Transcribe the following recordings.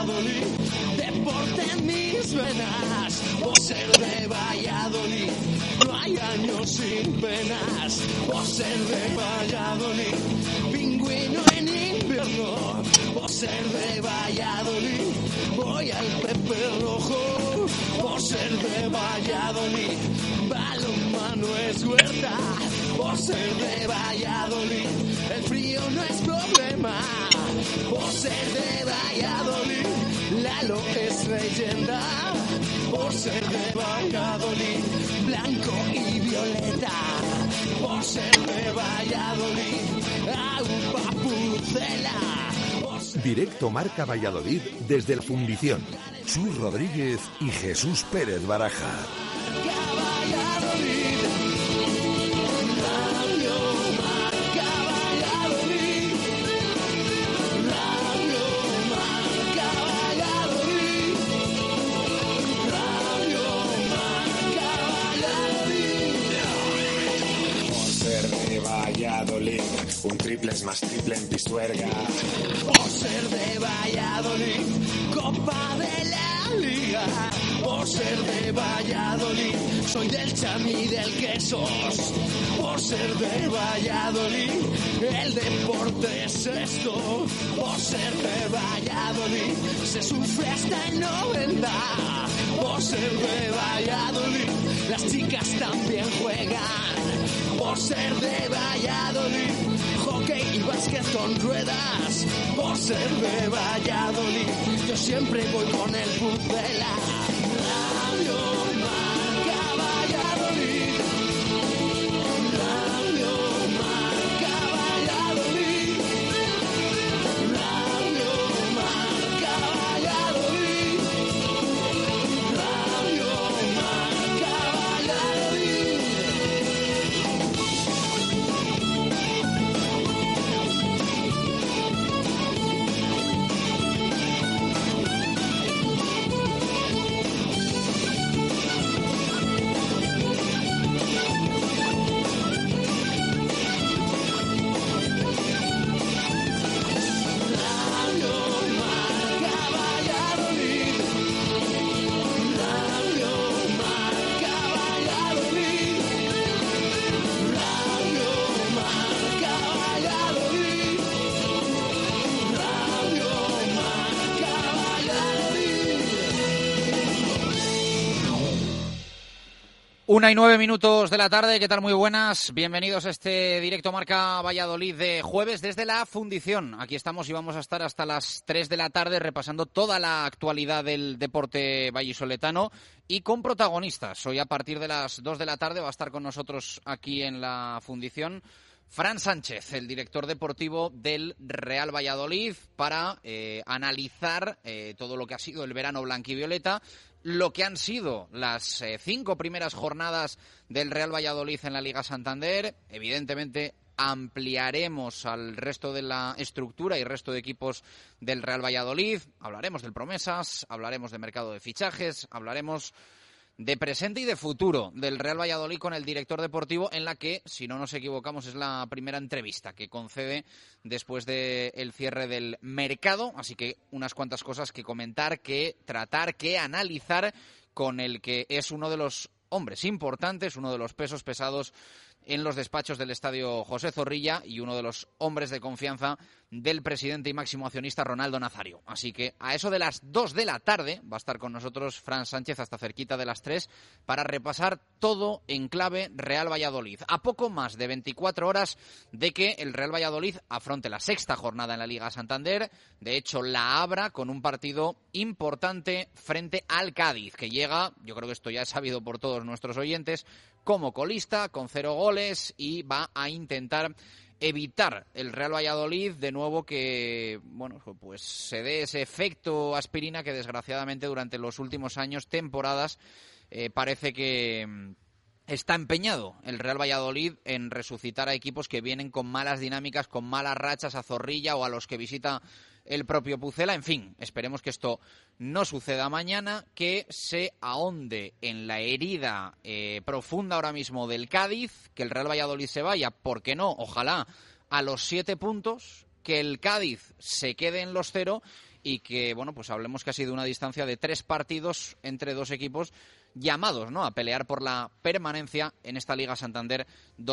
Valladolid, deporte en mis venas. Por ser de Valladolid, no hay años sin penas. Por ser de Valladolid, pingüino en invierno. Por ser de Valladolid, voy al Pepe Rojo. Por ser de Valladolid, balonmano es huerta. Por ser de Valladolid, el frío no es problema. Por ser de Valladolid, Lalo es leyenda. Por ser de Valladolid, blanco y violeta. Por ser de Valladolid, Aupa Pucela. Directo Marca Valladolid desde la Fundición. Chus Rodríguez y Jesús Pérez Baraja. Valladolid, un triple es más triple en Pisuerga. Por ser de Valladolid, Copa de la Liga. Por ser de Valladolid, soy del Chami y del Quesos. Por ser de Valladolid, el deporte es esto. Por ser de Valladolid, se sufre hasta el 90. Por ser de Valladolid, las chicas también juegan. Por ser de Valladolid, hockey y básquet con ruedas. Por ser de Valladolid, yo siempre voy con el Pucela. Radio Marca Valladolid. Radio Marca Valladolid. Radio Marca Valladolid. Radio Marca Valladolid. 1:09 de la tarde, ¿qué tal? Muy buenas, bienvenidos a este directo Marca Valladolid de jueves desde la Fundición. Aquí estamos y vamos a estar hasta las 3 de la tarde repasando toda la actualidad del deporte vallisoletano y con protagonistas. Hoy a partir de las 2 de la tarde va a estar con nosotros aquí en la Fundición Fran Sánchez, el director deportivo del Real Valladolid, para analizar todo lo que ha sido el verano blanquivioleta, lo que han sido las 5 primeras jornadas del Real Valladolid en la Liga Santander. Evidentemente ampliaremos al resto de la estructura y resto de equipos del Real Valladolid. Hablaremos del Promesas, hablaremos de mercado de fichajes, hablaremos de presente y de futuro del Real Valladolid con el director deportivo, en la que, si no nos equivocamos, es la primera entrevista que concede después del cierre del mercado. Así que unas cuantas cosas que comentar, que tratar, que analizar con el que es uno de los hombres importantes, uno de los pesos pesados en los despachos del Estadio José Zorrilla y uno de los hombres de confianza del presidente y máximo accionista Ronaldo Nazario. Así que a eso de las 2 de la tarde va a estar con nosotros Fran Sánchez hasta cerquita de las 3 para repasar todo en clave Real Valladolid. A poco más de 24 horas de que el Real Valladolid afronte la 6ª jornada en la Liga Santander. De hecho, la abra con un partido importante frente al Cádiz, que llega, yo creo que esto ya es sabido por todos nuestros oyentes, como colista, con 0 goles, y va a intentar evitar el Real Valladolid de nuevo que, bueno, pues se dé ese efecto aspirina que desgraciadamente durante los últimos años, temporadas, parece que está empeñado el Real Valladolid en resucitar a equipos que vienen con malas dinámicas, con malas rachas, a Zorrilla o a los que visita el propio Pucela. En fin, esperemos que esto no suceda mañana, que se ahonde en la herida profunda ahora mismo del Cádiz, que el Real Valladolid se vaya, ¿por qué no? Ojalá a los 7 puntos, que el Cádiz se quede en los 0 y que, bueno, pues hablemos que ha sido una distancia de 3 partidos entre 2 equipos llamados, ¿no?, a pelear por la permanencia en esta Liga Santander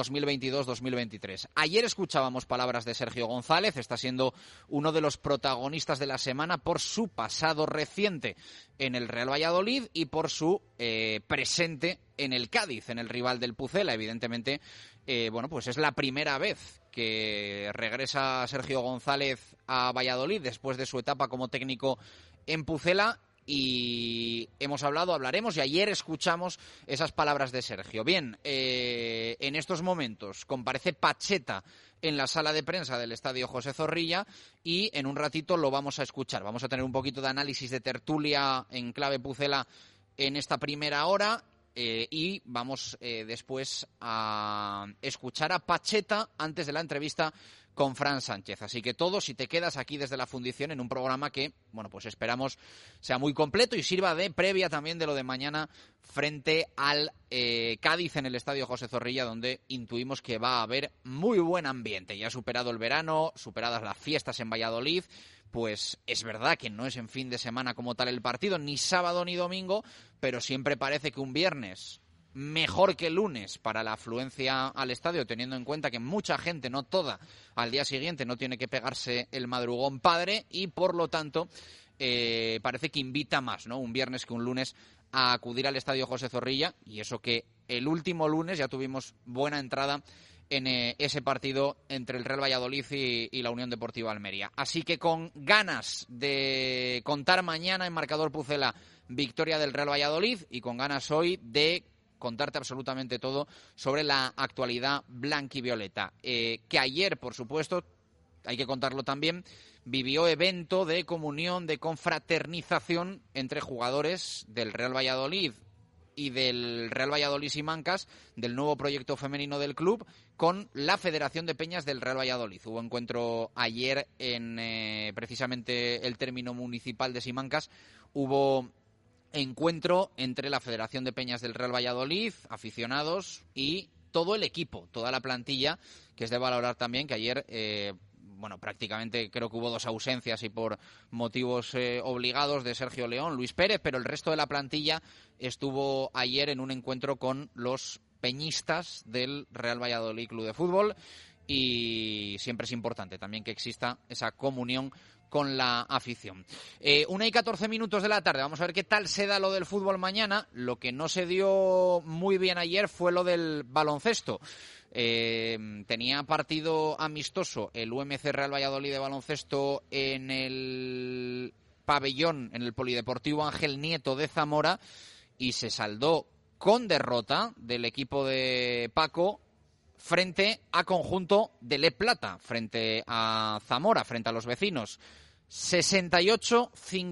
2022-2023. Ayer escuchábamos palabras de Sergio González, está siendo uno de los protagonistas de la semana por su pasado reciente en el Real Valladolid y por su presente en el Cádiz, en el rival del Pucela. Evidentemente, bueno, pues es la primera vez que regresa Sergio González a Valladolid después de su etapa como técnico en Pucela. Y hablaremos, y ayer escuchamos esas palabras de Sergio. Bien, en estos momentos comparece Pacheta en la sala de prensa del Estadio José Zorrilla y en un ratito lo vamos a escuchar. Vamos a tener un poquito de análisis de tertulia en clave Pucela en esta primera hora y vamos después a escuchar a Pacheta antes de la entrevista con Fran Sánchez. Así que todo, si te quedas aquí desde la fundición en un programa que, bueno, pues esperamos sea muy completo y sirva de previa también de lo de mañana frente al Cádiz en el Estadio José Zorrilla, donde intuimos que va a haber muy buen ambiente. Ya superado el verano, superadas las fiestas en Valladolid, pues es verdad que no es en fin de semana como tal el partido, ni sábado ni domingo, pero siempre parece que un viernes mejor que el lunes para la afluencia al estadio, teniendo en cuenta que mucha gente, no toda, al día siguiente no tiene que pegarse el madrugón padre y, por lo tanto, parece que invita más, ¿no?, un viernes que un lunes a acudir al Estadio José Zorrilla, y eso que el último lunes ya tuvimos buena entrada en ese partido entre el Real Valladolid y la Unión Deportiva Almería. Así que con ganas de contar mañana en Marcador Pucela victoria del Real Valladolid y con ganas hoy de contarte absolutamente todo sobre la actualidad blanquivioleta. Que ayer, por supuesto, hay que contarlo también, vivió evento de comunión, de confraternización entre jugadores del Real Valladolid y del Real Valladolid Simancas, del nuevo proyecto femenino del club, con la Federación de Peñas del Real Valladolid. Hubo encuentro ayer en precisamente el término municipal de Simancas. Hubo encuentro entre la Federación de Peñas del Real Valladolid, aficionados y todo el equipo, toda la plantilla, que es de valorar también que ayer, bueno, prácticamente creo que hubo 2 ausencias y por motivos obligados de Sergio León, Luis Pérez, pero el resto de la plantilla estuvo ayer en un encuentro con los peñistas del Real Valladolid Club de Fútbol y siempre es importante también que exista esa comunión con la afición. 1:14 de la tarde, vamos a ver qué tal se da lo del fútbol mañana. Lo que no se dio muy bien ayer fue lo del baloncesto. Tenía partido amistoso el UMC Real Valladolid de baloncesto en el pabellón, en el Polideportivo Ángel Nieto de Zamora, y se saldó con derrota del equipo de Paco frente a conjunto de Le Plata, frente a Zamora, frente a los vecinos. 68-58,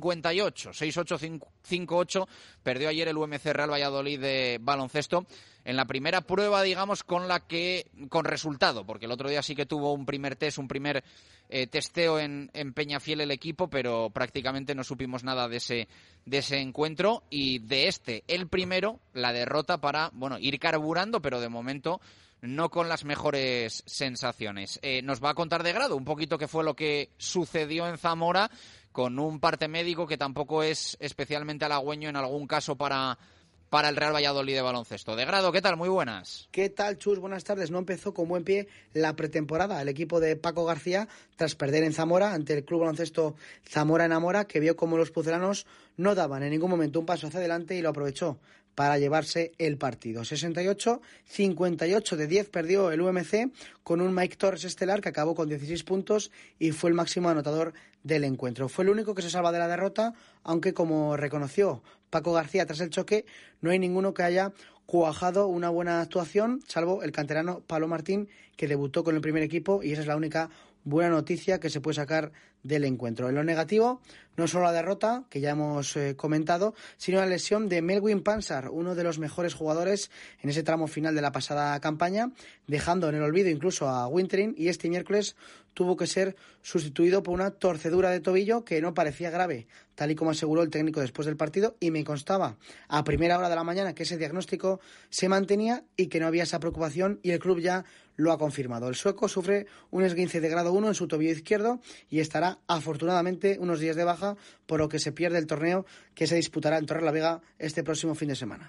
6-8-5-8, perdió ayer el UMC Real Valladolid de baloncesto en la primera prueba, digamos, con resultado, porque el otro día sí que tuvo un primer testeo en Peñafiel el equipo, pero prácticamente no supimos nada de ese encuentro, y de el primero, la derrota para, bueno, ir carburando, pero de momento no con las mejores sensaciones. Nos va a contar de Grado un poquito qué fue lo que sucedió en Zamora, con un parte médico que tampoco es especialmente halagüeño en algún caso para el Real Valladolid de baloncesto. De Grado, ¿qué tal? Muy buenas. ¿Qué tal, Chus? Buenas tardes. No empezó con buen pie la pretemporada el equipo de Paco García tras perder en Zamora ante el Club Baloncesto Zamora Enamora, que vio como los pucelanos no daban en ningún momento un paso hacia adelante y lo aprovechó para llevarse el partido. 68-58 de 10 perdió el UMC con un Mike Torres estelar que acabó con 16 puntos y fue el máximo anotador del encuentro. Fue el único que se salva de la derrota, aunque como reconoció Paco García tras el choque, no hay ninguno que haya cuajado una buena actuación, salvo el canterano Pablo Martín, que debutó con el primer equipo, y esa es la única buena noticia que se puede sacar del encuentro. En lo negativo, no solo la derrota, que ya hemos comentado, sino la lesión de Melwin Pansar, uno de los mejores jugadores en ese tramo final de la pasada campaña, dejando en el olvido incluso a Wintering, y este miércoles tuvo que ser sustituido por una torcedura de tobillo que no parecía grave, tal y como aseguró el técnico después del partido, y me constaba a primera hora de la mañana que ese diagnóstico se mantenía y que no había esa preocupación, y el club ya lo ha confirmado. El sueco sufre un esguince de grado 1 en su tobillo izquierdo y estará tendrá afortunadamente unos días de baja, por lo que se pierde el torneo que se disputará en Torrelavega este próximo fin de semana.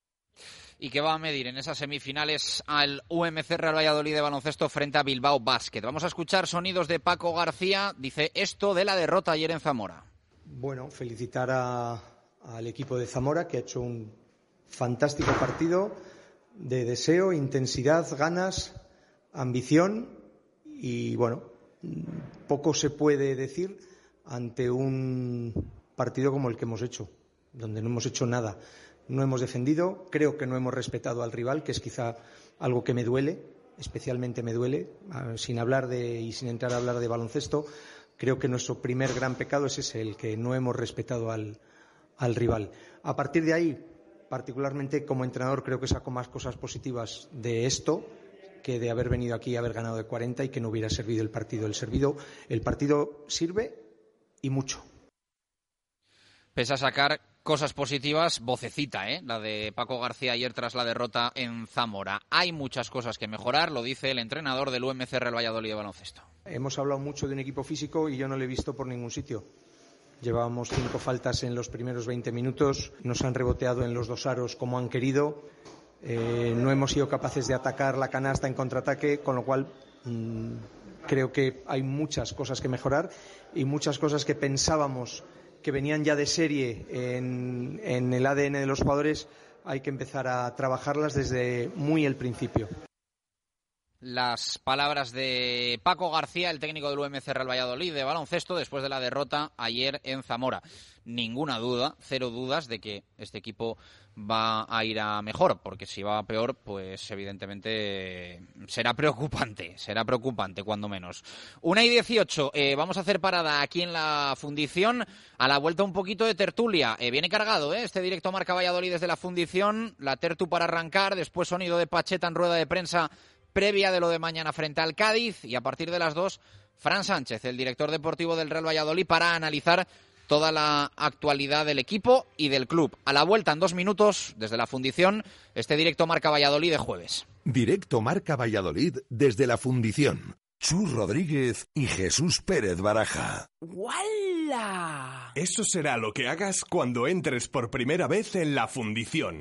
Y que va a medir en esas semifinales al UMC Real Valladolid de baloncesto frente a Bilbao Basket. Vamos a escuchar sonidos de Paco García. Dice esto de la derrota ayer en Zamora. Bueno, felicitar al equipo de Zamora, que ha hecho un fantástico partido de deseo, intensidad, ganas, ambición y, bueno, poco se puede decir ante un partido como el que hemos hecho, donde no hemos hecho nada. No hemos defendido, creo que no hemos respetado al rival, que es quizá algo que me duele, especialmente me duele, sin entrar a hablar de baloncesto. Creo que nuestro primer gran pecado es ese, el que no hemos respetado al rival. A partir de ahí, particularmente como entrenador, creo que saco más cosas positivas de esto que de haber venido aquí y haber ganado de 40 y que no hubiera servido el partido. El partido sirve y mucho. Pese a sacar cosas positivas, vocecita, la de Paco García ayer tras la derrota en Zamora. Hay muchas cosas que mejorar, lo dice el entrenador del UMC Real Valladolid de baloncesto. Hemos hablado mucho de un equipo físico y yo no lo he visto por ningún sitio. Llevábamos 5 faltas en los primeros 20 minutos, nos han reboteado en los 2 aros como han querido, no hemos sido capaces de atacar la canasta en contraataque, con lo cual creo que hay muchas cosas que mejorar y muchas cosas que pensábamos que venían ya de serie en el ADN de los jugadores, hay que empezar a trabajarlas desde muy el principio. Las palabras de Paco García, el técnico del UMC Real Valladolid de baloncesto, después de la derrota ayer en Zamora. Ninguna duda, 0 dudas de que este equipo va a ir a mejor, porque si va a peor, pues evidentemente será preocupante cuando menos. 1:18, vamos a hacer parada aquí en la Fundición, a la vuelta un poquito de tertulia. Viene cargado este directo Marca Valladolid desde la Fundición, la tertu para arrancar, después sonido de Pacheta en rueda de prensa previa de lo de mañana frente al Cádiz, y a partir de las 2, Fran Sánchez, el director deportivo del Real Valladolid, para analizar toda la actualidad del equipo y del club. A la vuelta, en 2 minutos, desde la Fundición, este directo Marca Valladolid de jueves. Directo Marca Valladolid desde la Fundición. Chus Rodríguez y Jesús Pérez Baraja. ¡Wala! Eso será lo que hagas cuando entres por primera vez en la Fundición.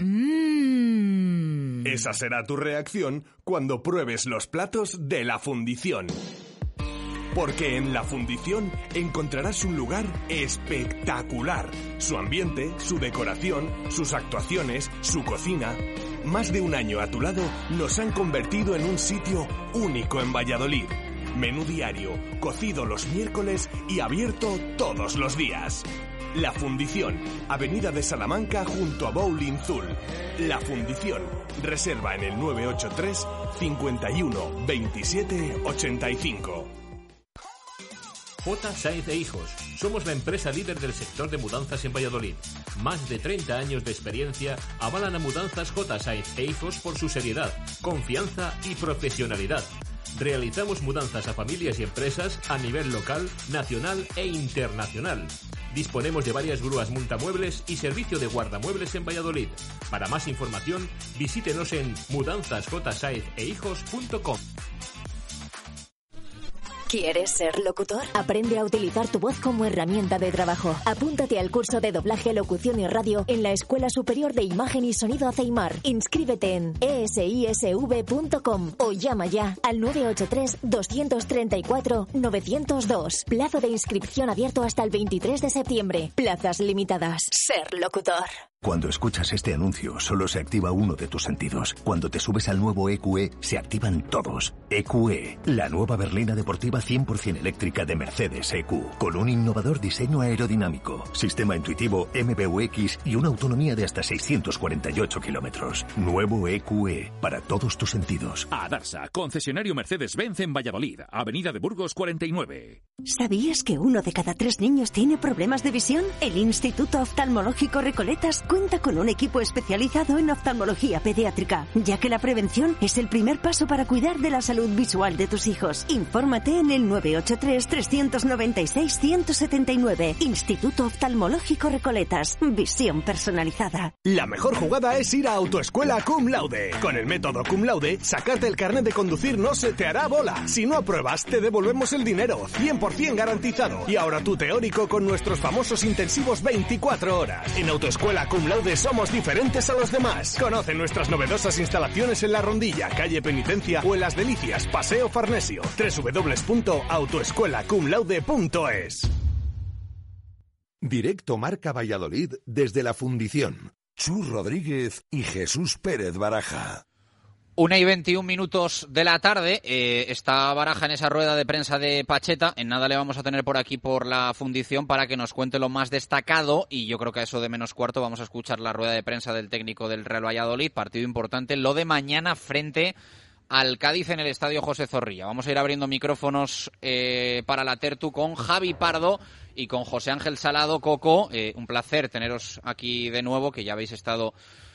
Esa será tu reacción cuando pruebes los platos de la Fundición. Porque en la Fundición encontrarás un lugar espectacular. Su ambiente, su decoración, sus actuaciones, su cocina. Más de un año a tu lado nos han convertido en un sitio único en Valladolid. Menú diario, cocido los miércoles y abierto todos los días. La Fundición, Avenida de Salamanca junto a Bowling Zul. La Fundición, reserva en el 983 51 27 85. J. Sáenz e Hijos. Somos la empresa líder del sector de mudanzas en Valladolid. Más de 30 años de experiencia avalan a Mudanzas J. Sáenz e Hijos por su seriedad, confianza y profesionalidad. Realizamos mudanzas a familias y empresas a nivel local, nacional e internacional. Disponemos de varias grúas multamuebles y servicio de guardamuebles en Valladolid. Para más información, visítenos en mudanzasjsaezehijos.com. ¿Quieres ser locutor? Aprende a utilizar tu voz como herramienta de trabajo. Apúntate al curso de doblaje, locución y radio en la Escuela Superior de Imagen y Sonido ACEIMAR. Inscríbete en esisv.com o llama ya al 983-234-902. Plazo de inscripción abierto hasta el 23 de septiembre. Plazas limitadas. Ser locutor. Cuando escuchas este anuncio, solo se activa uno de tus sentidos. Cuando te subes al nuevo EQE, se activan todos. EQE, la nueva berlina deportiva 100% eléctrica de Mercedes EQ, con un innovador diseño aerodinámico, sistema intuitivo MBUX y una autonomía de hasta 648 kilómetros. Nuevo EQE, para todos tus sentidos. Adarsa, concesionario Mercedes-Benz en Valladolid, Avenida de Burgos 49. ¿Sabías que 1 de cada 3 niños tiene problemas de visión? El Instituto Oftalmológico Recoletas cuenta con un equipo especializado en oftalmología pediátrica, ya que la prevención es el primer paso para cuidar de la salud visual de tus hijos. Infórmate en el 983-396-179. Instituto Oftalmológico Recoletas. Visión personalizada. La mejor jugada es ir a Autoescuela Cum Laude. Con el método Cum Laude, sacarte el carnet de conducir no se te hará bola. Si no apruebas, te devolvemos el dinero, 100% garantizado. Y ahora tu teórico con nuestros famosos intensivos 24 horas. En Autoescuela Cum Laude somos diferentes a los demás. Conoce nuestras novedosas instalaciones en La Rondilla, calle Penitencia o en Las Delicias, Paseo Farnesio. www.autoescuelacumlaude.es. Directo Marca Valladolid desde la Fundición. Chus Rodríguez y Jesús Pérez Baraja. 1:21 de la tarde, está Baraja en esa rueda de prensa de Pacheta. En nada le vamos a tener por aquí por la Fundición para que nos cuente lo más destacado, y yo creo que a eso de menos cuarto vamos a escuchar la rueda de prensa del técnico del Real Valladolid. Partido importante, lo de mañana frente al Cádiz en el Estadio José Zorrilla. Vamos a ir abriendo micrófonos para la tertu con Javi Pardo y con José Ángel Salado. Coco, un placer teneros aquí de nuevo, que ya habéis estado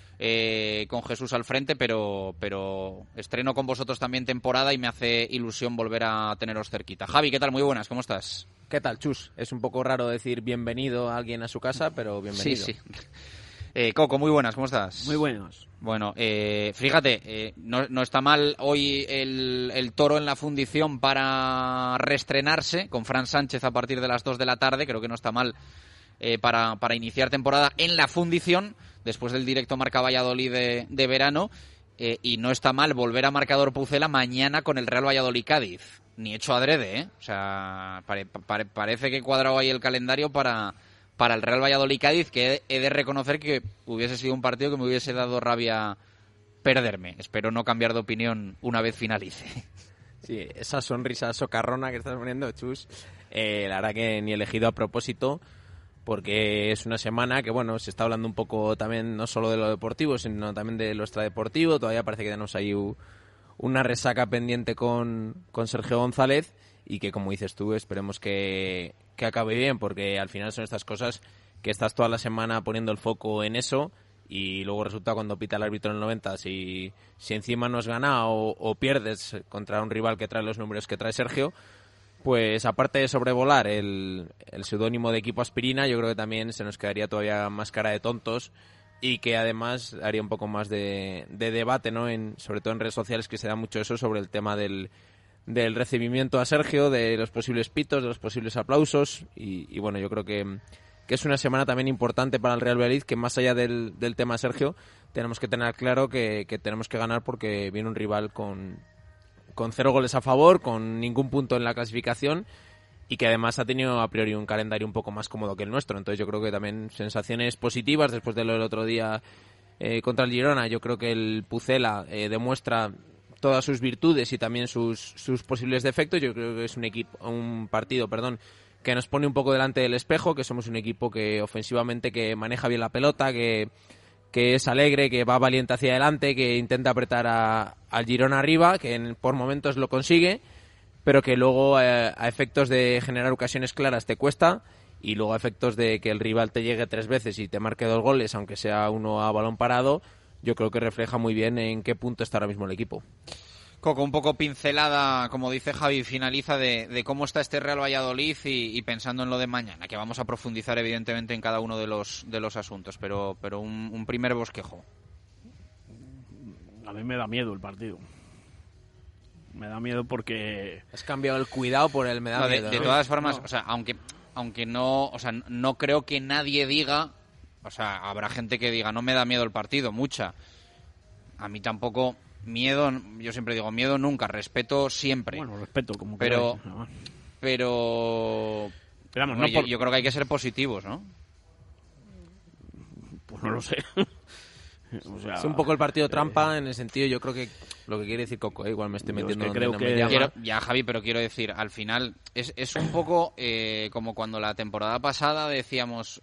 con Jesús al frente, pero estreno con vosotros también temporada y me hace ilusión volver a teneros cerquita. Javi, ¿qué tal? Muy buenas, ¿cómo estás? ¿Qué tal, Chus? Es un poco raro decir bienvenido a alguien a su casa, pero bienvenido. Sí. Coco, muy buenas, ¿cómo estás? Muy buenos. Bueno, fíjate, no está mal hoy el Toro en la Fundición para reestrenarse con Fran Sánchez a partir de las 2 de la tarde. Creo que no está mal para iniciar temporada en la Fundición después del directo Marca Valladolid de verano, y no está mal volver a Marcador Pucela mañana con el Real Valladolid-Cádiz. Ni hecho adrede, ¿eh? O sea, parece que he cuadrado ahí el calendario para el Real Valladolid-Cádiz, que he de reconocer que hubiese sido un partido que me hubiese dado rabia perderme. Espero no cambiar de opinión una vez finalice. Sí, esa sonrisa socarrona que estás poniendo, Chus, la verdad que ni elegido a propósito, porque es una semana que, bueno, se está hablando un poco también no solo de lo deportivo, sino también de lo extradeportivo. Todavía parece que tenemos ahí una resaca pendiente con Sergio González, y que, como dices tú, esperemos que acabe bien, porque al final son estas cosas que estás toda la semana poniendo el foco en eso, y luego resulta cuando pita el árbitro en el 90, si encima no has ganado o pierdes contra un rival que trae los números que trae Sergio, pues aparte de sobrevolar el seudónimo de equipo aspirina, yo creo que también se nos quedaría todavía más cara de tontos, y que además haría un poco más de debate, ¿no? Sobre todo en redes sociales, que se da mucho eso sobre el tema del recibimiento a Sergio, de los posibles pitos, de los posibles aplausos, y bueno, yo creo que es una semana también importante para el Real Valladolid, que más allá del tema Sergio, tenemos que tener claro que tenemos que ganar, porque viene un rival con 0 goles a favor, con ningún punto en la clasificación, y que además ha tenido a priori un calendario un poco más cómodo que el nuestro. Entonces yo creo que también sensaciones positivas después de lo del otro día contra el Girona. Yo creo que el Pucela demuestra todas sus virtudes y también sus posibles defectos. Yo creo que es un partido que nos pone un poco delante del espejo, que somos un equipo que ofensivamente que maneja bien la pelota, que es alegre, que va valiente hacia adelante, que intenta apretar al Girona arriba, que por momentos lo consigue, pero que luego a efectos de generar ocasiones claras te cuesta, y luego a efectos de que el rival te llegue 3 veces y te marque 2 goles, aunque sea uno a balón parado, yo creo que refleja muy bien en qué punto está ahora mismo el equipo. Coco, un poco pincelada, como dice Javi, finaliza de cómo está este Real Valladolid y pensando en lo de mañana, que vamos a profundizar evidentemente en cada uno de los asuntos, pero un primer bosquejo. A mí me da miedo el partido. Me da miedo porque... Has cambiado el cuidado por el me da miedo. De todas formas, no. O sea, aunque no, o sea, no creo que nadie diga, o sea, habrá gente que diga, no me da miedo el partido, mucha. A mí tampoco... Miedo, yo siempre digo, miedo nunca, respeto siempre. Bueno, respeto, como pero vamos, bueno, yo creo que hay que ser positivos, ¿no? Pues no lo sé. O sea, es un poco el partido trampa en el sentido, yo creo que lo que quiere decir Coco, igual me estoy metiendo en creo que ya, Javi, pero quiero decir, al final es un poco como cuando la temporada pasada decíamos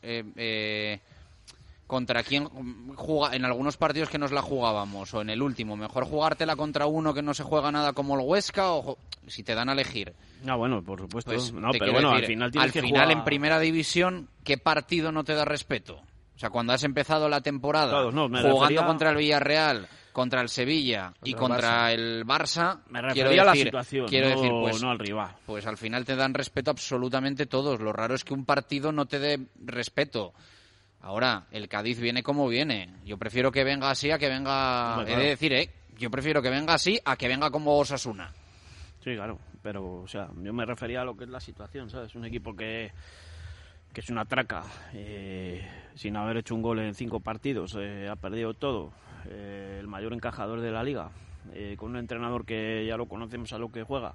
contra quién juega en algunos partidos que nos la jugábamos, o en el último, mejor jugártela contra uno que no se juega nada como el Huesca, o si te dan a elegir. Ah, bueno, por supuesto. Pues, no, pero bueno, decir, al final tienes que jugar... en primera división, ¿qué partido no te da respeto? O O sea, cuando has empezado la temporada jugando contra el Villarreal, contra el Sevilla y contra el Barça, me refería a la situación, pues, no al rival. Pues al final te dan respeto absolutamente todos. Lo raro es que un partido no te dé respeto. Ahora, el Cádiz viene como viene. Yo prefiero que venga así a que venga... Hombre, claro. He de decir, yo prefiero que venga así a que venga como Osasuna. Sí, claro, pero o sea, yo me refería a lo que es la situación, ¿sabes? Un equipo que es una traca, sin haber hecho un gol en 5 partidos, ha perdido todo, el mayor encajador de la liga, con un entrenador que ya lo conocemos a lo que juega,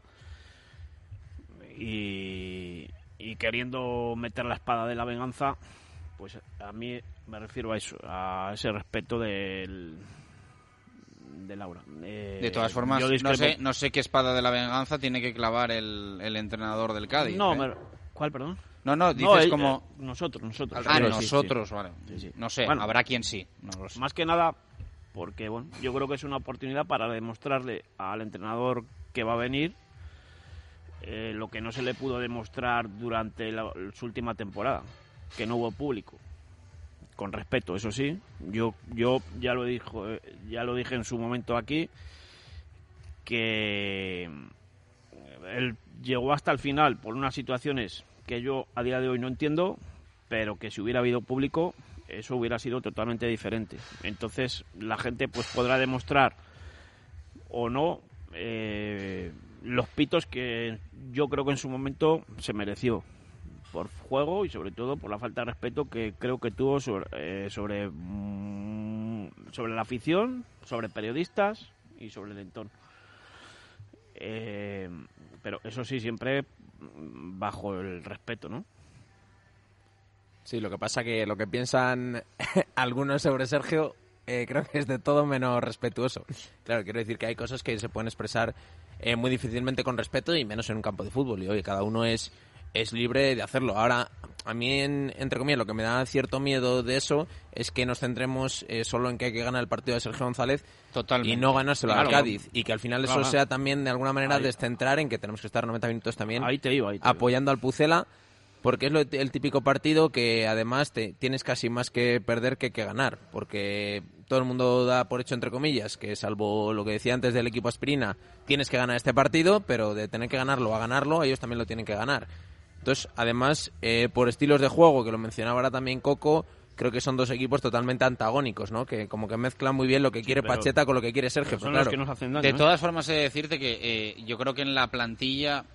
y queriendo meter la espada de la venganza, pues a mí me refiero a eso, a ese respeto de Laura. De todas formas, no sé qué espada de la venganza tiene que clavar el entrenador del Cádiz. No, ¿cuál, perdón? No, dices como... Nosotros. Nosotros, sí. Vale. Sí. No sé, bueno, habrá quien sí. No lo sé. Más que nada porque, bueno, yo creo que es una oportunidad para demostrarle al entrenador que va a venir lo que no se le pudo demostrar durante su última temporada, que no hubo público. Con respeto, eso sí. Yo ya lo dije en su momento aquí, que él llegó hasta el final por unas situaciones que yo a día de hoy no entiendo, pero que si hubiera habido público eso hubiera sido totalmente diferente. Entonces la gente pues podrá demostrar o no los pitos que yo creo que en su momento se mereció por juego y sobre todo por la falta de respeto que creo que tuvo sobre la afición, sobre periodistas y sobre el entorno. Pero eso sí, siempre bajo el respeto, ¿no? Sí, lo que pasa que lo que piensan algunos sobre Sergio creo que es de todo menos respetuoso. Claro, quiero decir que hay cosas que se pueden expresar muy difícilmente con respeto y menos en un campo de fútbol. Y oye, cada uno es libre de hacerlo. Ahora, a mí, entre comillas, lo que me da cierto miedo de eso es que nos centremos solo en que hay que ganar el partido de Sergio González. Totalmente. Y no ganárselo al Cádiz. Y que al final eso sea también, de alguna manera, descentrar en que tenemos que estar 90 minutos también apoyando al Pucela, porque es el típico partido que, además, tienes casi más que perder que ganar. Porque todo el mundo da por hecho, entre comillas, que salvo lo que decía antes del equipo Aspirina, tienes que ganar este partido, pero de tener que ganarlo a ganarlo, ellos también lo tienen que ganar. Entonces, además, por estilos de juego, que lo mencionaba ahora también Coco, creo que son dos equipos totalmente antagónicos, ¿no? Que como que mezclan muy bien lo que quiere Pacheta con lo que quiere Sergio. Son claro. los que nos hacen daño, de todas formas, he de decirte que yo creo que en la plantilla,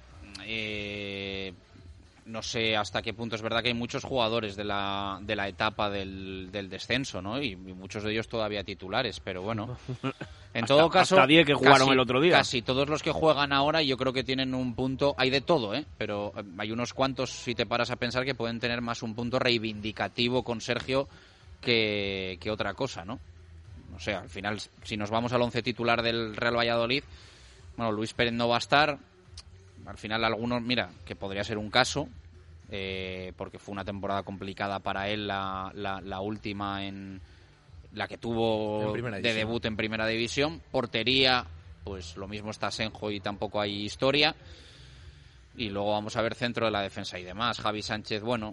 no sé hasta qué punto es verdad que hay muchos jugadores de la etapa del descenso, ¿no? Y muchos de ellos todavía titulares, pero bueno. En todo caso, hasta 10 que jugaron el otro día. Casi todos los que juegan ahora yo creo que tienen un punto, hay de todo, pero hay unos cuantos, si te paras a pensar, que pueden tener más un punto reivindicativo con Sergio que otra cosa, ¿no? O sea, al final, si nos vamos al 11 titular del Real Valladolid, bueno, Luis Pérez no va a estar, al final algunos, mira, que podría ser un caso, porque fue una temporada complicada para él la última en... la que tuvo de debut en Primera División. Portería, pues lo mismo está Senjo y tampoco hay historia. Y luego vamos a ver centro de la defensa y demás. Javi Sánchez, bueno,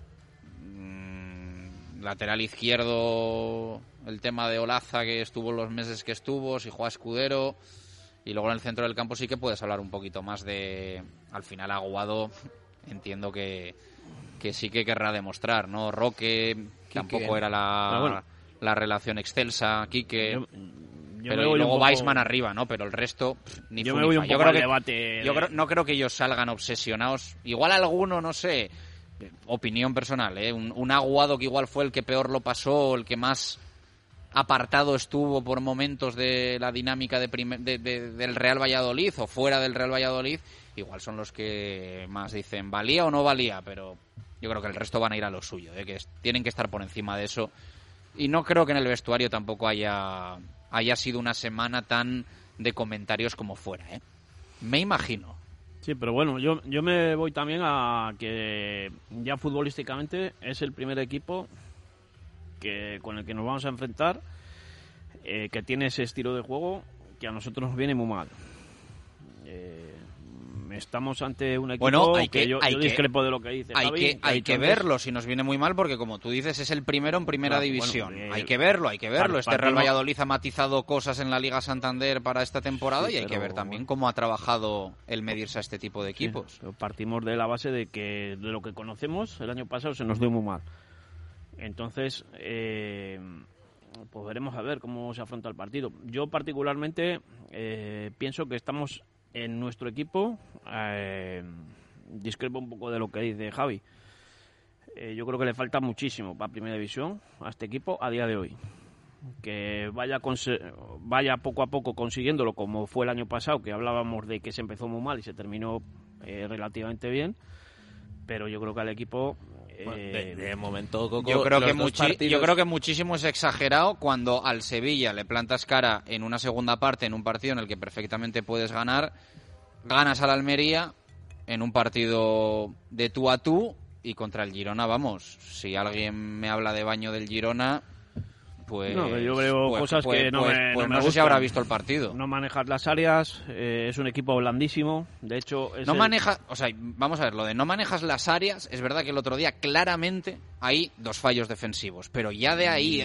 lateral izquierdo, el tema de Olaza, que estuvo los meses que estuvo, si juega Escudero. Y luego en el centro del campo sí que puedes hablar un poquito más de... Al final Aguado, entiendo que sí que querrá demostrar, ¿no? Roque, tampoco era la relación excelsa, Quique, pero y luego Weissman arriba, ¿no? Pero el resto, ni yo me voy un poco al debate. No creo que ellos salgan obsesionados. Igual alguno, no sé, opinión personal, un Aguado que igual fue el que peor lo pasó, el que más apartado estuvo por momentos de la dinámica del Real Valladolid o fuera del Real Valladolid, igual son los que más dicen valía o no valía, pero yo creo que el resto van a ir a lo suyo, que tienen que estar por encima de eso. Y no creo que en el vestuario tampoco haya sido una semana tan de comentarios como fuera, Me imagino. Sí, pero bueno, yo me voy también a que ya futbolísticamente es el primer equipo con el que nos vamos a enfrentar, que tiene ese estilo de juego que a nosotros nos viene muy mal. estamos ante un equipo bueno, yo discrepo de lo que dice Javi. Hay que verlo, si nos viene muy mal, porque como tú dices, es el primero en primera división. Hay que verlo. Este Real Valladolid ha matizado cosas en la Liga Santander para esta temporada y hay que ver también cómo ha trabajado el medirse a este tipo de equipos. Pero partimos de la base de que de lo que conocemos, el año pasado se nos dio muy mal. Entonces, pues veremos a ver cómo se afronta el partido. Yo particularmente pienso que estamos en nuestro equipo, discrepo un poco de lo que dice Javi. Yo creo que le falta muchísimo para Primera División a este equipo a día de hoy. Que vaya poco a poco consiguiéndolo, como fue el año pasado, que hablábamos de que se empezó muy mal y se terminó relativamente bien. Pero yo creo que al equipo... de momento, Coco, yo creo que muchísimo es exagerado cuando al Sevilla le plantas cara en una segunda parte, en un partido en el que perfectamente puedes ganar, ganas al Almería en un partido de tú a tú, y contra el Girona, vamos, si alguien me habla de baño del Girona, pues... No, yo veo cosas que no me sé gustan. Si habrá visto el partido. No manejas las áreas, es un equipo blandísimo, de hecho... Vamos a ver, lo de no manejas las áreas, es verdad que el otro día claramente hay 2 fallos defensivos, pero ya de ahí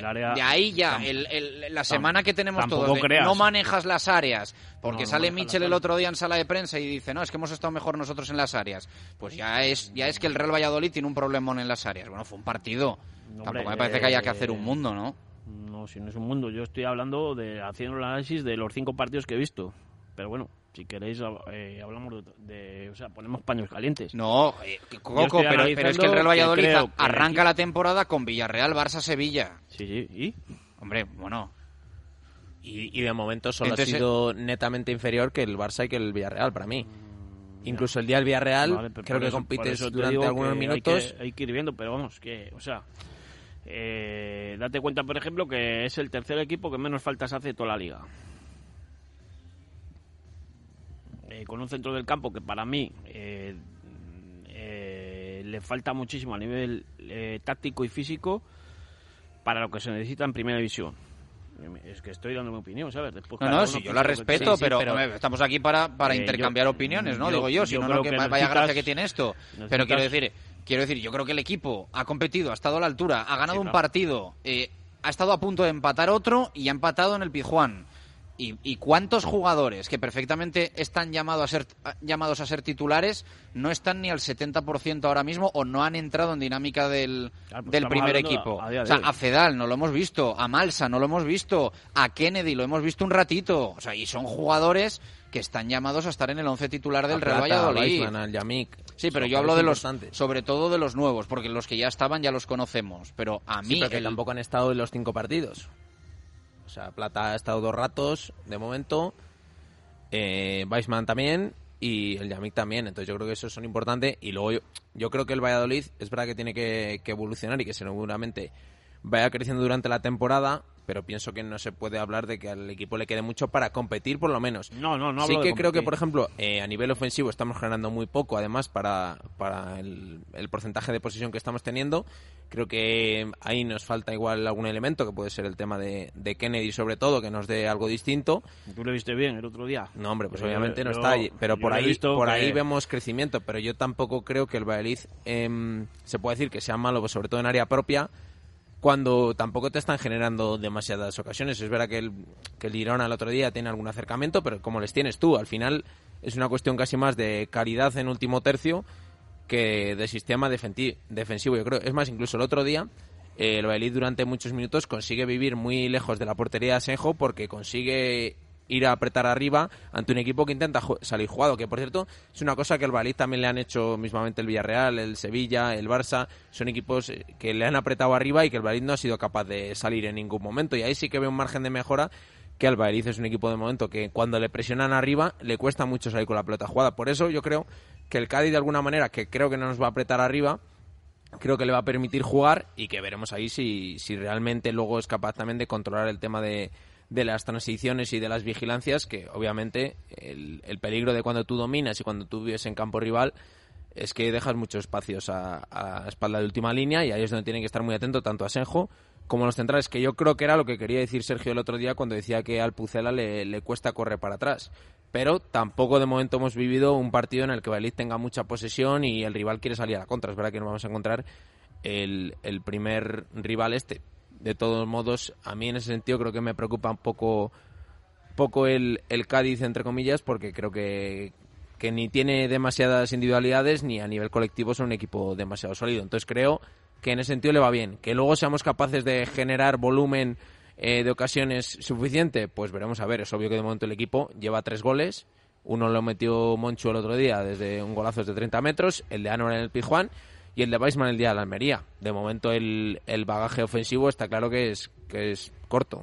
la semana que tenemos todos de no manejas las áreas, porque sale Michel el otro día en sala de prensa y dice, no, es que hemos estado mejor nosotros en las áreas, pues ya es que el Real Valladolid tiene un problemón en las áreas. Bueno, fue un partido, tampoco me parece que haya que hacer un mundo, ¿no? No, si no es un mundo. Yo estoy hablando haciendo el análisis de los 5 partidos que he visto. Pero bueno, si queréis hablamos ponemos paños calientes. No, Coco, pero es que el Real Valladolid arranca la temporada con Villarreal, Barça, Sevilla. Sí, ¿y? Hombre, bueno... Y de momento solo ha sido netamente inferior que el Barça y que el Villarreal, para mí. Incluso el día del Villarreal, creo que compites durante algunos minutos. Hay que ir viendo, pero vamos, date cuenta, por ejemplo, que es el tercer equipo que menos faltas hace de toda la liga. Con un centro del campo que para mí le falta muchísimo a nivel táctico y físico para lo que se necesita en Primera División. Es que estoy dando mi opinión, ¿sabes? Después, yo la respeto, pero estamos aquí para intercambiar opines, ¿no? Digo yo, si no, que vaya gracia que tiene esto. Pero quiero decir, yo creo que el equipo ha competido, ha estado a la altura, ha ganado un partido, ha estado a punto de empatar otro y ha empatado en el Pizjuán. ¿Y cuántos jugadores que perfectamente están llamados a ser titulares no están ni al 70% ahora mismo o no han entrado en dinámica del primer equipo? A Fedal no lo hemos visto, a Malsa no lo hemos visto, a Kennedy lo hemos visto un ratito. O sea, y son jugadores que están llamados a estar en el 11 titular del Real Valladolid. Al Yamik. Sí, pero yo hablo sobre todo de los nuevos, porque los que ya estaban ya los conocemos. Pero a mí... Sí, pero que tampoco han estado en los 5 partidos. O sea, Plata ha estado 2 ratos, de momento. Weissman también y el Yamik también. Entonces yo creo que esos son importantes. Y luego yo creo que el Valladolid es verdad que tiene que evolucionar y que seguramente vaya creciendo durante la temporada, pero pienso que no se puede hablar de que al equipo le quede mucho para competir, por lo menos. No sí que creo que, por ejemplo, a nivel ofensivo estamos generando muy poco, además, para el porcentaje de posesión que estamos teniendo. Creo que ahí nos falta igual algún elemento, que puede ser el tema de Kennedy, sobre todo, que nos dé algo distinto. ¿Tú le viste bien el otro día? No, hombre, pues obviamente no está ahí. Pero por ahí vemos crecimiento, pero yo tampoco creo que el Valladolid se puede decir que sea malo, pues sobre todo en área propia, cuando tampoco te están generando demasiadas ocasiones. Es verdad que el Girona el otro día tiene algún acercamiento, pero como les tienes tú, al final es una cuestión casi más de calidad en último tercio que de sistema defensivo, yo creo. Es más, incluso el otro día el Valladolid durante muchos minutos consigue vivir muy lejos de la portería de Asenjo, porque consigue ir a apretar arriba ante un equipo que intenta salir jugado, que por cierto es una cosa que el Valladolid también le han hecho mismamente el Villarreal, el Sevilla, el Barça. Son equipos que le han apretado arriba y que el Valladolid no ha sido capaz de salir en ningún momento, y ahí sí que veo un margen de mejora, que el Valladolid es un equipo de momento que cuando le presionan arriba le cuesta mucho salir con la pelota jugada. Por eso yo creo que el Cádiz, de alguna manera, que creo que no nos va a apretar arriba, creo que le va a permitir jugar, y que veremos ahí si realmente luego es capaz también de controlar el tema de las transiciones y de las vigilancias, que obviamente el peligro de cuando tú dominas y cuando tú vives en campo rival es que dejas muchos espacios a espalda de última línea, y ahí es donde tienen que estar muy atentos tanto Asenjo como los centrales, que yo creo que era lo que quería decir Sergio el otro día cuando decía que al Pucela le cuesta correr para atrás. pero tampoco de momento hemos vivido un partido en el que Valladolid tenga mucha posesión y el rival quiere salir a la contra. Es verdad que nos vamos a encontrar el primer rival este. De todos modos, a mí en ese sentido creo que me preocupa un poco el Cádiz, entre comillas, porque creo que ni tiene demasiadas individualidades ni a nivel colectivo son un equipo demasiado sólido. Entonces creo que en ese sentido le va bien. Que luego seamos capaces de generar volumen de ocasiones suficiente, pues veremos a ver. Es obvio que de momento el equipo lleva 3 goles. Uno lo metió Monchu el otro día desde un golazo de 30 metros, el de Anor en el Pizjuán y el de Weissman el día de la Almería. De momento el bagaje ofensivo está claro que es corto.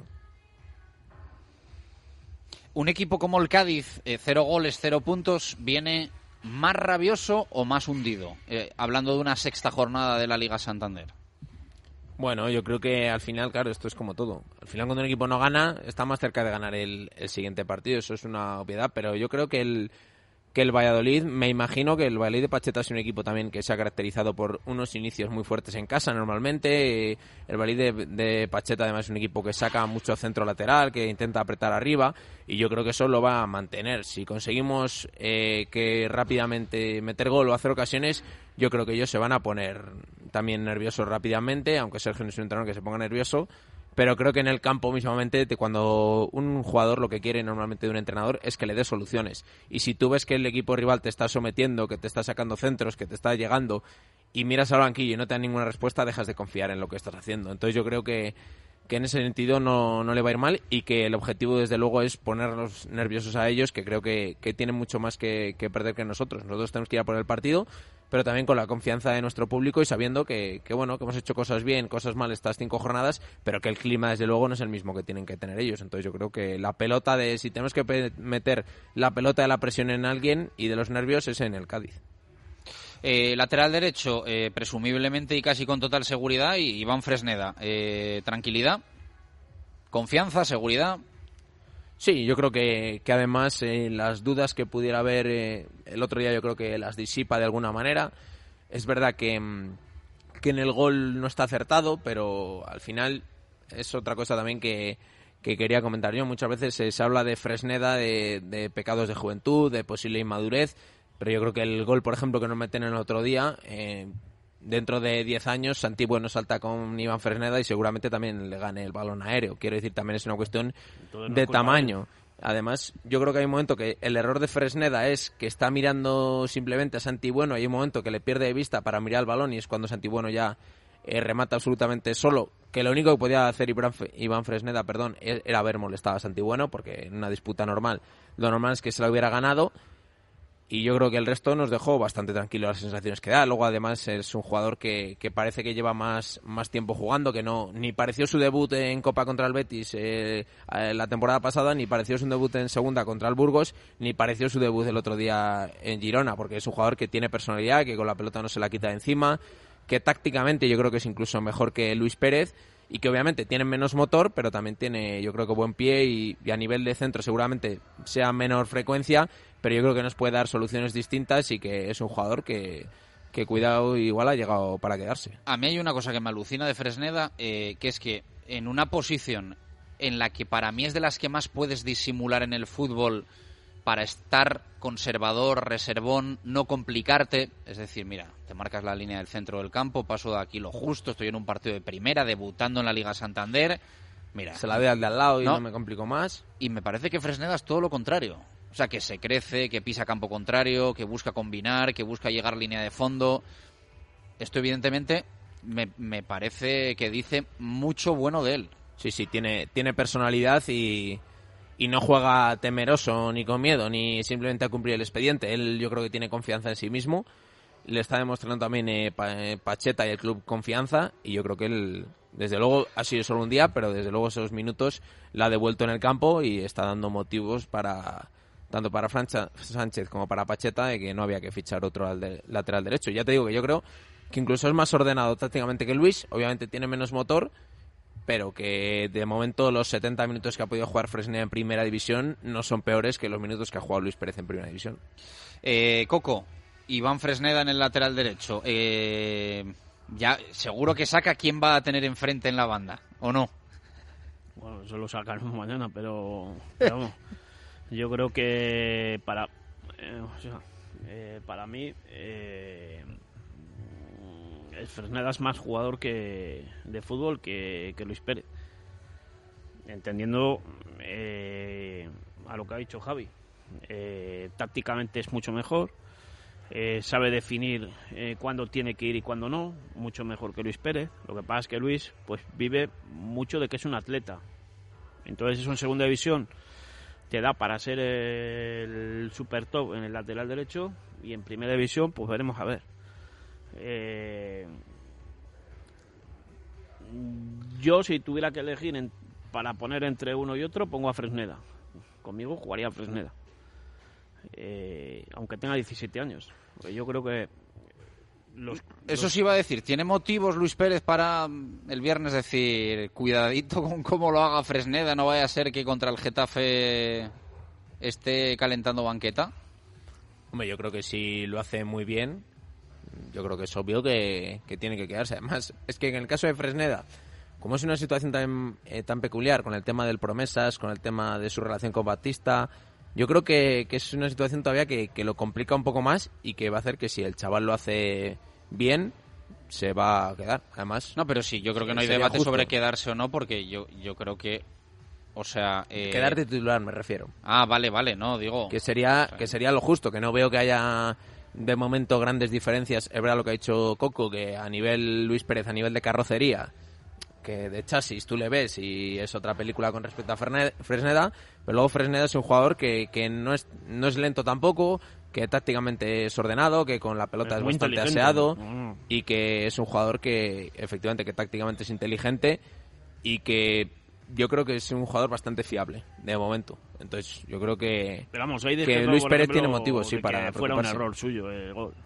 Un equipo como el Cádiz, 0 goles, 0 puntos, ¿viene más rabioso o más hundido? Hablando de una 6ª jornada de la Liga Santander. Bueno, yo creo que al final, claro, esto es como todo. Al final cuando un equipo no gana, está más cerca de ganar el siguiente partido. Eso es una obviedad, pero yo creo que el Valladolid, me imagino que el Valladolid de Pacheta es un equipo también que se ha caracterizado por unos inicios muy fuertes en casa normalmente. El Valladolid de Pacheta además es un equipo que saca mucho centro lateral, que intenta apretar arriba, y yo creo que eso lo va a mantener. Si conseguimos que rápidamente meter gol o hacer ocasiones, yo creo que ellos se van a poner también nerviosos rápidamente, aunque Sergio no es un entrenador que se ponga nervioso. Pero creo que en el campo mismamente, cuando un jugador lo que quiere normalmente de un entrenador es que le dé soluciones. Y si tú ves que el equipo rival te está sometiendo, que te está sacando centros, que te está llegando, y miras al banquillo y no te dan ninguna respuesta, dejas de confiar en lo que estás haciendo. Entonces yo creo que en ese sentido no le va a ir mal, y que el objetivo desde luego es ponernos nerviosos a ellos, que creo que tienen mucho más que perder que nosotros. Nosotros tenemos que ir a por el partido, pero también con la confianza de nuestro público y sabiendo que hemos hecho cosas bien, cosas mal estas 5 jornadas, pero que el clima desde luego no es el mismo que tienen que tener ellos. Entonces yo creo que la pelota si tenemos que meter la pelota de la presión en alguien y de los nervios, es en el Cádiz. Lateral derecho, presumiblemente y casi con total seguridad, y Iván Fresneda. ¿Tranquilidad? ¿Confianza? ¿Seguridad? Sí, yo creo que además las dudas que pudiera haber el otro día, yo creo que las disipa de alguna manera. Es verdad que en el gol no está acertado, pero al final es otra cosa también que quería comentar yo. Muchas veces se habla de Fresneda, de pecados de juventud, de posible inmadurez, pero yo creo que el gol, por ejemplo, que nos meten el otro día, dentro de 10 años Santi Bueno salta con Iván Fresneda y seguramente también le gane el balón aéreo. Quiero decir, también es una cuestión de tamaño. Además, yo creo que hay un momento que el error de Fresneda es que está mirando simplemente a Santi Bueno, y hay un momento que le pierde de vista para mirar el balón, y es cuando Santi Bueno ya remata absolutamente solo, que lo único que podía hacer Iván Fresneda, era haber molestado a Santi Bueno, porque en una disputa normal, lo normal es que se la hubiera ganado. Y yo creo que el resto nos dejó bastante tranquilo las sensaciones que da. Luego, además, es un jugador que parece que lleva más tiempo jugando, que ni pareció su debut en Copa contra el Betis la temporada pasada, ni pareció su debut en Segunda contra el Burgos, ni pareció su debut el otro día en Girona, porque es un jugador que tiene personalidad, que con la pelota no se la quita de encima, que tácticamente yo creo que es incluso mejor que Luis Pérez, y que obviamente tiene menos motor, pero también tiene, yo creo que buen pie, y a nivel de centro seguramente sea menor frecuencia, pero yo creo que nos puede dar soluciones distintas, y que es un jugador que cuidado, igual ha llegado para quedarse. A mí hay una cosa que me alucina de Fresneda, que es que en una posición en la que para mí es de las que más puedes disimular en el fútbol para estar conservador, reservón, no complicarte, es decir, mira, te marcas la línea del centro del campo, paso de aquí lo justo, estoy en un partido de primera, debutando en la Liga Santander, mira, se la ve al de al lado y no me complico más. Y me parece que Fresneda es todo lo contrario. O sea, que se crece, que pisa campo contrario, que busca combinar, que busca llegar a línea de fondo. Esto evidentemente me parece que dice mucho bueno de él. Sí, tiene personalidad y no juega temeroso ni con miedo, ni simplemente a cumplir el expediente. Él, yo creo que tiene confianza en sí mismo. Le está demostrando también Pacheta y el club confianza, y yo creo que él, desde luego, ha sido solo un día, pero desde luego esos minutos la ha devuelto en el campo y está dando motivos tanto para Sánchez como para Pacheta, de que no había que fichar otro lateral derecho. Ya te digo que yo creo que incluso es más ordenado tácticamente que Luis. Obviamente tiene menos motor, pero que de momento los 70 minutos que ha podido jugar Fresneda en Primera División no son peores que los minutos que ha jugado Luis Pérez en Primera División. Coco, Iván Fresneda en el lateral derecho. Ya seguro que saca quién va a tener enfrente en la banda, ¿o no? Bueno, eso lo sacaremos mañana, pero vamos. Yo creo que para mí Fresneda es más jugador de fútbol que Luis Pérez, entendiendo a lo que ha dicho Javi. Tácticamente es mucho mejor, sabe definir cuándo tiene que ir y cuándo no, mucho mejor que Luis Pérez. Lo que pasa es que Luis pues vive mucho de que es un atleta, entonces eso en segunda división te da para ser el super top en el lateral derecho, y en primera división pues veremos a ver. Yo, si tuviera que elegir para poner entre uno y otro, pongo a Fresneda. Conmigo jugaría a Fresneda, aunque tenga 17 años. Yo creo que Eso sí iba a decir, ¿tiene motivos Luis Pérez para el viernes decir, cuidadito con cómo lo haga Fresneda, no vaya a ser que contra el Getafe esté calentando banqueta? Hombre, yo creo que si lo hace muy bien, yo creo que es obvio que tiene que quedarse. Además, es que en el caso de Fresneda, como es una situación tan peculiar con el tema del Promesas, con el tema de su relación con Batista, yo creo que es una situación todavía que lo complica un poco más, y que va a hacer que si el chaval lo hace bien, se va a quedar. Además, no, pero sí, yo creo que no hay debate justo sobre quedarse o no, porque yo creo que, o sea, quedar de titular me refiero. Ah, vale, no, digo que sería lo justo, que no veo que haya de momento grandes diferencias. Es verdad lo que ha dicho Coco, que a nivel Luis Pérez, a nivel de carrocería, que de chasis tú le ves y es otra película con respecto a Fresneda, pero luego Fresneda es un jugador que no es lento tampoco, que tácticamente es ordenado, que con la pelota es bastante aseado, y que es un jugador que efectivamente que tácticamente es inteligente, y que yo creo que es un jugador bastante fiable de momento. Entonces yo creo que, Luis Pérez tiene motivos sí para que fuera un error suyo el gol.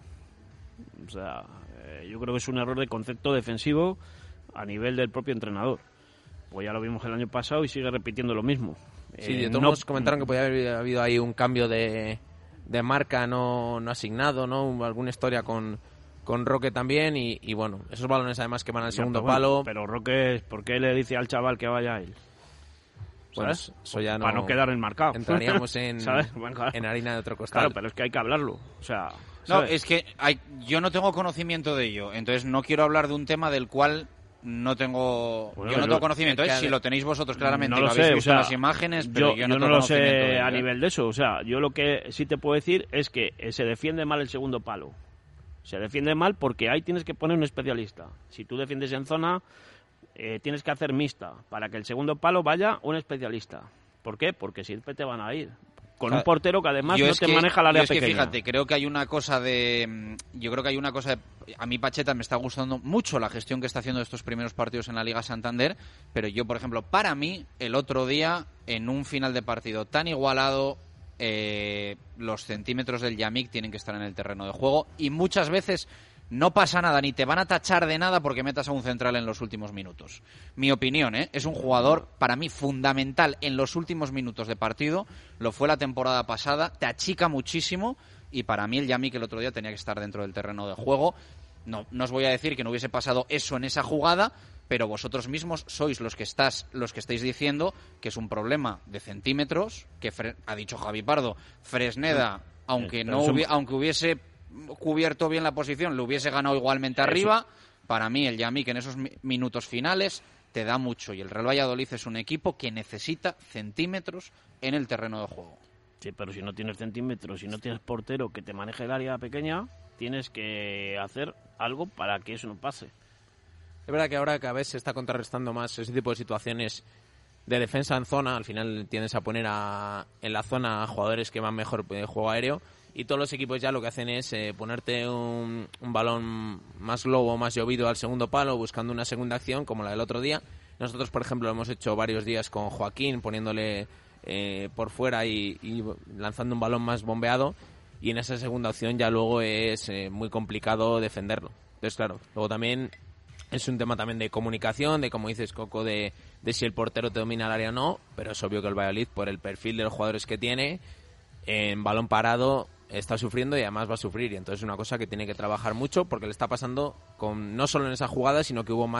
O sea, yo creo que es un error de concepto defensivo a nivel del propio entrenador. Pues ya lo vimos el año pasado y sigue repitiendo lo mismo. Sí, de todos modos comentaron que podía haber habido ahí un cambio de marca no asignado, ¿no? Alguna historia con Roque también, y bueno, esos balones además que van al segundo palo. Pero Roque, ¿por qué le dice al chaval que vaya a él? Bueno, eso ya no, para no quedar enmarcado. Entraríamos en harina de otro costal. Claro, pero es que hay que hablarlo. O sea, no, es que yo no tengo conocimiento de ello, entonces no quiero hablar de un tema del cual no tengo conocimiento. Si lo tenéis vosotros claramente, no lo habéis sé, visto las imágenes, pero yo no tengo lo sé de a nivel de eso. O sea, yo lo que sí te puedo decir es que se defiende mal el segundo palo. Se defiende mal porque ahí tienes que poner un especialista. Si tú defiendes en zona, tienes que hacer mixta para que el segundo palo vaya un especialista. ¿Por qué? Porque siempre te van a ir con un portero que además no te maneja el área pequeña. Que fíjate, creo que hay una cosa de... A mí Pacheta me está gustando mucho la gestión que está haciendo de estos primeros partidos en la Liga Santander, pero yo, por ejemplo, para mí, el otro día, en un final de partido tan igualado, los centímetros del Yamik tienen que estar en el terreno de juego, y muchas veces no pasa nada, ni te van a tachar de nada porque metas a un central en los últimos minutos. Mi opinión, es un jugador para mí fundamental en los últimos minutos de partido, lo fue la temporada pasada, te achica muchísimo, y para mí el Yamik el otro día tenía que estar dentro del terreno de juego. No os voy a decir que no hubiese pasado eso en esa jugada, pero vosotros mismos sois los que estáis diciendo que es un problema de centímetros, que ha dicho Javi Pardo, Fresneda, aunque hubiese cubierto bien la posición, le hubiese ganado igualmente arriba. Para mí el Yamik en esos minutos finales te da mucho, y el Real Valladolid es un equipo que necesita centímetros en el terreno de juego. Sí, pero si no tienes centímetros, si no tienes portero que te maneje el área pequeña, tienes que hacer algo para que eso no pase. Es verdad que ahora cada vez se está contrarrestando más ese tipo de situaciones de defensa en zona. Al final tienes a poner en la zona a jugadores que van mejor de juego aéreo, y todos los equipos ya lo que hacen es ponerte un balón más lobo, más llovido al segundo palo, buscando una segunda acción como la del otro día. Nosotros, por ejemplo, lo hemos hecho varios días con Joaquín, poniéndole por fuera y lanzando un balón más bombeado, y en esa segunda opción ya luego es muy complicado defenderlo. Entonces, claro, luego también es un tema también de comunicación, de, como dices, Coco, de si el portero te domina el área o no, pero es obvio que el Valladolid, por el perfil de los jugadores que tiene, en balón parado está sufriendo, y además va a sufrir, y entonces es una cosa que tiene que trabajar mucho, porque le está pasando no solo en esa jugada, sino que hubo más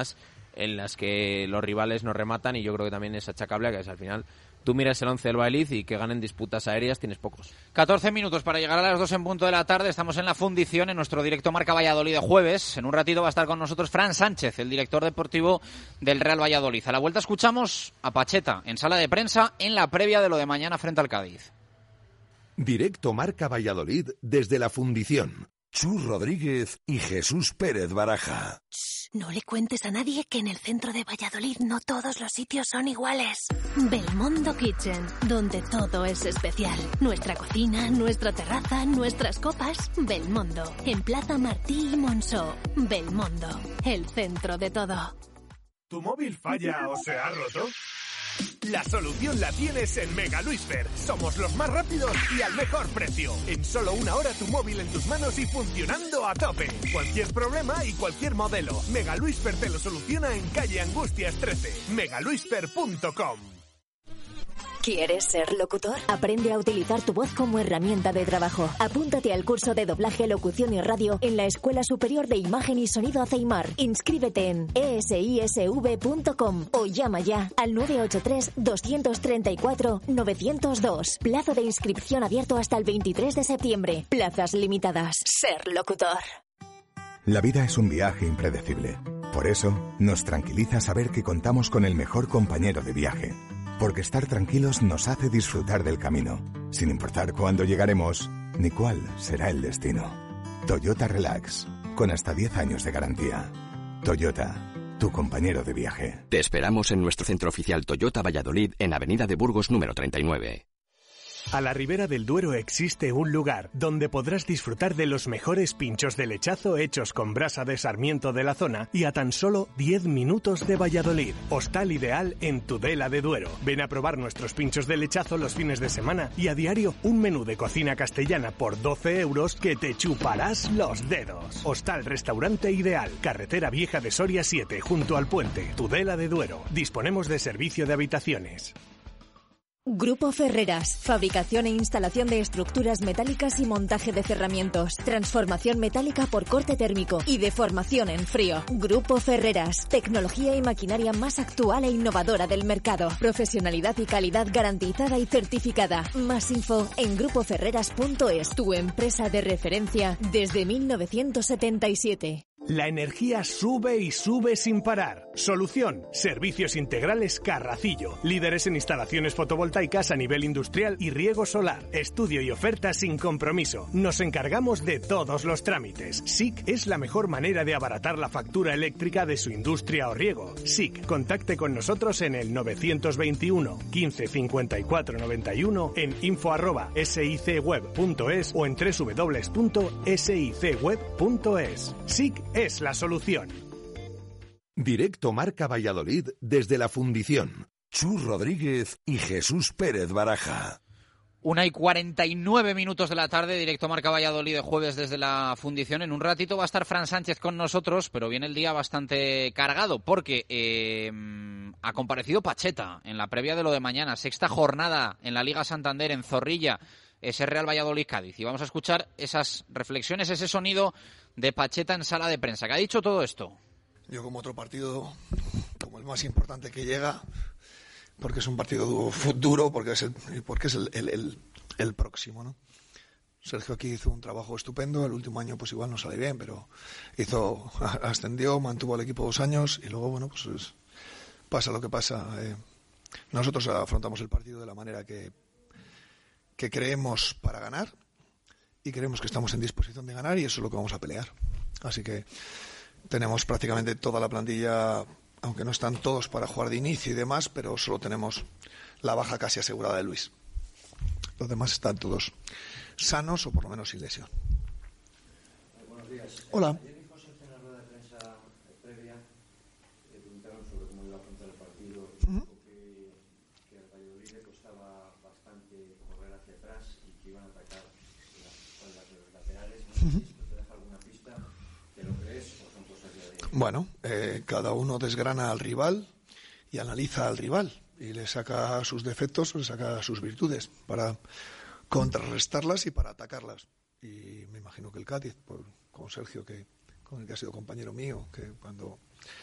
en las que los rivales no rematan, y yo creo que también es achacable a que al final tú miras el 11 del Valladolid y que ganen disputas aéreas tienes pocos. 14 minutos para llegar a las 2 en punto de la tarde. Estamos en la fundición, en nuestro directo Marca Valladolid de jueves. En un ratito va a estar con nosotros Fran Sánchez, el director deportivo del Real Valladolid. A la vuelta escuchamos a Pacheta en sala de prensa en la previa de lo de mañana frente al Cádiz. Directo Marca Valladolid desde la fundición. Chus Rodríguez y Jesús Pérez Baraja. No le cuentes a nadie que en el centro de Valladolid no todos los sitios son iguales. Belmondo Kitchen, donde todo es especial. Nuestra cocina, nuestra terraza, nuestras copas. Belmondo, en Plaza Martí y Monceau. Belmondo, el centro de todo. ¿Tu móvil falla o se ha roto? La solución la tienes en Mega Luisfer. Somos los más rápidos y al mejor precio. En solo 1 hora tu móvil en tus manos y funcionando a tope. Cualquier problema y cualquier modelo. Mega Luisfer te lo soluciona en calle Angustias 13. megaluisfer.com. ¿Quieres ser locutor? Aprende a utilizar tu voz como herramienta de trabajo. Apúntate al curso de doblaje, locución y radio en la Escuela Superior de Imagen y Sonido ACEIMAR. Inscríbete en esisv.com o llama ya al 983-234-902. Plazo de inscripción abierto hasta el 23 de septiembre. Plazas limitadas. Ser locutor. La vida es un viaje impredecible. Por eso, nos tranquiliza saber que contamos con el mejor compañero de viaje. Porque estar tranquilos nos hace disfrutar del camino, sin importar cuándo llegaremos ni cuál será el destino. Toyota Relax, con hasta 10 años de garantía. Toyota, tu compañero de viaje. Te esperamos en nuestro centro oficial Toyota Valladolid, en Avenida de Burgos número 39. A la ribera del Duero existe un lugar donde podrás disfrutar de los mejores pinchos de lechazo hechos con brasa de Sarmiento de la zona y a tan solo 10 minutos de Valladolid. Hostal ideal en Tudela de Duero. Ven a probar nuestros pinchos de lechazo los fines de semana y a diario un menú de cocina castellana por 12 euros que te chuparás los dedos. Hostal Restaurante Ideal, Carretera Vieja de Soria 7, junto al puente, Tudela de Duero. Disponemos de servicio de habitaciones. Grupo Ferreras, fabricación e instalación de estructuras metálicas y montaje de cerramientos, transformación metálica por corte térmico y deformación en frío. Grupo Ferreras, tecnología y maquinaria más actual e innovadora del mercado, profesionalidad y calidad garantizada y certificada. Más info en grupoferreras.es, tu empresa de referencia desde 1977. La energía sube y sube sin parar. Solución: Servicios Integrales Carracillo. Líderes en instalaciones fotovoltaicas a nivel industrial y riego solar. Estudio y oferta sin compromiso. Nos encargamos de todos los trámites. SIC es la mejor manera de abaratar la factura eléctrica de su industria o riego. SIC, contacte con nosotros en el 921 15 54 91, en info@sicweb.es o en www.sicweb.es. SIC es la solución. Directo Marca Valladolid desde la fundición. Chus Rodríguez y Jesús Pérez Baraja. 1:49 minutos de la tarde, directo Marca Valladolid de jueves desde la fundición. En un ratito va a estar Fran Sánchez con nosotros, pero viene el día bastante cargado porque ha comparecido Pacheta en la previa de lo de mañana. 6ª jornada en la Liga Santander en Zorrilla, ese Real Valladolid-Cádiz. Y vamos a escuchar esas reflexiones, ese sonido de Pacheta en sala de prensa. ¿Qué ha dicho todo esto? Yo como otro partido, como el más importante que llega, porque es un partido duro, porque es el próximo, ¿no? Sergio aquí hizo un trabajo estupendo. El último año pues igual no sale bien, pero ascendió, mantuvo al equipo 2 años y luego, bueno, pues pasa lo que pasa. Nosotros afrontamos el partido de la manera que creemos para ganar y creemos que estamos en disposición de ganar y eso es lo que vamos a pelear. Así que tenemos prácticamente toda la plantilla, aunque no están todos para jugar de inicio y demás, pero solo tenemos la baja casi asegurada de Luis. Los demás están todos sanos o por lo menos sin lesión. Buenos días. Hola. Ayer dijo Sergio en la rueda de prensa previa, le preguntaron sobre cómo iba a afrontar el partido, dijo que al Valladolid le costaba bastante correr hacia atrás y que iban a atacar las espaldas de los laterales. No sé si esto te deja alguna pista, ¿te lo crees o son cosas ya de...? Bueno, cada uno desgrana al rival y analiza al rival y le saca sus defectos, le saca sus virtudes para contrarrestarlas y para atacarlas. Y me imagino que el Cádiz, con Sergio, con el que ha sido compañero mío, que cuando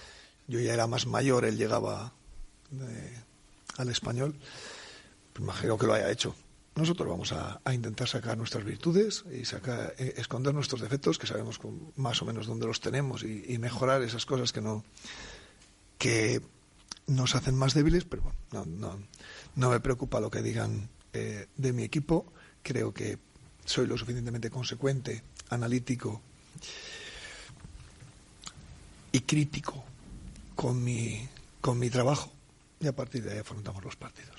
yo ya era más mayor, él llegaba al Español, pues imagino que lo haya hecho. Nosotros vamos a intentar sacar nuestras virtudes y esconder nuestros defectos, que sabemos más o menos dónde los tenemos, y mejorar esas cosas que nos hacen más débiles, pero bueno, no me preocupa lo que digan de mi equipo. Creo que soy lo suficientemente consecuente, analítico y crítico con mi trabajo, y a partir de ahí afrontamos los partidos.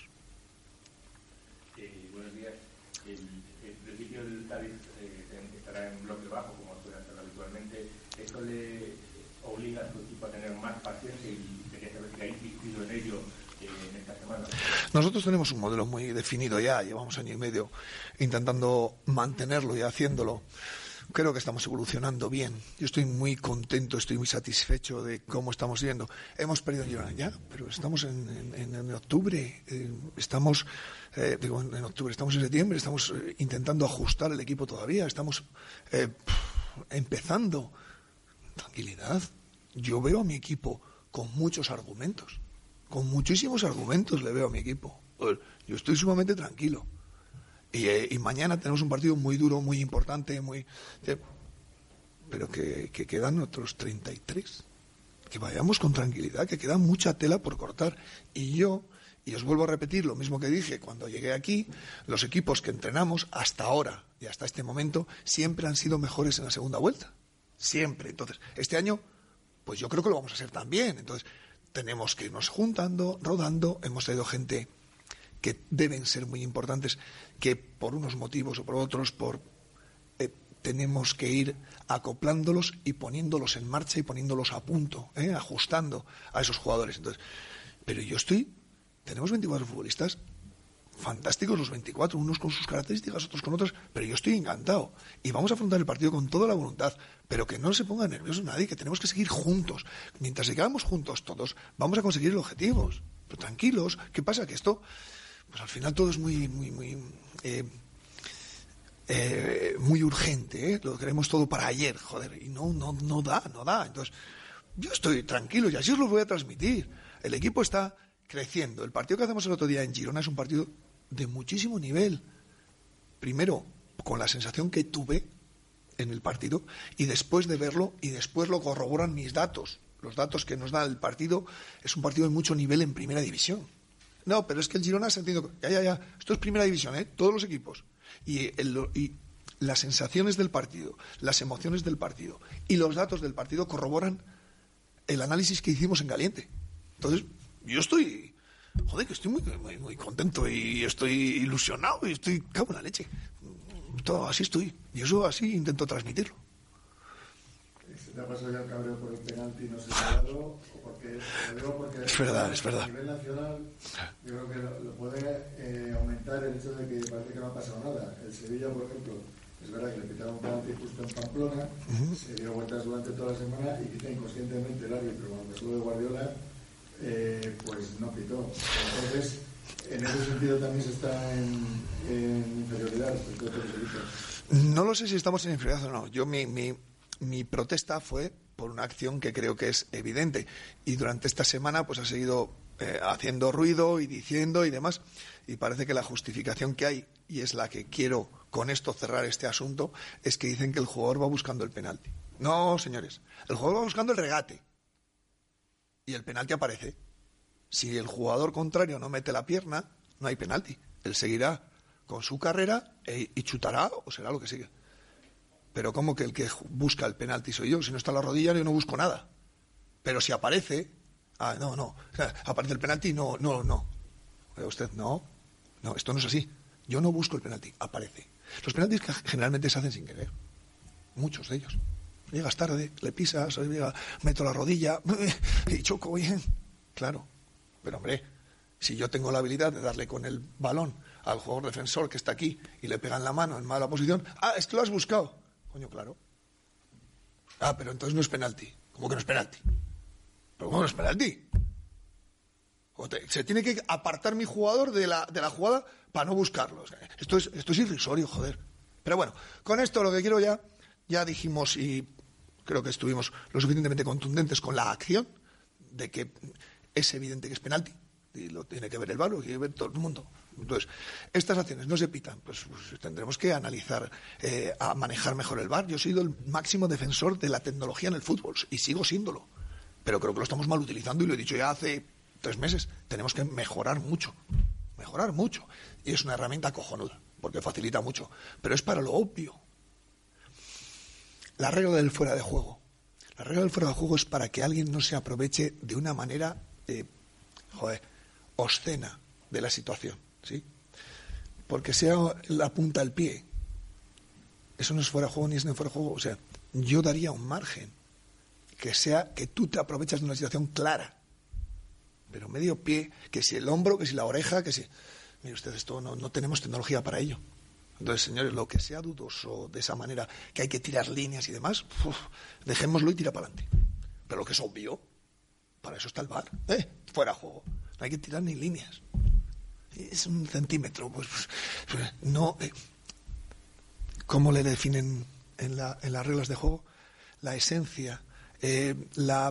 Buenos días. En principio el Cádiz estará en bloque bajo, como suele hacer habitualmente. ¿Esto le obliga a su equipo a tener más paciencia y quería saber si ha insistido en ello en esta semana? Nosotros tenemos un modelo muy definido ya, llevamos año y medio intentando mantenerlo y haciéndolo. Creo que estamos evolucionando bien. Yo estoy muy contento, estoy muy satisfecho de cómo estamos yendo. Hemos perdido en Girona ya, pero estamos en octubre, estamos en octubre, estamos en septiembre, estamos intentando ajustar el equipo todavía, estamos empezando. Tranquilidad. Yo veo a mi equipo con muchos argumentos, con muchísimos argumentos le veo a mi equipo. Yo estoy sumamente tranquilo. Y mañana tenemos un partido muy duro, muy importante, pero que quedan otros 33. Que vayamos con tranquilidad, que queda mucha tela por cortar. Y os vuelvo a repetir lo mismo que dije cuando llegué aquí, los equipos que entrenamos hasta ahora y hasta este momento siempre han sido mejores en la segunda vuelta. Siempre. Entonces, este año, pues yo creo que lo vamos a hacer también. Entonces, tenemos que irnos juntando, rodando. Hemos traído gente que deben ser muy importantes, que por unos motivos o por otros, tenemos que ir acoplándolos y poniéndolos en marcha y poniéndolos a punto, ajustando a esos jugadores. Entonces, pero tenemos 24 futbolistas fantásticos, los 24, unos con sus características, otros con otras, pero yo estoy encantado. Y vamos a afrontar el partido con toda la voluntad, pero que no se ponga nervioso nadie, que tenemos que seguir juntos. Mientras sigamos juntos todos, vamos a conseguir el objetivo. Pero tranquilos, ¿qué pasa? Que esto, pues al final todo es muy urgente, lo queremos todo para ayer, joder, y no da. Entonces, yo estoy tranquilo y así os lo voy a transmitir. El equipo está creciendo. El partido que hacemos el otro día en Girona es un partido de muchísimo nivel. Primero, con la sensación que tuve en el partido, y después de verlo, y después lo corroboran mis datos. Los datos que nos da el partido, es un partido de mucho nivel en primera división. No, pero es que el Girona se ha entendido. Ya. Esto es primera división, todos los equipos. Y las sensaciones del partido, las emociones del partido y los datos del partido corroboran el análisis que hicimos en caliente. Entonces, yo estoy muy contento y estoy ilusionado y estoy cago en la leche. Todo así estoy. Y eso así intento transmitirlo. ¿Se te ha pasado ya el cabreo por el penalti no señalado? Porque es verdad. A nivel nacional, yo creo que lo puede aumentar el hecho de que parece que no ha pasado nada. El Sevilla, por ejemplo, es verdad que le pitaron un penalti justo en Pamplona, se dio vueltas durante toda la semana y quizá inconscientemente el árbitro, cuando estuvo de Guardiola, pues no pitó. Entonces, en ese sentido también se está en inferioridad respecto a otros equipos. No lo sé si estamos en inferioridad o no. Yo mi protesta fue por una acción que creo que es evidente, y durante esta semana pues ha seguido haciendo ruido y diciendo y demás, y parece que la justificación que hay, y es la que quiero con esto cerrar este asunto, es que dicen que el jugador va buscando el penalti. No, señores, el jugador va buscando el regate y el penalti aparece. Si el jugador contrario no mete la pierna, no hay penalti. Él seguirá con su carrera y chutará o será lo que siga. Pero ¿cómo que el que busca el penalti soy yo? Si no está la rodilla, yo no busco nada. Pero si aparece... no. O sea, aparece el penalti, no. Usted, no, esto no es así. Yo no busco el penalti, aparece. Los penaltis que generalmente se hacen sin querer. Muchos de ellos. Llegas tarde, le pisas, meto la rodilla y choco bien. Claro. Pero, hombre, si yo tengo la habilidad de darle con el balón al jugador defensor que está aquí y le pega en la mano en mala posición, es que lo has buscado. Coño, claro. Pero entonces no es penalti. ¿Cómo que no es penalti? ¿Pero cómo no es penalti? Se tiene que apartar mi jugador de la jugada para no buscarlo. O sea, esto es irrisorio, joder. Pero bueno, con esto lo que quiero ya dijimos, y creo que estuvimos lo suficientemente contundentes con la acción de que es evidente que es penalti, y lo tiene que ver el VAR, lo tiene que ver todo el mundo. Entonces, estas acciones no se pitan, pues tendremos que analizar, a manejar mejor el VAR. Yo he sido el máximo defensor de la tecnología en el fútbol y sigo siéndolo, pero creo que lo estamos mal utilizando y lo he dicho ya hace 3 meses. Tenemos que mejorar mucho, y es una herramienta cojonuda, porque facilita mucho, pero es para lo obvio. La regla del fuera de juego. La regla del fuera de juego es para que alguien no se aproveche de una manera, obscena de la situación, ¿sí? Porque sea la punta del pie, eso no es fuera de juego ni es fuera de juego. O sea, yo daría un margen que sea que tú te aprovechas de una situación clara, pero medio pie, que si el hombro, que si la oreja, que si... Mire usted, esto no tenemos tecnología para ello. Entonces, señores, lo que sea dudoso de esa manera, que hay que tirar líneas y demás, dejémoslo y tira para adelante. Pero lo que es obvio, para eso está el VAR, fuera de juego. No hay que tirar ni líneas. Es 1 centímetro, pues no. ¿Cómo le definen en las reglas de juego? La esencia, la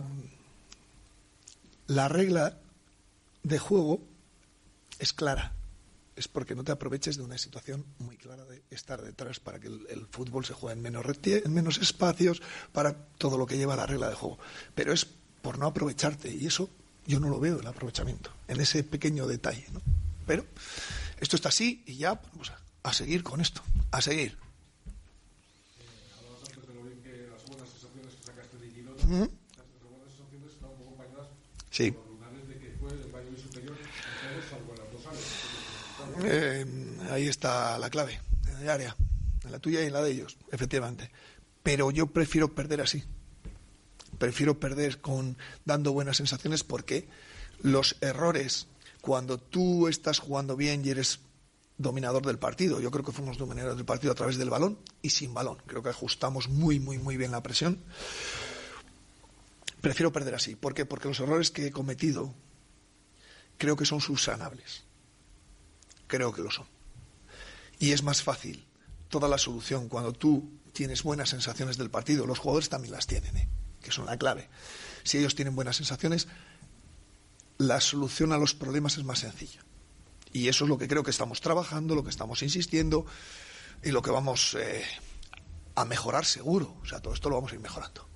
regla de juego es clara. Es porque no te aproveches de una situación muy clara de estar detrás para que el fútbol se juegue en menos espacios, para todo lo que lleva la regla de juego. Pero es por no aprovecharte, y eso yo no lo veo, el aprovechamiento, en ese pequeño detalle, ¿no? Pero esto está así y ya vamos a seguir con esto, a seguir. Hablabas antes de lo bien que las buenas sensaciones que sacaste de Girona, las buenas sensaciones están un poco acompañadas por los lugares de que fue el Valladolid superior, salvo en las 2 áreas. Ahí está la clave, en el área, en la tuya y en la de ellos, efectivamente. Pero yo prefiero perder así. Prefiero perder dando buenas sensaciones, porque los errores, cuando tú estás jugando bien y eres dominador del partido, yo creo que fuimos dominadores del partido a través del balón y sin balón. Creo que ajustamos muy, muy, muy bien la presión. Prefiero perder así. ¿Por qué? Porque los errores que he cometido creo que son subsanables. Creo que lo son. Y es más fácil toda la solución cuando tú tienes buenas sensaciones del partido. Los jugadores también las tienen, que son la clave. Si ellos tienen buenas sensaciones, la solución a los problemas es más sencilla. Y eso es lo que creo que estamos trabajando, lo que estamos insistiendo y lo que vamos a mejorar seguro. O sea, todo esto lo vamos a ir mejorando.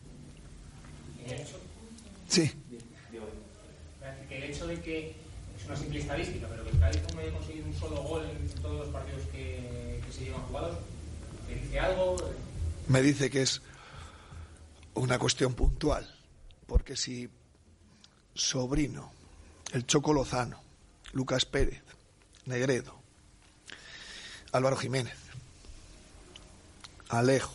Sí. Que el hecho de que es una simple estadística, pero que el Cádiz no haya conseguido un solo gol en todos los partidos que se llevan jugados, ¿te dice algo? Me dice que es una cuestión puntual, porque si Sobrino, el Choco Lozano, Lucas Pérez, Negredo, Álvaro Jiménez, Alejo,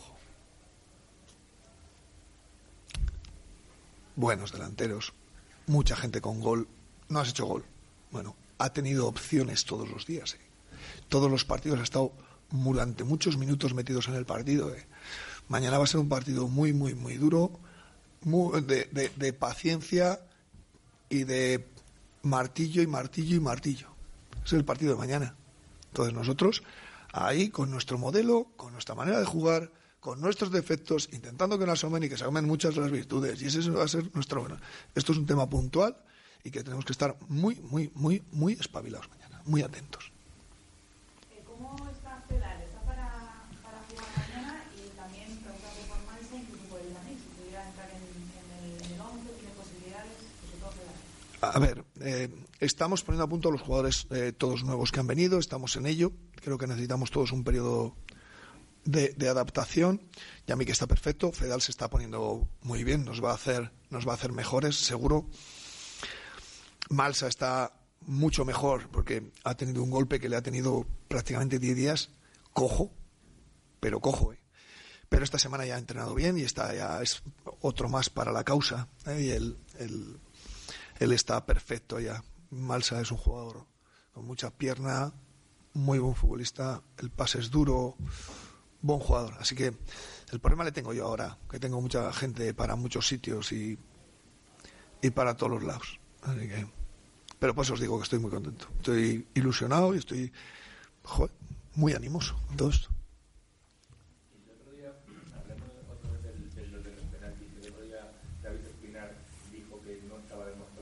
buenos delanteros, mucha gente con gol, no has hecho gol. Bueno, ha tenido opciones todos los días. Todos los partidos ha estado durante muchos minutos metidos en el partido. Mañana va a ser un partido muy, muy, muy duro, de paciencia y de martillo y martillo y martillo. Es el partido de mañana. Entonces nosotros, ahí, con nuestro modelo, con nuestra manera de jugar, con nuestros defectos, intentando que nos asomen y que se asomen muchas de las virtudes. Y ese va a ser nuestro... Bueno, esto es un tema puntual y que tenemos que estar muy, muy, muy, muy espabilados mañana, muy atentos. ¿Cómo está Cedal? ¿Está para jugar mañana? Y también preguntarle por Malsa, incluso por el Dani, si pudiera entrar en el 11, tiene posibilidades, pues sobre todo Cedal. A ver, estamos poniendo a punto a los jugadores todos nuevos que han venido, estamos en ello. Creo que necesitamos todos un periodo de adaptación. Yami, que está perfecto, Fedal se está poniendo muy bien, nos va a hacer mejores, seguro. Malsa está mucho mejor porque ha tenido un golpe que le ha tenido prácticamente 10 días cojo, pero pero esta semana ya ha entrenado bien y ya es otro más para la causa, y él está perfecto ya. Malsa es un jugador con mucha pierna, muy buen futbolista, el pase es duro, buen jugador. Así que el problema le tengo yo ahora, que tengo mucha gente para muchos sitios y para todos los lados. Así que, pero pues os digo que estoy muy contento, estoy ilusionado y estoy muy animoso en todo esto. El otro día, hablando otra vez de los penaltis, el otro día David Espinar dijo que no estaba demostrando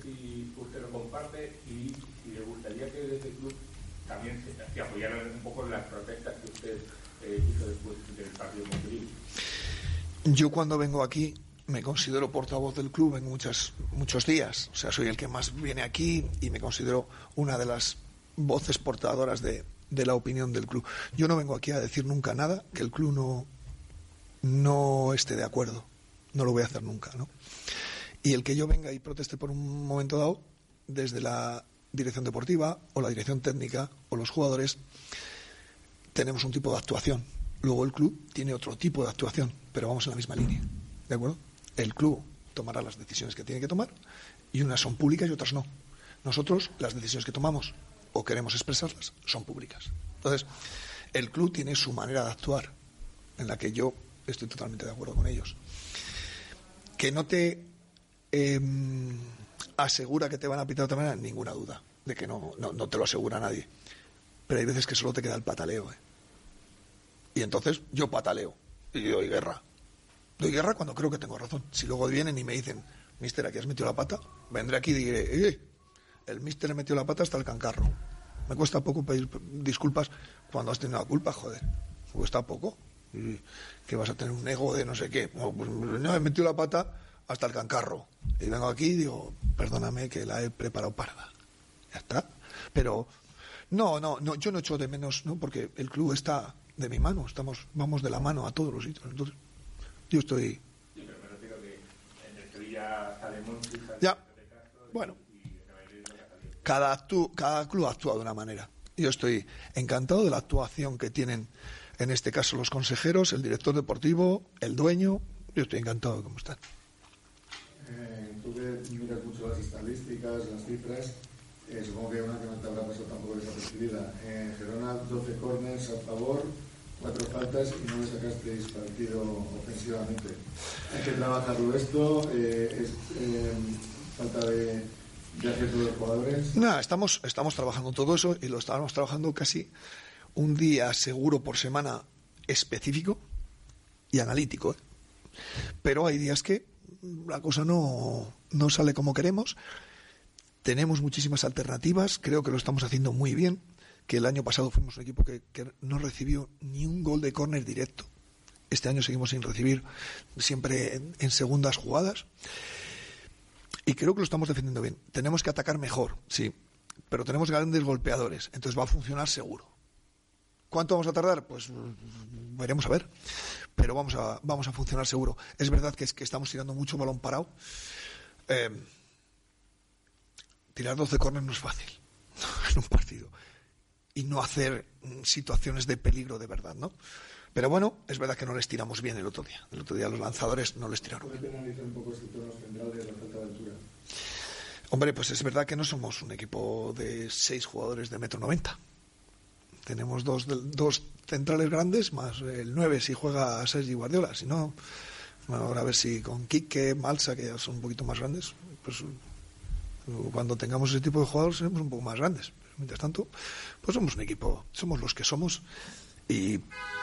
si usted lo comparte y le gustaría que desde el club también se apoyaran un poco en las protestas que usted hizo después del partido de Montpellier. Yo cuando vengo aquí me considero portavoz del club en muchos días. O sea, soy el que más viene aquí y me considero una de las voces portadoras de la opinión del club. Yo no vengo aquí a decir nunca nada que el club no esté de acuerdo. No lo voy a hacer nunca, ¿no? Y el que yo venga y proteste por un momento dado, desde la dirección deportiva o la dirección técnica o los jugadores, tenemos un tipo de actuación. Luego el club tiene otro tipo de actuación, pero vamos en la misma línea, ¿de acuerdo? El club tomará las decisiones que tiene que tomar y unas son públicas y otras no. Nosotros, las decisiones que tomamos o queremos expresarlas, son públicas. Entonces, el club tiene su manera de actuar, en la que yo estoy totalmente de acuerdo con ellos. Que no te asegura que te van a pitar de otra manera, ninguna duda, de que no te lo asegura nadie. Pero hay veces que solo te queda el pataleo, Y entonces yo pataleo y doy guerra. Doy guerra cuando creo que tengo razón. Si luego vienen y me dicen, mister, aquí has metido la pata, vendré aquí y diré, el mister le metió la pata hasta el cancarro. Me cuesta poco pedir disculpas cuando has tenido la culpa, joder. Me cuesta poco. Que vas a tener un ego de no sé qué. No, he metido la pata hasta el cancarro. Y vengo aquí y digo, perdóname que la he preparado parda. Ya está. Pero no, yo no echo de menos, ¿no? Porque el club está de mi mano, vamos de la mano a todos los sitios. Entonces, yo estoy... Sí, pero me refiero que en el Sevilla sale Monchi, ya, bueno, cada club actúa de una manera. Yo estoy encantado de la actuación que tienen, en este caso, los consejeros, el director deportivo, el dueño. Yo estoy encantado de cómo están. Tú que miras mucho las estadísticas, las cifras, supongo que una que no te habrá pasado tampoco desapercibida. Gerona, 12 corners a favor, 4 faltas y no le sacasteis partido ofensivamente. Hay que trabajarlo esto, es falta de acierto de los jugadores. No, estamos trabajando todo eso y lo estábamos trabajando casi un día seguro por semana específico y analítico. Pero hay días que la cosa no sale como queremos. Tenemos muchísimas alternativas, creo que lo estamos haciendo muy bien, que el año pasado fuimos un equipo que no recibió ni un gol de córner directo. Este año seguimos sin recibir, siempre en segundas jugadas. Y creo que lo estamos defendiendo bien. Tenemos que atacar mejor, sí, pero tenemos grandes golpeadores, entonces va a funcionar seguro. ¿Cuánto vamos a tardar? Pues veremos a ver, pero vamos a funcionar seguro. Es verdad que estamos tirando mucho balón parado. Tirar 12 córneres no es fácil en un partido y no hacer situaciones de peligro de verdad, ¿no? Pero bueno, es verdad que no les tiramos bien el otro día. El otro día los lanzadores no les tiraron bien. ¿Puede penalizar un poco este tono central de la falta de altura? Hombre, pues es verdad que no somos un equipo de 6 jugadores de 1,90 m. Tenemos dos centrales grandes, más el 9 si juega Sergi Guardiola. Si no, bueno, ahora a ver si con Quique, Malsa, que ya son un poquito más grandes, pues cuando tengamos ese tipo de jugadores seremos un poco más grandes. Pero mientras tanto, pues somos un equipo, somos los que somos y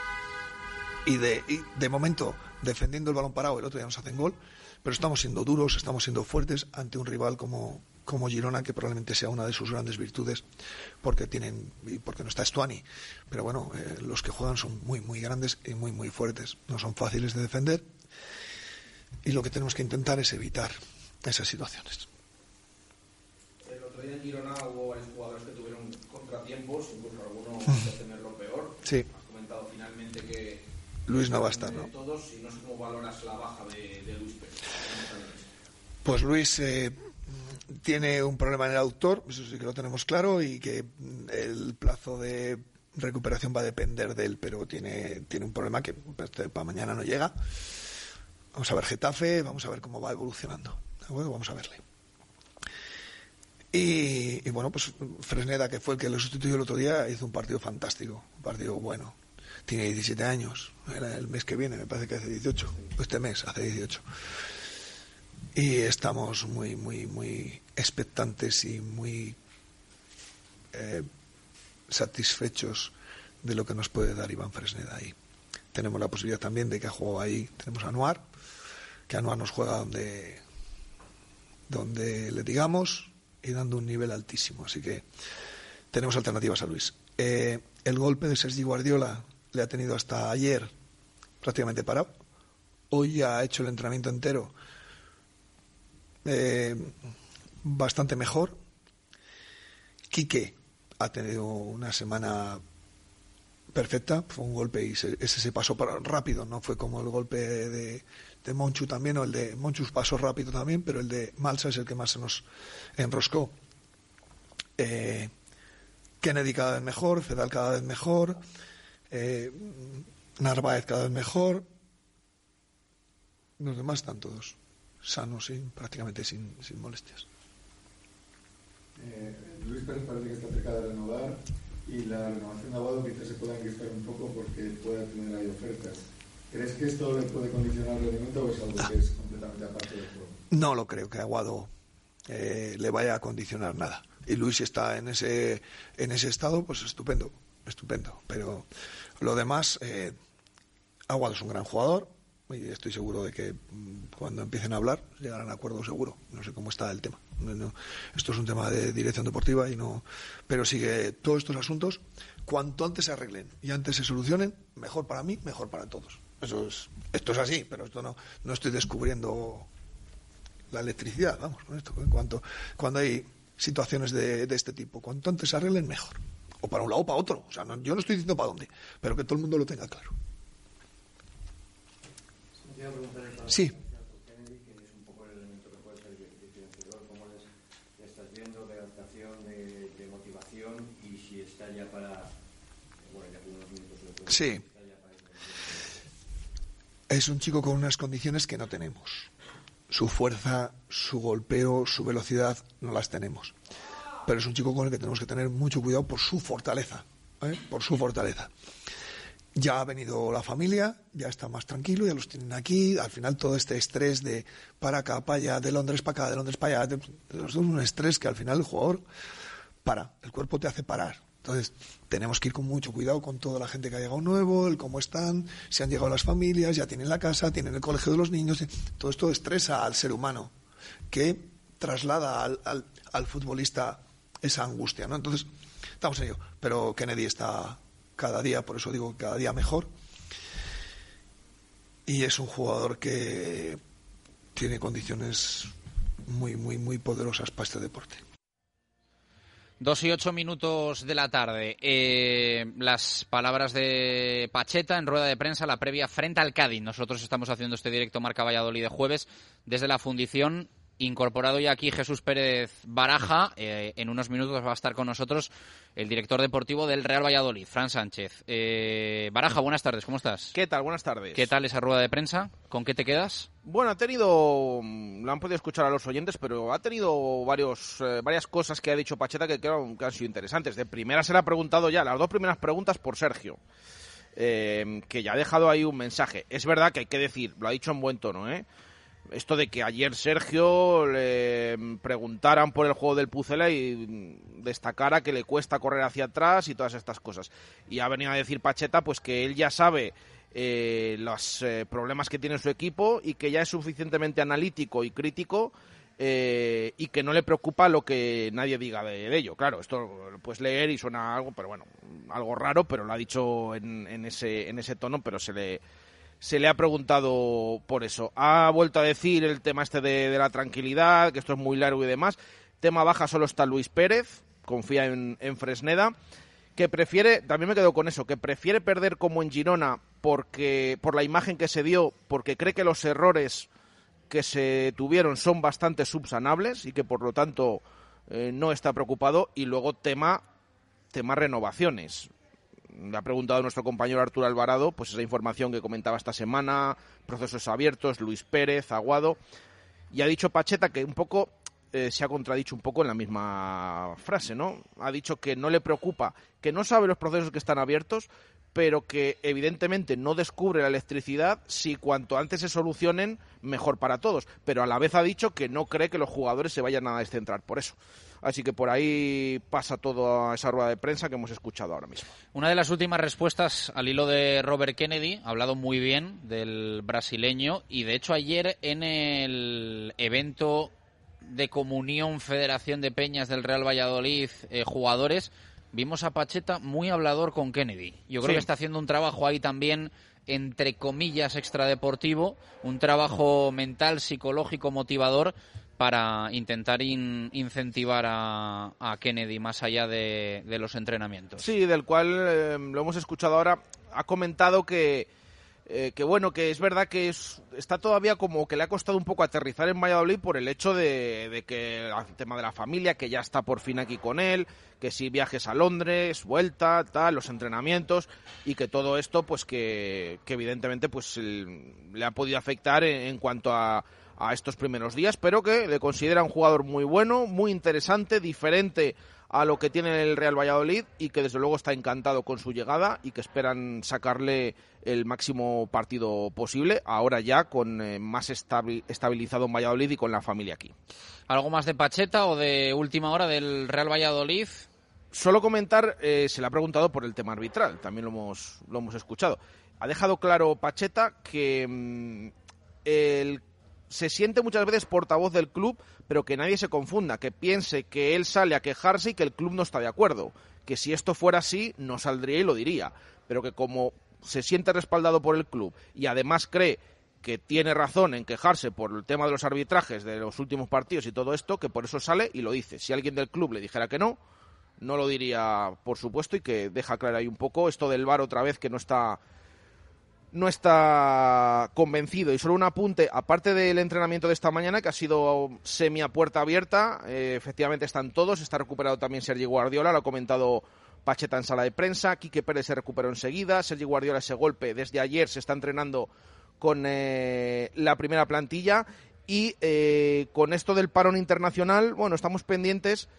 de momento defendiendo el balón parado. El otro día nos hacen gol, pero estamos siendo duros, estamos siendo fuertes ante un rival como Girona, que probablemente sea una de sus grandes virtudes porque no está Stuani, pero bueno, los que juegan son muy muy grandes y muy muy fuertes, no son fáciles de defender y lo que tenemos que intentar es evitar esas situaciones. El otro día en Girona hubo varios jugadores que tuvieron contratiempos, incluso algunos de tenerlo peor. Sí. Has comentado finalmente que Luis no va a estar, ¿no? Todos, y no sé cómo valoras la baja de Luis Pérez. Pues Luis tiene un problema en el aductor, eso sí que lo tenemos claro, y que el plazo de recuperación va a depender de él, pero tiene un problema que para mañana no llega. Vamos a ver Getafe, vamos a ver cómo va evolucionando. ¿De acuerdo? Vamos a verle. Y bueno, pues Fresneda, que fue el que lo sustituyó el otro día, hizo un partido fantástico, un partido bueno. Tiene 17 años, era el mes que viene, me parece que hace 18, este mes hace 18. Y estamos muy, muy, muy expectantes y muy satisfechos de lo que nos puede dar Iván Fresneda ahí. Tenemos la posibilidad también de que ha jugado ahí, tenemos a Anuar, que Anuar nos juega donde le digamos y dando un nivel altísimo. Así que tenemos alternativas a Luis. El golpe de Sergi Guardiola le ha tenido hasta ayer prácticamente parado. Hoy ya ha hecho el entrenamiento entero bastante mejor. Quique ha tenido una semana perfecta, fue un golpe y ese se pasó rápido, no fue como el golpe de Monchu también, o el de Monchu pasó rápido también, pero el de Malsa es el que más se nos enroscó. Kennedy cada vez mejor, Fedal cada vez mejor, Narváez cada vez mejor, los demás están todos sanos, prácticamente sin molestias. Luis Pérez parece que está cerca de renovar y la renovación de Aguado quizás se pueda enquistar un poco porque pueda tener ahí ofertas. ¿Crees que esto le puede condicionar el rendimiento o es algo que es completamente aparte del juego? No lo creo que Aguado le vaya a condicionar nada. Y Luis, si está en ese estado, pues estupendo. Pero lo demás, Aguado es un gran jugador y estoy seguro de que cuando empiecen a hablar llegarán a acuerdo seguro. No sé cómo está el tema. No, esto es un tema de dirección deportiva pero sigue todos estos asuntos. Cuanto antes se arreglen y antes se solucionen, mejor para mí, mejor para todos. Esto es así, pero esto no estoy descubriendo la electricidad, vamos, con esto. Cuando hay situaciones de este tipo, cuanto antes se arreglen, mejor. O para un lado o para otro. O sea, yo no estoy diciendo para dónde, pero que todo el mundo lo tenga claro. Sí. Sí. Es un chico con unas condiciones que no tenemos. Su fuerza, su golpeo, su velocidad no las tenemos. Pero es un chico con el que tenemos que tener mucho cuidado por su fortaleza. Por su fortaleza. Ya ha venido la familia, ya está más tranquilo, ya los tienen aquí. Al final todo este estrés de para acá, para allá, de Londres para acá, de Londres para allá, es un estrés que al final el jugador para, el cuerpo te hace parar. Entonces tenemos que ir con mucho cuidado con toda la gente que ha llegado nuevo, el cómo están, si han llegado las familias, ya tienen la casa, tienen el colegio de los niños. Todo esto estresa al ser humano, que traslada al futbolista esa angustia, ¿no? Entonces estamos en ello, pero Kennedy está cada día, por eso digo cada día mejor, y es un jugador que tiene condiciones muy, muy, muy poderosas para este deporte. 2:08 de la tarde. Las palabras de Pacheta en rueda de prensa, la previa frente al Cádiz. Nosotros estamos haciendo este directo Marca Valladolid de jueves desde la fundición. Incorporado ya aquí Jesús Pérez Baraja. En unos minutos va a estar con nosotros el director deportivo del Real Valladolid, Fran Sánchez. Baraja, buenas tardes, ¿cómo estás? ¿Qué tal? Buenas tardes. ¿Qué tal esa rueda de prensa? ¿Con qué te quedas? Bueno, lo han podido escuchar a los oyentes, pero ha tenido varias cosas que ha dicho Pacheta que creo que han sido interesantes. De primera se le ha preguntado ya, las dos primeras preguntas por Sergio, que ya ha dejado ahí un mensaje. Es verdad que hay que decir, lo ha dicho en buen tono, esto de que ayer Sergio le preguntaran por el juego del Pucela y destacara que le cuesta correr hacia atrás y todas estas cosas. Y ha venido a decir Pacheta pues que él ya sabe los problemas que tiene su equipo y que ya es suficientemente analítico y crítico y que no le preocupa lo que nadie diga de ello. Claro, esto lo puedes leer y suena algo, pero bueno, algo raro, pero lo ha dicho en ese tono, pero se le ha preguntado por eso. Ha vuelto a decir el tema de la tranquilidad, que esto es muy largo y demás. Tema baja solo está Luis Pérez, confía en Fresneda, que prefiere, también me quedo con eso, que prefiere perder como en Girona por la imagen que se dio, porque cree que los errores que se tuvieron son bastante subsanables y que por lo tanto no está preocupado. Y luego tema renovaciones. Le ha preguntado a nuestro compañero Arturo Alvarado pues esa información que comentaba esta semana, procesos abiertos, Luis Pérez, Aguado, y ha dicho Pacheta que un poco se ha contradicho un poco en la misma frase, ¿no? Ha dicho que no le preocupa, que no sabe los procesos que están abiertos, pero que evidentemente no descubre la electricidad. Si cuanto antes se solucionen, mejor para todos, pero a la vez ha dicho que no cree que los jugadores se vayan a descentrar por eso. Así que por ahí pasa toda esa rueda de prensa que hemos escuchado ahora mismo. Una de las últimas respuestas al hilo de Robert Kennedy, ha hablado muy bien del brasileño, y de hecho ayer en el evento de comunión, federación de peñas del Real Valladolid, jugadores, vimos a Pacheta muy hablador con Kennedy. Yo creo que está haciendo un trabajo ahí también, entre comillas, extradeportivo, un trabajo mental, psicológico, motivador, para intentar incentivar a Kennedy más allá de los entrenamientos. Sí, del cual lo hemos escuchado ahora. Ha comentado que bueno, que es verdad que está todavía como que le ha costado un poco aterrizar en Valladolid por el hecho de que el tema de la familia, que ya está por fin aquí con él, que si viajes a Londres, vuelta, tal, los entrenamientos, y que todo esto pues que evidentemente pues le ha podido afectar en cuanto a estos primeros días, pero que le considera un jugador muy bueno, muy interesante, diferente a lo que tiene el Real Valladolid, y que desde luego está encantado con su llegada y que esperan sacarle el máximo partido posible, ahora ya con más estabilizado en Valladolid y con la familia aquí. ¿Algo más de Pacheta o de última hora del Real Valladolid? Solo comentar, se le ha preguntado por el tema arbitral, también lo hemos escuchado. Ha dejado claro Pacheta que se siente muchas veces portavoz del club, pero que nadie se confunda, que piense que él sale a quejarse y que el club no está de acuerdo. Que si esto fuera así, no saldría y lo diría. Pero que como se siente respaldado por el club y además cree que tiene razón en quejarse por el tema de los arbitrajes de los últimos partidos y todo esto, que por eso sale y lo dice. Si alguien del club le dijera que no lo diría, por supuesto, y que deja claro ahí un poco esto del VAR otra vez, que no está convencido. Y solo un apunte, aparte del entrenamiento de esta mañana, que ha sido semi a puerta abierta, efectivamente están todos, está recuperado también Sergi Guardiola, lo ha comentado Pacheta en sala de prensa, Quique Pérez se recuperó enseguida, Sergi Guardiola ese golpe desde ayer se está entrenando con la primera plantilla, y con esto del parón internacional, bueno, estamos pendientes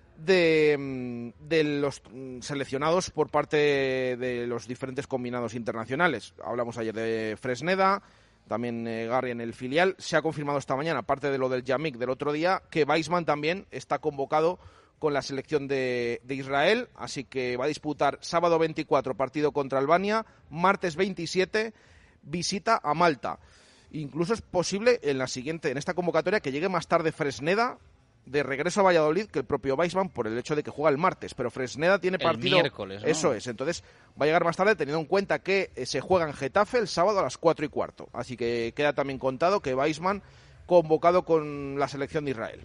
de los seleccionados por parte de los diferentes combinados internacionales. Hablamos ayer de Fresneda, también Garri en el filial. Se ha confirmado esta mañana, aparte de lo del Yamik del otro día, que Weissman también está convocado con la selección de Israel, así que va a disputar sábado 24 partido contra Albania, martes 27 visita a Malta. Incluso es posible en esta convocatoria que llegue más tarde Fresneda de regreso a Valladolid que el propio Weissman, por el hecho de que juega el martes, pero Fresneda tiene partido el miércoles, ¿no? Eso es, entonces va a llegar más tarde, teniendo en cuenta que se juega en Getafe el sábado a las 4:15, así que queda también contado que Weissman convocado con la selección de Israel.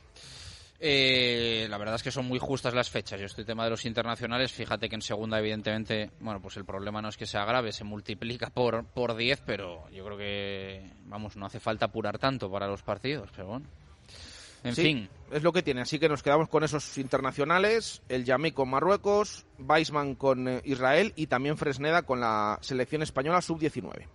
La verdad es que son muy justas las fechas. Yo este tema de los internacionales, fíjate que en segunda evidentemente, bueno, pues el problema no es que se agrave, se multiplica por 10, pero yo creo que, vamos, no hace falta apurar tanto para los partidos, pero bueno. En fin. Es lo que tiene, así que nos quedamos con esos internacionales, el Yamik con Marruecos, Weissman con Israel y también Fresneda con la selección española sub-19.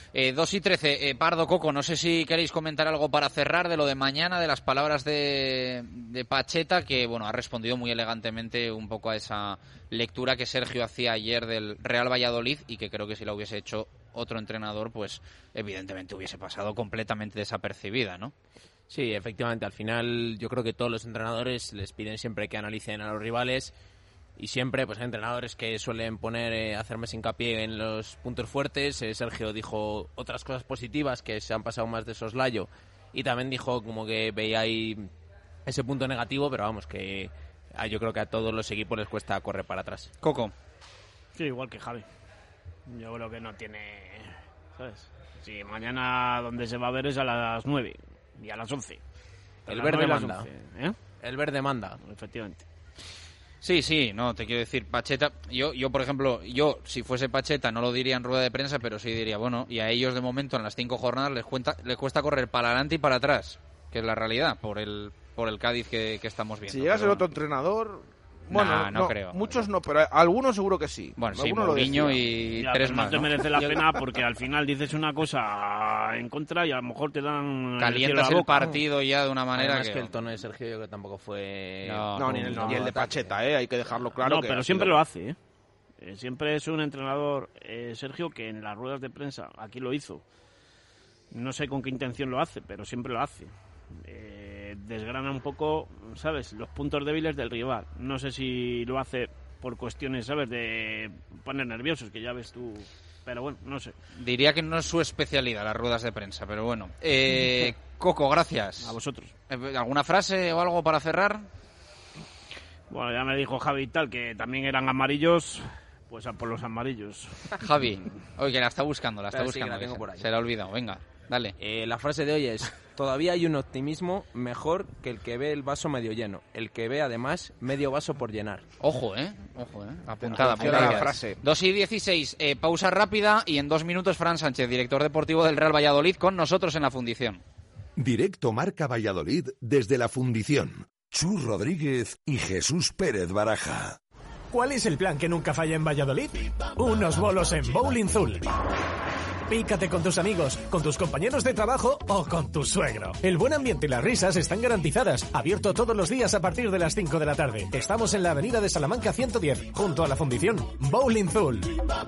2:13, Pardo, Coco, no sé si queréis comentar algo para cerrar de lo de mañana, de las palabras de Pacheta, que bueno, ha respondido muy elegantemente un poco a esa lectura que Sergio hacía ayer del Real Valladolid, y que creo que si la hubiese hecho otro entrenador, pues evidentemente hubiese pasado completamente desapercibida, ¿no? Sí, efectivamente, al final yo creo que todos los entrenadores les piden siempre que analicen a los rivales, y siempre pues hay entrenadores que suelen hacer más hincapié en los puntos fuertes. Sergio dijo otras cosas positivas que se han pasado más de soslayo, y también dijo como que veía ahí ese punto negativo, pero vamos, que yo creo que a todos los equipos les cuesta correr para atrás. Coco. Sí, igual que Javi. Yo creo que no tiene, ¿sabes? Sí, mañana donde se va a ver es a las 9 y a las 11. El verde manda. El verde manda. Efectivamente. Sí, no, te quiero decir, Pacheta, yo por ejemplo, si fuese Pacheta no lo diría en rueda de prensa, pero sí diría, bueno, y a ellos de momento en las 5 jornadas les cuesta correr para adelante y para atrás, que es la realidad, por el Cádiz que estamos viendo. Si llegase el otro entrenador, bueno, no creo. Muchos no, pero algunos seguro que sí. Bueno, sí, Mourinho y ya, 3 más. No te merece la pena porque al final dices una cosa en contra y a lo mejor te dan... Calientas el partido ya de una manera. Además que el tono de Sergio yo creo que tampoco fue... Ni el de Pacheta, hay que dejarlo claro. No, pero siempre lo hace, siempre es un entrenador, Sergio, que en las ruedas de prensa, aquí lo hizo. No sé con qué intención lo hace, pero siempre lo hace. Desgrana un poco, ¿sabes?, los puntos débiles del rival. No sé si lo hace por cuestiones, ¿sabes?, de poner nerviosos, que ya ves tú pero bueno, no sé. Diría que no es su especialidad las ruedas de prensa, pero bueno. Coco, gracias. A vosotros. ¿Alguna frase o algo para cerrar? Bueno, ya me dijo Javi y tal que también eran amarillos, pues a por los amarillos. Javi, oye, que la está buscando, Sí, que la tengo por ahí. Se la ha olvidado, venga, dale. La frase de hoy es: todavía hay un optimismo mejor que el que ve el vaso medio lleno, el que ve además medio vaso por llenar. Ojo, apuntada la frase. 2:16, pausa rápida y en 2 minutos Fran Sánchez, director deportivo del Real Valladolid, con nosotros en la fundición. Directo Marca Valladolid desde la fundición. Chus Rodríguez y Jesús Pérez Baraja. ¿Cuál es el plan que nunca falla en Valladolid? Unos bolos en Bowling Zul. Pícate con tus amigos, con tus compañeros de trabajo o con tu suegro. El buen ambiente y las risas están garantizadas. Abierto todos los días a partir de las 5 de la tarde. Estamos en la avenida de Salamanca 110, junto a la fundición Bowling Zul.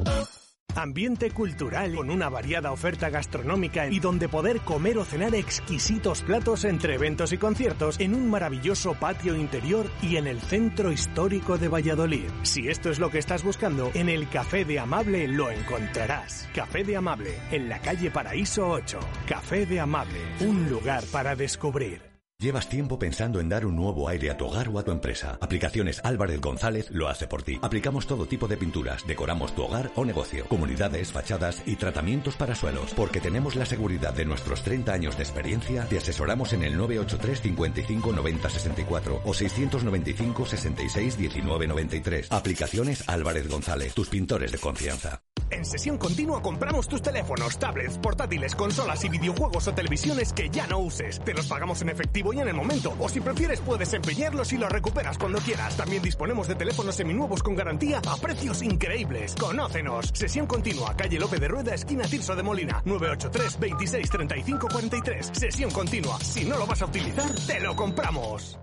Ambiente cultural con una variada oferta gastronómica y donde poder comer o cenar exquisitos platos entre eventos y conciertos en un maravilloso patio interior y en el centro histórico de Valladolid. Si esto es lo que estás buscando, en el Café de Amable lo encontrarás. Café de Amable, en la calle Paraíso 8. Café de Amable, un lugar para descubrir. Llevas tiempo pensando en dar un nuevo aire a tu hogar o a tu empresa. Aplicaciones Álvarez González lo hace por ti. Aplicamos todo tipo de pinturas, decoramos tu hogar o negocio, comunidades, fachadas y tratamientos para suelos. Porque tenemos la seguridad de nuestros 30 años de experiencia, te asesoramos en el 983 55 90 64 o 695 66 19 93. Aplicaciones Álvarez González, tus pintores de confianza. En Sesión Continua compramos tus teléfonos, tablets, portátiles, consolas y videojuegos o televisiones que ya no uses. Te los pagamos en efectivo y en el momento. O si prefieres puedes empeñarlos y los recuperas cuando quieras. También disponemos de teléfonos seminuevos con garantía a precios increíbles. Conócenos. Sesión Continua, calle López de Rueda, esquina Tirso de Molina. 983 26 35 43. Sesión Continua. Si no lo vas a utilizar, te lo compramos.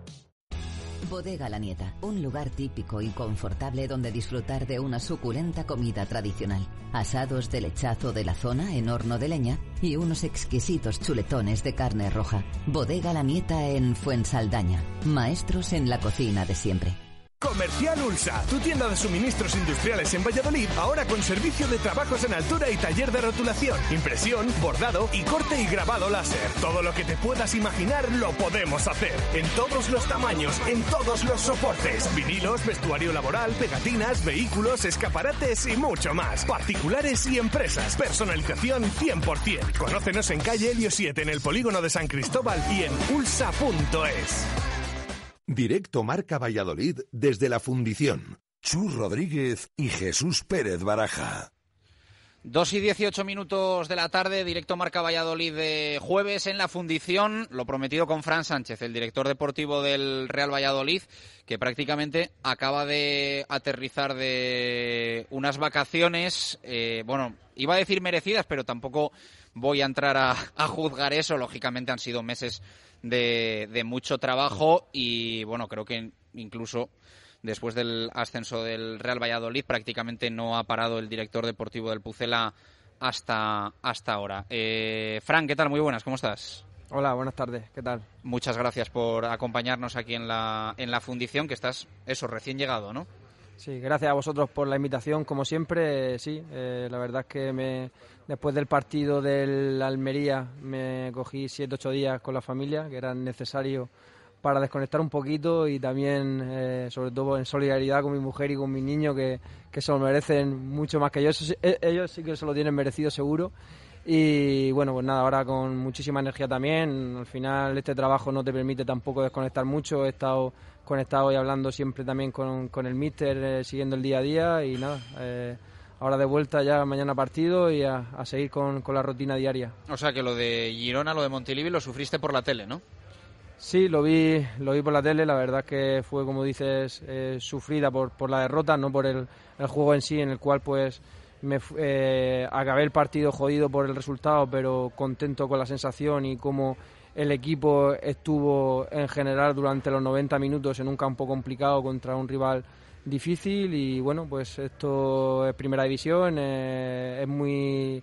Bodega La Nieta, un lugar típico y confortable donde disfrutar de una suculenta comida tradicional. Asados de lechazo de la zona en horno de leña y unos exquisitos chuletones de carne roja. Bodega La Nieta en Fuensaldaña. Maestros en la cocina de siempre. Comercial Ulsa, tu tienda de suministros industriales en Valladolid, ahora con servicio de trabajos en altura y taller de rotulación, impresión, bordado y corte y grabado láser. Todo lo que te puedas imaginar lo podemos hacer. En todos los tamaños, en todos los soportes. Vinilos, vestuario laboral, pegatinas, vehículos, escaparates y mucho más. Particulares y empresas. Personalización 100%. Conócenos en calle Helio 7 en el polígono de San Cristóbal y en ulsa.es. Directo Marca Valladolid desde la fundición. Chus Rodríguez y Jesús Pérez Baraja. 2:18 de la tarde, directo Marca Valladolid de jueves en la fundición. Lo prometido con Fran Sánchez, el director deportivo del Real Valladolid, que prácticamente acaba de aterrizar de unas vacaciones, bueno, iba a decir merecidas, pero tampoco voy a entrar a juzgar eso. Lógicamente han sido meses de mucho trabajo y bueno, creo que incluso después del ascenso del Real Valladolid prácticamente no ha parado el director deportivo del Pucela hasta ahora. Fran, ¿qué tal? Muy buenas, ¿cómo estás? Hola, buenas tardes, ¿qué tal? Muchas gracias por acompañarnos aquí en la fundición, que estás, recién llegado, ¿no? Sí, gracias a vosotros por la invitación, como siempre, sí, la verdad es que después del partido del Almería me cogí 7-8 días con la familia, que eran necesarios para desconectar un poquito y también, sobre todo en solidaridad con mi mujer y con mis niños, que se lo merecen mucho más que yo. Ellos sí que se lo tienen merecido seguro. Y bueno, pues nada, ahora con muchísima energía también. Al final este trabajo no te permite tampoco desconectar mucho. He estado conectado y hablando siempre también con el míster, siguiendo el día a día y nada, ahora de vuelta ya mañana partido y a seguir con la rutina diaria. O sea que lo de Girona, lo de Montilivi lo sufriste por la tele, ¿no? Sí, lo vi por la tele. La verdad es que fue, como dices, sufrida por la derrota, no por el juego en sí, en el cual pues acabé el partido jodido por el resultado, pero contento con la sensación y cómo el equipo estuvo en general durante los 90 minutos en un campo complicado contra un rival difícil. Y bueno, pues esto es primera división, es muy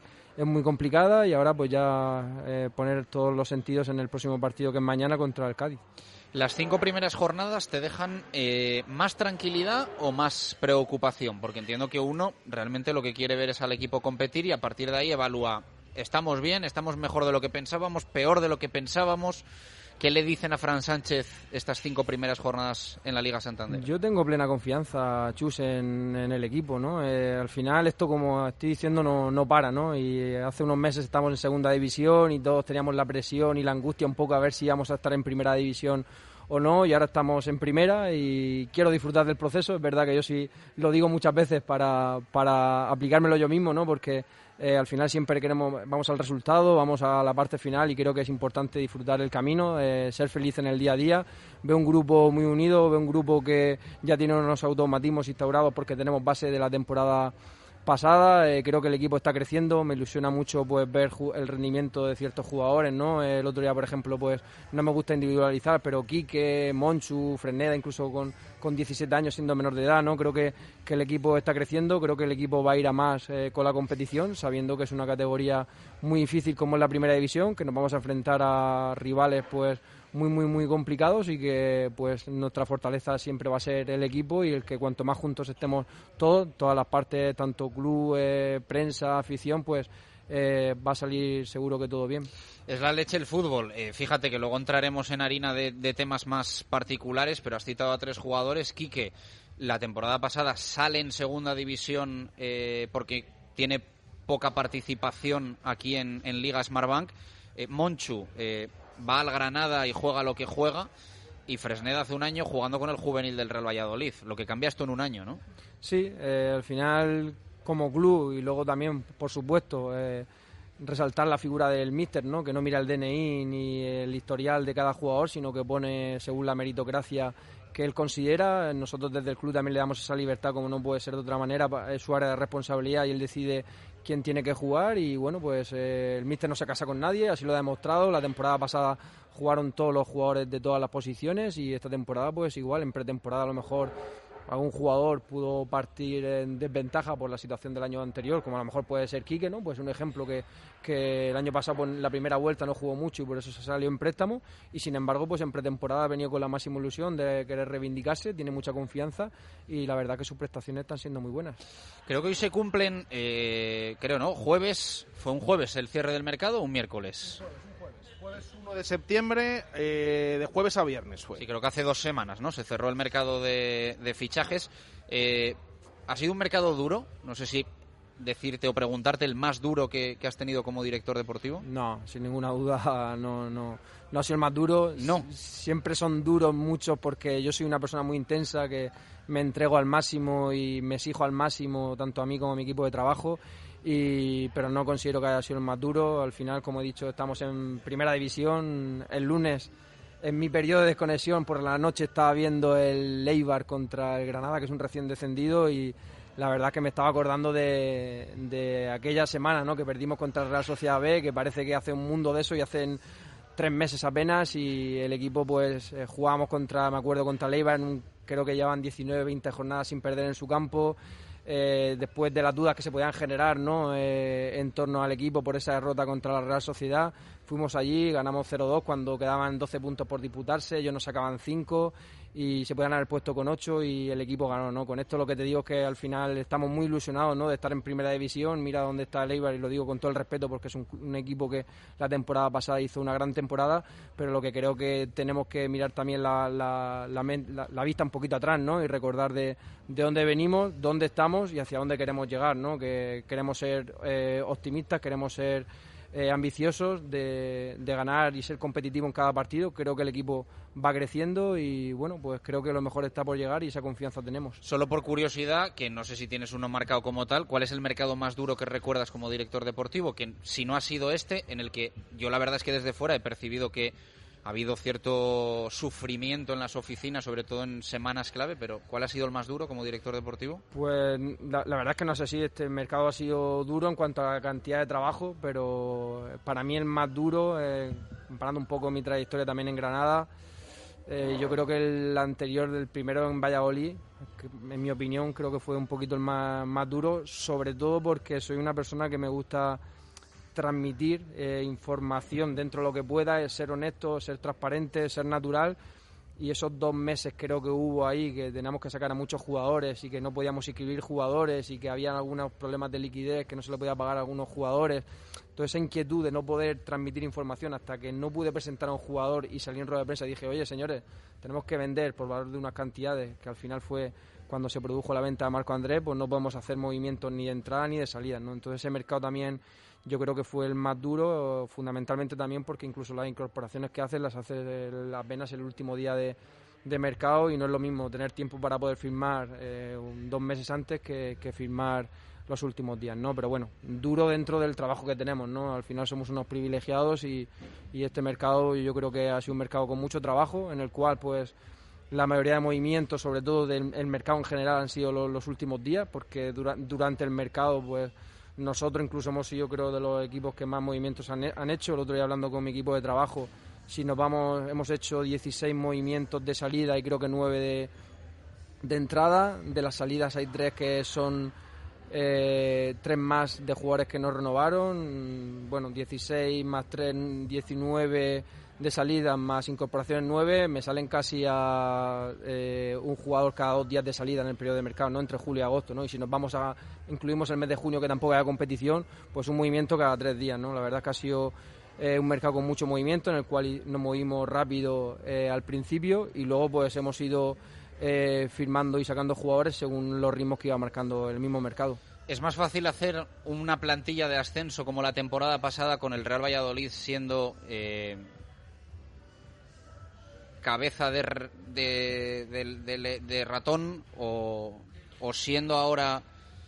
complicada y ahora pues ya poner todos los sentidos en el próximo partido, que es mañana contra el Cádiz. ¿Las 5 primeras jornadas te dejan más tranquilidad o más preocupación? Porque entiendo que uno realmente lo que quiere ver es al equipo competir y a partir de ahí evalúa, ¿estamos bien? ¿Estamos mejor de lo que pensábamos? ¿Peor de lo que pensábamos? ¿Qué le dicen a Fran Sánchez estas 5 primeras jornadas en la Liga Santander? Yo tengo plena confianza, Chus, en el equipo, ¿no? Al final esto, como estoy diciendo, no para, ¿no? Y hace unos meses estamos en segunda división y todos teníamos la presión y la angustia un poco a ver si íbamos a estar en primera división o no, y ahora estamos en primera y quiero disfrutar del proceso. Es verdad que yo sí lo digo muchas veces para aplicármelo yo mismo, ¿no? Porque al final siempre vamos al resultado, vamos a la parte final y creo que es importante disfrutar el camino, ser feliz en el día a día. Veo un grupo muy unido, veo un grupo que ya tiene unos automatismos instaurados porque tenemos base de la temporada pasada. Creo que el equipo está creciendo, me ilusiona mucho pues ver el rendimiento de ciertos jugadores, ¿no? El otro día, por ejemplo, pues no me gusta individualizar, pero Quique, Monchu, Fresneda, incluso con 17 años siendo menor de edad, ¿no? Creo que el equipo está creciendo, creo que el equipo va a ir a más con la competición, sabiendo que es una categoría muy difícil como es la primera división, que nos vamos a enfrentar a rivales pues muy complicados y que nuestra fortaleza siempre va a ser el equipo y el que cuanto más juntos estemos todas las partes, tanto club, prensa, afición, pues va a salir seguro que todo bien. Es la leche el fútbol. Fíjate que luego entraremos en harina de temas más particulares, pero has citado a 3 jugadores. Quique, la temporada pasada sale en segunda división porque tiene poca participación aquí en Liga Smartbank. Monchu va al Granada y juega lo que juega, y Fresneda hace un año jugando con el juvenil del Real Valladolid. Lo que cambia esto en un año, ¿no? Sí, al final como club y luego también, por supuesto, resaltar la figura del míster, ¿no? Que no mira el DNI ni el historial de cada jugador, sino que pone según la meritocracia que él considera. Nosotros desde el club también le damos esa libertad, como no puede ser de otra manera, es su área de responsabilidad y él decide quién tiene que jugar. Y bueno, pues el míster no se casa con nadie, así lo ha demostrado. La temporada pasada jugaron todos los jugadores de todas las posiciones y esta temporada pues igual, en pretemporada a lo mejor algún jugador pudo partir en desventaja por la situación del año anterior, como a lo mejor puede ser Quique, ¿no? Pues un ejemplo que el año pasado pues, en la primera vuelta no jugó mucho y por eso se salió en préstamo, y sin embargo pues en pretemporada ha venido con la máxima ilusión de querer reivindicarse, tiene mucha confianza y la verdad que sus prestaciones están siendo muy buenas. Creo que hoy se cumplen, jueves, ¿fue un jueves el cierre del mercado o un miércoles? Jueves 1 de septiembre, de jueves a viernes fue. Sí, creo que hace 2 semanas, ¿no? Se cerró el mercado de fichajes. ¿Ha sido un mercado duro? No sé si decirte o preguntarte el más duro que has tenido como director deportivo. No, sin ninguna duda no ha sido el más duro. No. Siempre son duros muchos porque yo soy una persona muy intensa que me entrego al máximo y me exijo al máximo tanto a mí como a mi equipo de trabajo. Pero no considero que haya sido el más duro. Al final, como he dicho, estamos en primera división. El lunes, en mi periodo de desconexión, por la noche estaba viendo el Eibar contra el Granada, que es un recién descendido, y la verdad es que me estaba acordando de aquella semana, ¿no? Que perdimos contra el Real Sociedad B, que parece que hace un mundo de eso y hacen 3 meses apenas, y el equipo pues jugábamos contra el Eibar, creo que llevan 19-20 jornadas sin perder en su campo. Después de las dudas que se podían generar, ¿no? En torno al equipo por esa derrota contra la Real Sociedad, fuimos allí, ganamos 0-2 cuando quedaban 12 puntos por disputarse, ellos nos sacaban 5 y se podían haber puesto con 8 y el equipo ganó, ¿no? Con esto lo que te digo es que al final estamos muy ilusionados, ¿no? De estar en primera división. Mira dónde está el Eibar y lo digo con todo el respeto porque es un equipo que la temporada pasada hizo una gran temporada, pero lo que creo que tenemos que mirar también la vista un poquito atrás, ¿no? Y recordar de dónde venimos, dónde estamos y hacia dónde queremos llegar, ¿no? Que queremos ser optimistas, queremos ser ambiciosos de ganar y ser competitivo en cada partido. Creo que el equipo va creciendo y bueno, pues creo que lo mejor está por llegar y esa confianza tenemos. Solo por curiosidad, que no sé si tienes uno marcado como tal, ¿cuál es el mercado más duro que recuerdas como director deportivo? Que si no ha sido en el que yo la verdad es que desde fuera he percibido que ha habido cierto sufrimiento en las oficinas, sobre todo en semanas clave, pero ¿cuál ha sido el más duro como director deportivo? Pues la verdad es que no sé si este mercado ha sido duro en cuanto a la cantidad de trabajo, pero para mí el más duro, comparando un poco mi trayectoria también en Granada, yo creo que el anterior, del primero en Valladolid, que en mi opinión creo que fue un poquito el más duro, sobre todo porque soy una persona que me gusta transmitir información dentro de lo que pueda, es ser honesto, ser transparente, ser natural, y esos 2 meses creo que hubo ahí que teníamos que sacar a muchos jugadores y que no podíamos inscribir jugadores y que había algunos problemas de liquidez que no se le podía pagar a algunos jugadores. Toda esa inquietud de no poder transmitir información hasta que no pude presentar a un jugador y salí en rueda de prensa y dije, oye señores, tenemos que vender por valor de unas cantidades, que al final fue cuando se produjo la venta de Marco Andrés, pues no podemos hacer movimientos ni de entrada ni de salida, ¿no? Entonces ese mercado también yo creo que fue el más duro, fundamentalmente también porque incluso las incorporaciones que hacen las hace apenas el último día de mercado, y no es lo mismo tener tiempo para poder firmar 2 meses antes que firmar los últimos días, ¿no? Pero bueno, duro dentro del trabajo que tenemos, ¿no? Al final somos unos privilegiados y este mercado yo creo que ha sido un mercado con mucho trabajo, en el cual pues la mayoría de movimientos, sobre todo del mercado en general, han sido los últimos días, porque durante el mercado pues nosotros incluso hemos sido, creo, de los equipos que más movimientos han hecho. El otro día hablando con mi equipo de trabajo, si nos vamos, hemos hecho 16 movimientos de salida y creo que 9 de entrada. De las salidas hay 3 que son 3 más de jugadores que no renovaron. Bueno, 16 más 3, 19 de salida más incorporaciones 9, me salen casi a un jugador cada 2 días de salida en el periodo de mercado, ¿no? Entre julio y agosto, ¿no? Y si nos vamos incluimos el mes de junio, que tampoco haya competición, pues un movimiento cada 3 días, ¿no? La verdad es que ha sido un mercado con mucho movimiento, en el cual nos movimos rápido al principio, y luego pues hemos ido firmando y sacando jugadores según los ritmos que iba marcando el mismo mercado. ¿Es más fácil hacer una plantilla de ascenso como la temporada pasada con el Real Valladolid siendo cabeza de ratón o siendo ahora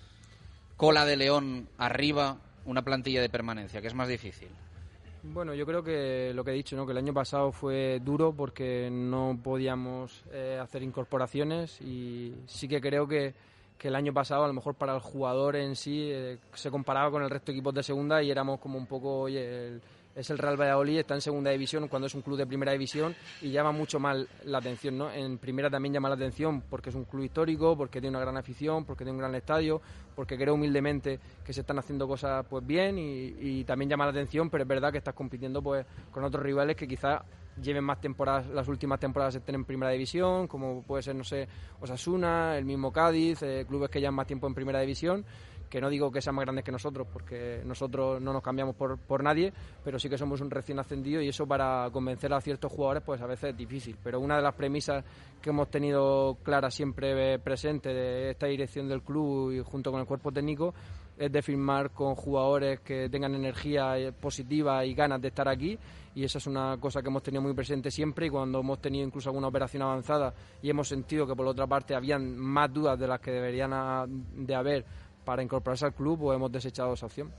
cola de león arriba una plantilla de permanencia, que es más difícil? Bueno, yo creo que lo que he dicho, ¿no? Que el año pasado fue duro porque no podíamos hacer incorporaciones, y sí que creo que el año pasado a lo mejor para el jugador en sí se comparaba con el resto de equipos de segunda y éramos como un poco, oye, es el Real Valladolid, está en segunda división cuando es un club de primera división y llama mucho más la atención, ¿no? En primera también llama la atención porque es un club histórico, porque tiene una gran afición, porque tiene un gran estadio, porque creo humildemente que se están haciendo cosas pues bien y también llama la atención, pero es verdad que estás compitiendo pues con otros rivales que quizás lleven más temporadas, las últimas temporadas estén en primera división, como puede ser, no sé, Osasuna, el mismo Cádiz, clubes que llevan más tiempo en primera división, que no digo que sean más grandes que nosotros, porque nosotros no nos cambiamos por nadie, pero sí que somos un recién ascendido y eso para convencer a ciertos jugadores pues a veces es difícil. Pero una de las premisas que hemos tenido clara siempre presente de esta dirección del club y junto con el cuerpo técnico es de firmar con jugadores que tengan energía positiva y ganas de estar aquí, y esa es una cosa que hemos tenido muy presente siempre, y cuando hemos tenido incluso alguna operación avanzada y hemos sentido que por la otra parte habían más dudas de las que deberían de haber para incorporarse al club, pues hemos desechado esa opción.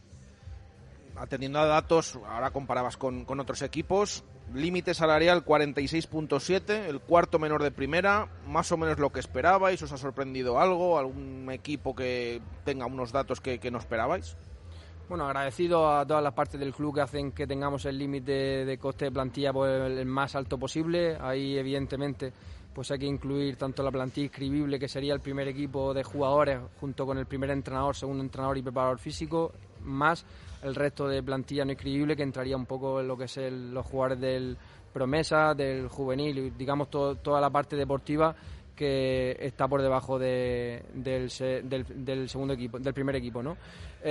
Atendiendo a datos, ahora comparabas con otros equipos, límite salarial 46.7, el cuarto menor de primera, más o menos lo que esperabais. ¿Os ha sorprendido algo? ¿Algún equipo que tenga unos datos que no esperabais? Bueno, agradecido a todas las partes del club que hacen que tengamos el límite de coste de plantilla pues, el más alto posible. Ahí evidentemente pues hay que incluir tanto la plantilla inscribible, que sería el primer equipo de jugadores, junto con el primer entrenador, segundo entrenador y preparador físico, más el resto de plantilla no inscribible, que entraría un poco en lo que es los jugadores del promesa, del juvenil, digamos toda la parte deportiva que está por debajo del segundo equipo, del primer equipo, ¿no?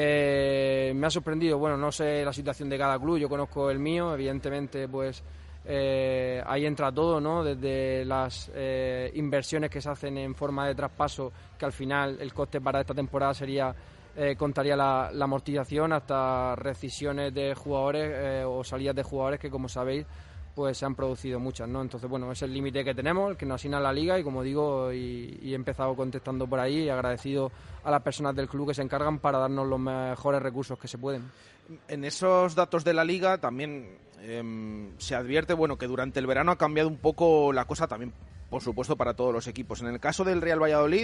Me ha sorprendido, bueno, no sé la situación de cada club, yo conozco el mío, evidentemente pues ahí entra todo, ¿no? Desde las inversiones que se hacen en forma de traspaso, que al final el coste para esta temporada sería contaría la amortización, hasta rescisiones de jugadores o salidas de jugadores que, como sabéis, pues se han producido muchas, ¿no? Entonces, bueno, es el límite que tenemos, el que nos asigna la Liga, y como digo, y he empezado contestando por ahí, y agradecido a las personas del club que se encargan para darnos los mejores recursos que se pueden. En esos datos de la Liga también se advierte, bueno, que durante el verano ha cambiado un poco la cosa también, por supuesto, para todos los equipos. En el caso del Real Valladolid,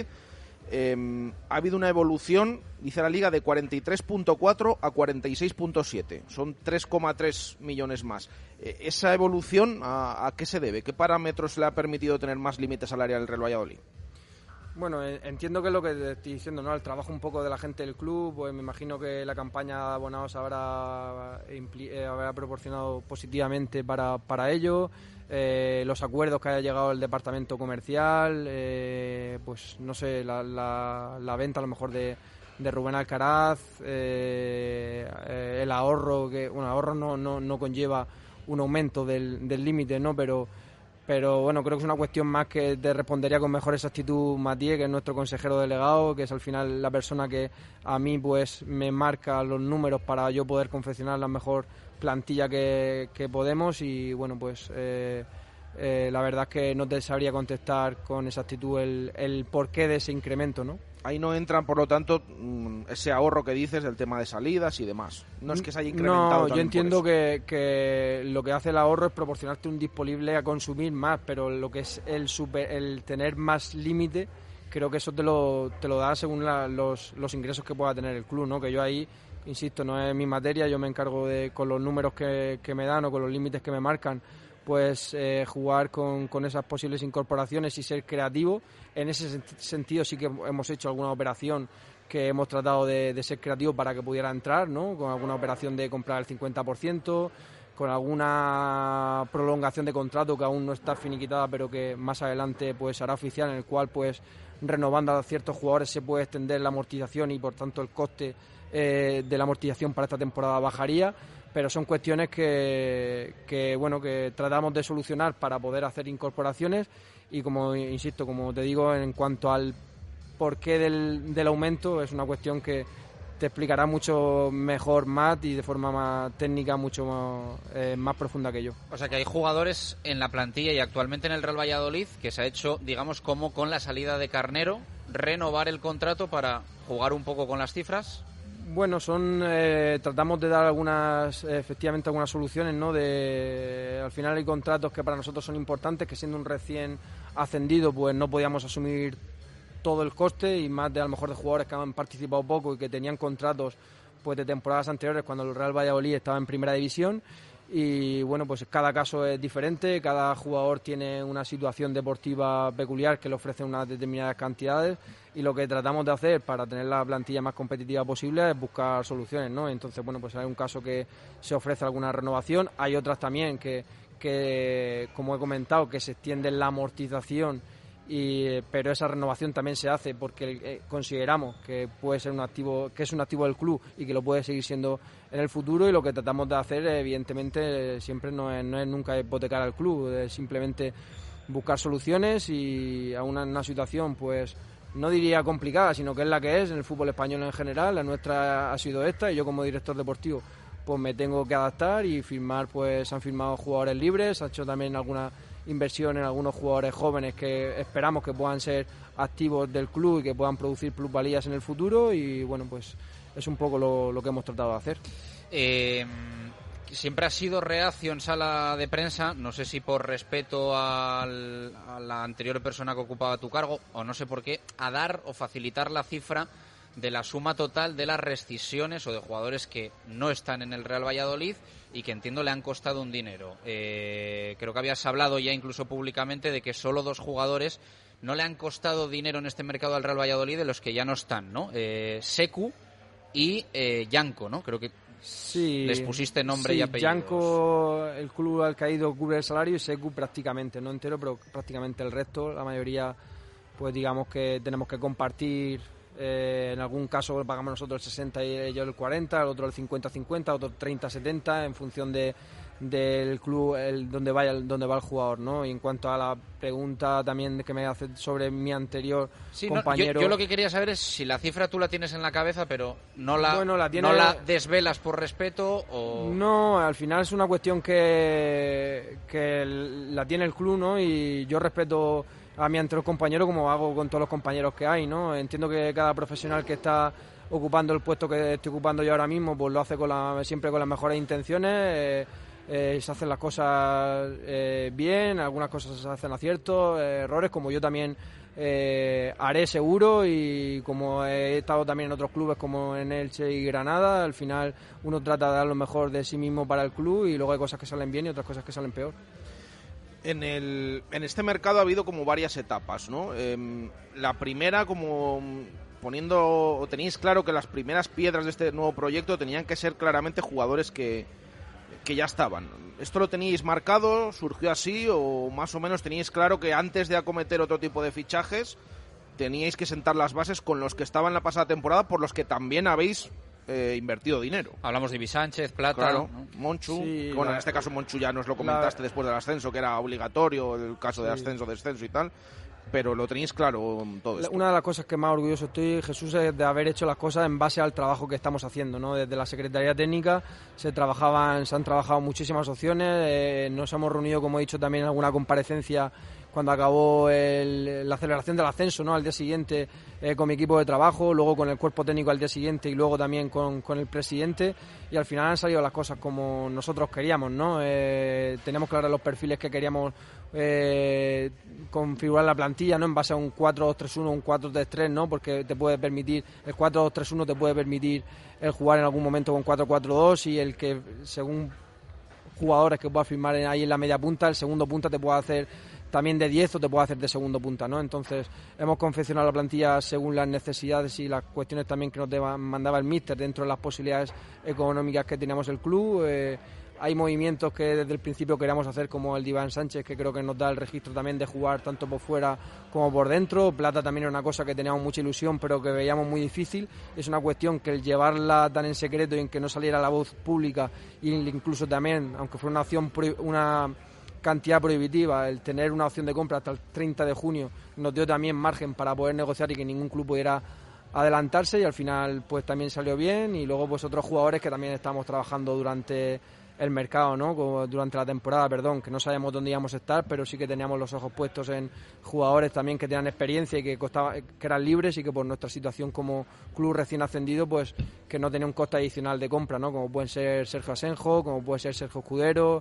ha habido una evolución, dice la Liga, de 43.4 a 46.7. Son 3,3 millones más. ¿Esa evolución a qué se debe? ¿Qué parámetros le ha permitido tener más límite salarial al Real Valladolid? Bueno, entiendo que es lo que te estoy diciendo, ¿no? El trabajo un poco de la gente del club, pues me imagino que la campaña de abonados habrá proporcionado positivamente para ello. los acuerdos que haya llegado el departamento comercial, pues no sé, la venta a lo mejor de Rubén Alcaraz, el ahorro, que bueno, ahorro no conlleva un aumento del límite, ¿no? Pero bueno, creo que es una cuestión más que te respondería con mejor exactitud Matías, que es nuestro consejero delegado, que es al final la persona que a mí pues me marca los números para yo poder confeccionar la mejor plantilla que podemos. Y bueno, pues la verdad es que no te sabría contestar con exactitud el porqué de ese incremento, ¿no? Ahí no entran, por lo tanto, ese ahorro que dices del tema de salidas y demás. No es que se haya incrementado. No, yo entiendo que lo que hace el ahorro es proporcionarte un disponible a consumir más, pero lo que es el tener más límite, creo que eso te lo da según los ingresos que pueda tener el club, ¿no? Que yo ahí, insisto, no es mi materia, yo me encargo con los números que me dan o con los límites que me marcan, pues jugar con esas posibles incorporaciones y ser creativo. En ese sentido sí que hemos hecho alguna operación que hemos tratado de ser creativos para que pudiera entrar, ¿no? Con alguna operación de comprar el 50%, con alguna prolongación de contrato que aún no está finiquitada, pero que más adelante pues hará oficial, en el cual pues renovando a ciertos jugadores se puede extender la amortización y por tanto el coste de la amortización para esta temporada bajaría. Pero son cuestiones que bueno, que tratamos de solucionar para poder hacer incorporaciones. Y como insisto, como te digo, en cuanto al porqué del aumento, es una cuestión que te explicará mucho mejor Matt y de forma más técnica, mucho más profunda que yo. O sea que hay jugadores en la plantilla y actualmente en el Real Valladolid que se ha hecho, digamos, como con la salida de Carnero, renovar el contrato para jugar un poco con las cifras. Bueno, tratamos de dar efectivamente algunas soluciones, ¿no? Al final hay contratos que para nosotros son importantes, que siendo un recién ascendido, pues no podíamos asumir todo el coste, y más de a lo mejor de jugadores que han participado poco y que tenían contratos pues de temporadas anteriores cuando el Real Valladolid estaba en primera división. Y bueno, pues cada caso es diferente, cada jugador tiene una situación deportiva peculiar que le ofrece unas determinadas cantidades, y lo que tratamos de hacer para tener la plantilla más competitiva posible es buscar soluciones, ¿no? Entonces, bueno, pues hay un caso que se ofrece alguna renovación, hay otras también que como he comentado, que se extiende la amortización, pero esa renovación también se hace porque consideramos que puede ser un activo, que es un activo del club y que lo puede seguir siendo en el futuro. Y lo que tratamos de hacer, evidentemente, siempre no es nunca hipotecar al club, es simplemente buscar soluciones y a una situación, pues no diría complicada, sino que es la que es en el fútbol español en general. La nuestra ha sido esta, y yo como director deportivo pues me tengo que adaptar y firmar. Pues han firmado jugadores libres, ha hecho también alguna inversión en algunos jugadores jóvenes que esperamos que puedan ser activos del club y que puedan producir plusvalías en el futuro. Y bueno, pues es un poco lo que hemos tratado de hacer. Siempre ha sido reacio en sala de prensa, no sé si por respeto a la anterior persona que ocupaba tu cargo o no sé por qué, a dar o facilitar la cifra de la suma total de las rescisiones o de jugadores que no están en el Real Valladolid y que entiendo le han costado un dinero. Creo que habías hablado ya incluso públicamente de que solo 2 jugadores no le han costado dinero en este mercado al Real Valladolid, de los que ya no están, ¿no? Seku y Yanko, ¿no? Creo que sí, les pusiste nombre y apellido. Yanko, el club al caído cubre el salario, y Seku prácticamente, no entero, pero prácticamente el resto, la mayoría, pues digamos que tenemos que compartir. En algún caso pagamos nosotros el 60 y ellos el 40, el otro el 50-50, otro 30-70, en función del club donde va el jugador, ¿no? Y en cuanto a la pregunta también que me hace sobre mi anterior compañero... No, yo lo que quería saber es si la cifra tú la tienes en la cabeza, pero no la desvelas por respeto o... No, al final es una cuestión que la tiene el club, ¿no? Y yo respeto a mi anterior compañero como hago con todos los compañeros que hay, ¿no? Entiendo que cada profesional que está ocupando el puesto que estoy ocupando yo ahora mismo, pues lo hace siempre con las mejores intenciones. Se hacen las cosas bien, algunas cosas se hacen aciertos, errores, como yo también haré seguro, y como he estado también en otros clubes como en Elche y Granada, al final uno trata de dar lo mejor de sí mismo para el club, y luego hay cosas que salen bien y otras cosas que salen peor. En este mercado ha habido como varias etapas, ¿no? La primera, como tenéis claro que las primeras piedras de este nuevo proyecto tenían que ser claramente jugadores que que ya estaban. ¿Esto lo teníais marcado, surgió así, o más o menos teníais claro que antes de acometer otro tipo de fichajes teníais que sentar las bases con los que estaban la pasada temporada, por los que también habéis invertido dinero? Hablamos de Ibi Sánchez, Plata, claro, ¿no? Monchu, Sí, bueno, en este caso Monchu ya nos lo comentaste después del ascenso, que era obligatorio el caso de ascenso, descenso y tal, pero lo tenéis claro todo esto. Una de las cosas que más orgulloso estoy, Jesús, es de haber hecho las cosas en base al trabajo que estamos haciendo, ¿no? Desde la Secretaría Técnica se han trabajado muchísimas opciones, nos hemos reunido, como he dicho también en alguna comparecencia, cuando acabó la celebración del ascenso, ¿no? Al día siguiente con mi equipo de trabajo, luego con el cuerpo técnico al día siguiente y luego también con el presidente, y al final han salido las cosas como nosotros queríamos, ¿no? Teníamos claros los perfiles que queríamos configurar la plantilla, ¿no? En base a un 4-2-3-1, un 4-3-3, ¿no? Porque te puede permitir, el 4-2-3-1 te puede permitir el jugar en algún momento con 4-4-2, y el que según jugadores que puedas firmar ahí en la media punta, el segundo punta te puede hacer también de 10 o te puede hacer de segundo punta, ¿no? Entonces hemos confeccionado la plantilla según las necesidades y las cuestiones también que nos mandaba el míster dentro de las posibilidades económicas que teníamos el club. Hay movimientos que desde el principio queríamos hacer, como el de Iván Sánchez, que creo que nos da el registro también de jugar tanto por fuera como por dentro. Plata también era una cosa que teníamos mucha ilusión, pero que veíamos muy difícil. Es una cuestión que el llevarla tan en secreto y en que no saliera a la voz pública, e incluso también, aunque fuera una cantidad prohibitiva, el tener una opción de compra hasta el 30 de junio nos dio también margen para poder negociar y que ningún club pudiera adelantarse, y al final pues también salió bien. Y luego pues otros jugadores que también estábamos trabajando durante el mercado, ¿no? Como durante la temporada, que no sabíamos dónde íbamos a estar, pero sí que teníamos los ojos puestos en jugadores también que tenían experiencia y que eran libres, y que por nuestra situación como club recién ascendido, pues que no tenía un coste adicional de compra, ¿no? Como pueden ser Sergio Asenjo, como puede ser Sergio Escudero.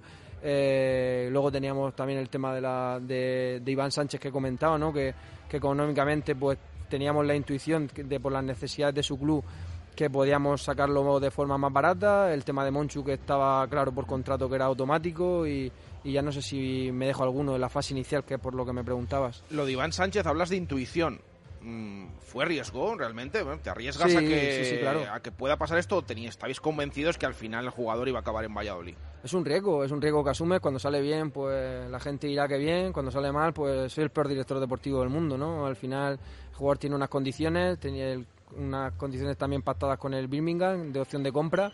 Luego teníamos también el tema de Iván Sánchez que he comentado, ¿no? Que económicamente pues teníamos la intuición de por las necesidades de su club que podíamos sacarlo de forma más barata. El tema de Monchu, que estaba claro por contrato que era automático, y ya no sé si me dejo alguno de la fase inicial, que es por lo que me preguntabas. Lo de Iván Sánchez, hablas de intuición. ¿Fue riesgo realmente? ¿Te arriesgas sí, a que sí, claro. a que pueda pasar esto, o estabais convencidos que al final el jugador iba a acabar en Valladolid? Es un riesgo que asumes. Cuando sale bien, pues la gente dirá que bien. Cuando sale mal, pues soy el peor director deportivo del mundo, ¿no? Al final el jugador tiene unas condiciones, tenía unas condiciones también pactadas con el Birmingham de opción de compra,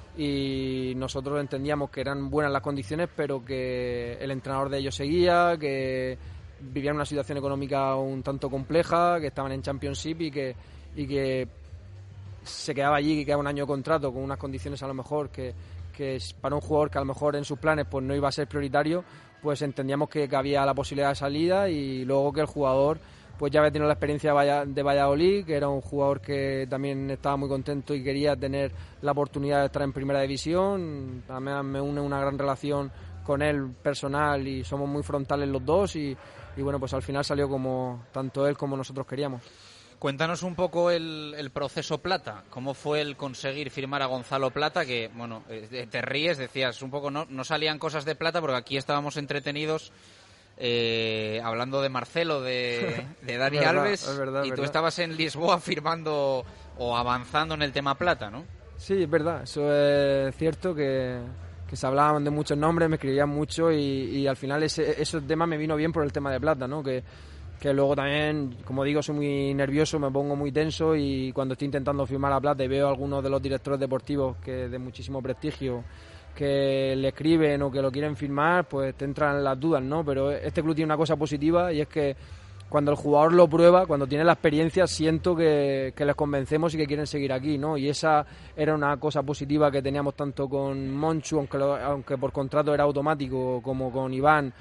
y nosotros entendíamos que eran buenas las condiciones, pero que el entrenador de ellos seguía, que vivían una situación económica un tanto compleja, que estaban en Championship y que se quedaba allí, que quedaba un año de contrato con unas condiciones a lo mejor que para un jugador que a lo mejor en sus planes pues no iba a ser prioritario, pues entendíamos que había la posibilidad de salida. Y luego que el jugador pues ya había tenido la experiencia de Valladolid, que era un jugador que también estaba muy contento y quería tener la oportunidad de estar en primera división. También me une una gran relación con él personal y somos muy frontales los dos, y bueno, pues al final salió como tanto él como nosotros queríamos. Cuéntanos un poco el proceso Plata. ¿Cómo fue el conseguir firmar a Gonzalo Plata? Que, bueno, te ríes, decías un poco, no salían cosas de Plata, porque aquí estábamos entretenidos hablando de Marcelo, de Dani Alves, es verdad, tú estabas en Lisboa firmando o avanzando en el tema Plata, ¿no? Sí, es verdad, eso es cierto, que se hablaban de muchos nombres, me escribían mucho, y al final ese tema me vino bien por el tema de Plata, ¿no? Que luego también, como digo, soy muy nervioso, me pongo muy tenso, y cuando estoy intentando firmar a Plata y veo a algunos de los directores deportivos que de muchísimo prestigio que le escriben o que lo quieren firmar, pues te entran las dudas, ¿no? Pero este club tiene una cosa positiva, y es que cuando el jugador lo prueba, cuando tiene la experiencia, siento que les convencemos y que quieren seguir aquí, ¿no? Y esa era una cosa positiva que teníamos tanto con Monchu, aunque por contrato era automático, como con Iván,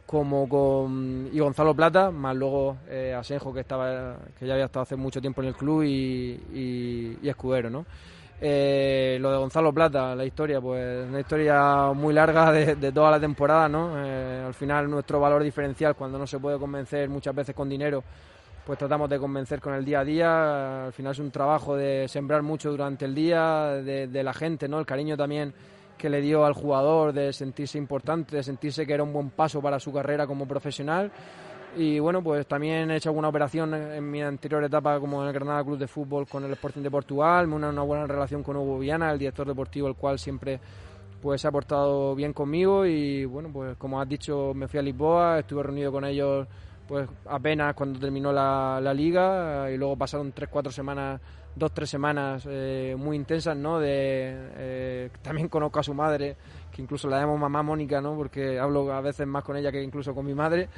y Gonzalo Plata, más luego Asenjo, que ya había estado hace mucho tiempo en el club, y Escudero, ¿no? Lo de Gonzalo Plata, la historia, pues una historia muy larga de toda la temporada, ¿no? Al final nuestro valor diferencial, cuando no se puede convencer muchas veces con dinero, pues tratamos de convencer con el día a día. Al final es un trabajo de sembrar mucho durante el día, de la gente, ¿no? El cariño también que le dio al jugador, de sentirse importante, de sentirse que era un buen paso para su carrera como profesional. Y bueno, pues también he hecho alguna operación en mi anterior etapa como en el Granada Club de Fútbol con el Sporting de Portugal, una buena relación con Hugo Viana, el director deportivo, el cual siempre pues se ha portado bien conmigo y bueno, pues como has dicho, me fui a Lisboa, estuve reunido con ellos pues apenas cuando terminó la liga y luego pasaron 2-3 semanas muy intensas, ¿no? También conozco a su madre, que incluso la llamo mamá Mónica, ¿no? Porque hablo a veces más con ella que incluso con mi madre.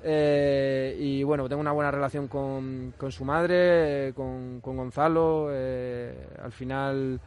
Y bueno, tengo una buena relación con su madre, con Gonzalo. Al final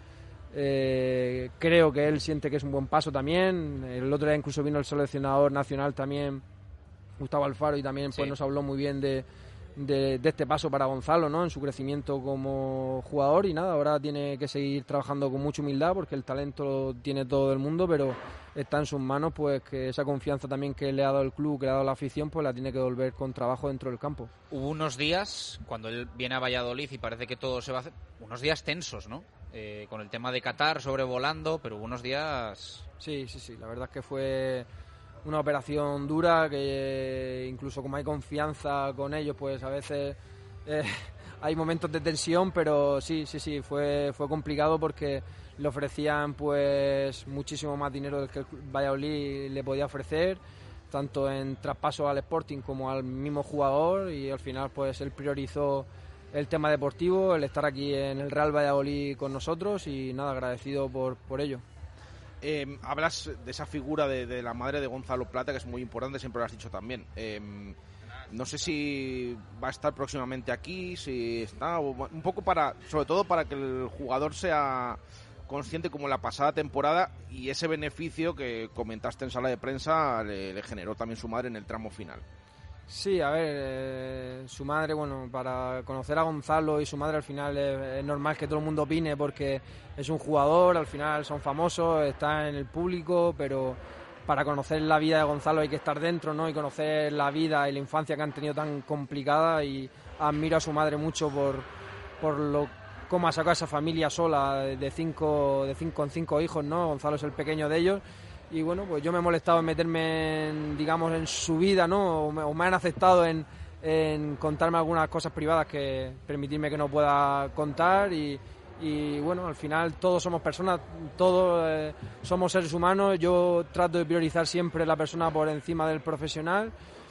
creo que él siente que es un buen paso también. El otro día incluso vino el seleccionador nacional también, Gustavo Alfaro, y también pues nos habló muy bien de este paso para Gonzalo, ¿no? En su crecimiento como jugador. Y nada, ahora tiene que seguir trabajando con mucha humildad porque el talento lo tiene todo el mundo, pero está en sus manos pues que esa confianza también que le ha dado el club, que le ha dado la afición, pues la tiene que devolver con trabajo dentro del campo. Hubo unos días, cuando él viene a Valladolid y parece que todo se va a hacer, unos días tensos, ¿no? Con el tema de Qatar sobrevolando, pero hubo unos días... Sí, la verdad es que fue una operación dura, que incluso como hay confianza con ellos, pues a veces hay momentos de tensión, pero sí, fue complicado porque le ofrecían pues muchísimo más dinero del que el Valladolid le podía ofrecer, tanto en traspaso al Sporting como al mismo jugador, y al final pues él priorizó el tema deportivo, el estar aquí en el Real Valladolid con nosotros, y nada, agradecido por ello. Hablas de esa figura de la madre de Gonzalo Plata, que es muy importante, siempre lo has dicho también. No sé si va a estar próximamente aquí, si está, un poco sobre todo para que el jugador sea consciente, como la pasada temporada, y ese beneficio que comentaste en sala de prensa le generó también su madre en el tramo final. Sí, a ver, su madre, bueno, para conocer a Gonzalo y su madre al final es normal que todo el mundo opine porque es un jugador, al final son famosos, está en el público, pero para conocer la vida de Gonzalo hay que estar dentro, ¿no? Y conocer la vida y la infancia que han tenido tan complicada, y admiro a su madre mucho por cómo ha sacado a esa familia sola con 5 hijos, ¿no? Gonzalo es el pequeño de ellos. Y bueno, pues yo me he molestado en meterme en su vida, ¿no? O me han aceptado en contarme algunas cosas privadas que permitirme que no pueda contar, y bueno, al final todos somos personas, todos somos seres humanos. Yo trato de priorizar siempre la persona por encima del profesional,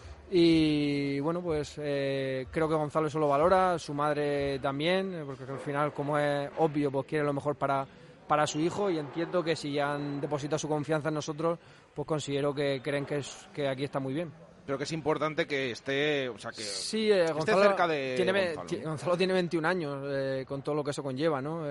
y bueno, pues creo que Gonzalo eso lo valora, su madre también, porque al final, como es obvio, pues quiere lo mejor para su hijo, y entiendo que si han depositado su confianza en nosotros, pues considero que creen que aquí está muy bien. Pero que es importante que esté, o sea, que sí, esté cerca de Gonzalo tiene 21 años, con todo lo que eso conlleva, ¿no?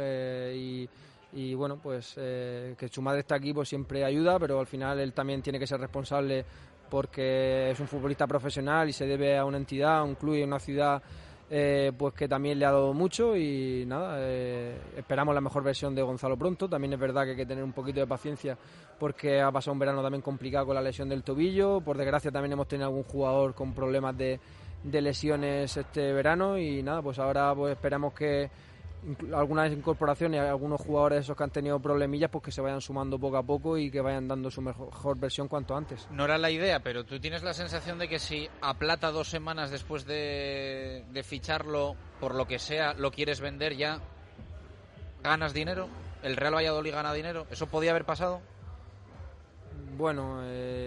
Y bueno, pues que su madre está aquí pues siempre ayuda, pero al final él también tiene que ser responsable porque es un futbolista profesional y se debe a una entidad, a un club y a una ciudad pues que también le ha dado mucho, y nada, esperamos la mejor versión de Gonzalo pronto. También es verdad que hay que tener un poquito de paciencia porque ha pasado un verano también complicado con la lesión del tobillo. Por desgracia también hemos tenido algún jugador con problemas de lesiones este verano, y nada, pues ahora pues esperamos que algunas incorporaciones, algunos jugadores esos que han tenido problemillas, pues que se vayan sumando poco a poco y que vayan dando su mejor versión cuanto antes. No era la idea, pero tú tienes la sensación de que si a Plata 2 semanas después de ficharlo, por lo que sea, lo quieres vender, ya ganas dinero, el Real Valladolid gana dinero. ¿Eso podía haber pasado? Bueno,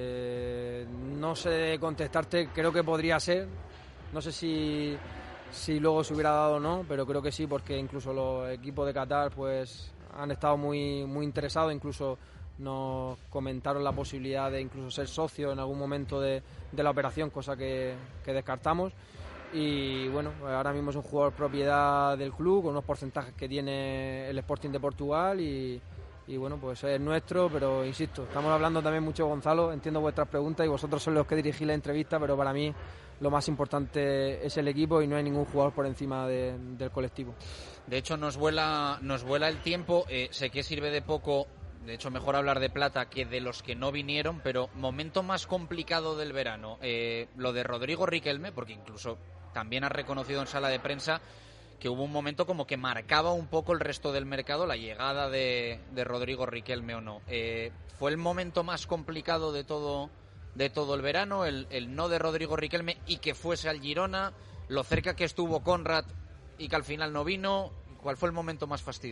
no sé contestarte, creo que podría ser, no sé si luego se hubiera dado o no, pero creo que sí, porque incluso los equipos de Qatar pues han estado muy interesados, incluso nos comentaron la posibilidad de incluso ser socios en algún momento de la operación, cosa que descartamos. Y bueno, ahora mismo es un jugador propiedad del club con unos porcentajes que tiene el Sporting de Portugal, y bueno, pues es nuestro, pero insisto, estamos hablando también mucho de Gonzalo, entiendo vuestras preguntas y vosotros sois los que dirigís la entrevista, pero para mí lo más importante es el equipo y no hay ningún jugador por encima del colectivo. De hecho, nos vuela el tiempo, sé que sirve de poco, de hecho mejor hablar de Plata que de los que no vinieron, pero momento más complicado del verano, lo de Rodrigo Riquelme, porque incluso también ha reconocido en sala de prensa que hubo un momento como que marcaba un poco el resto del mercado, la llegada de Rodrigo Riquelme o no. ¿Fue el momento más complicado de todo el verano, el no de Rodrigo Riquelme y que fuese al Girona, lo cerca que estuvo Conrad y que al final no vino? ¿Cuál fue el momento más fastidiado?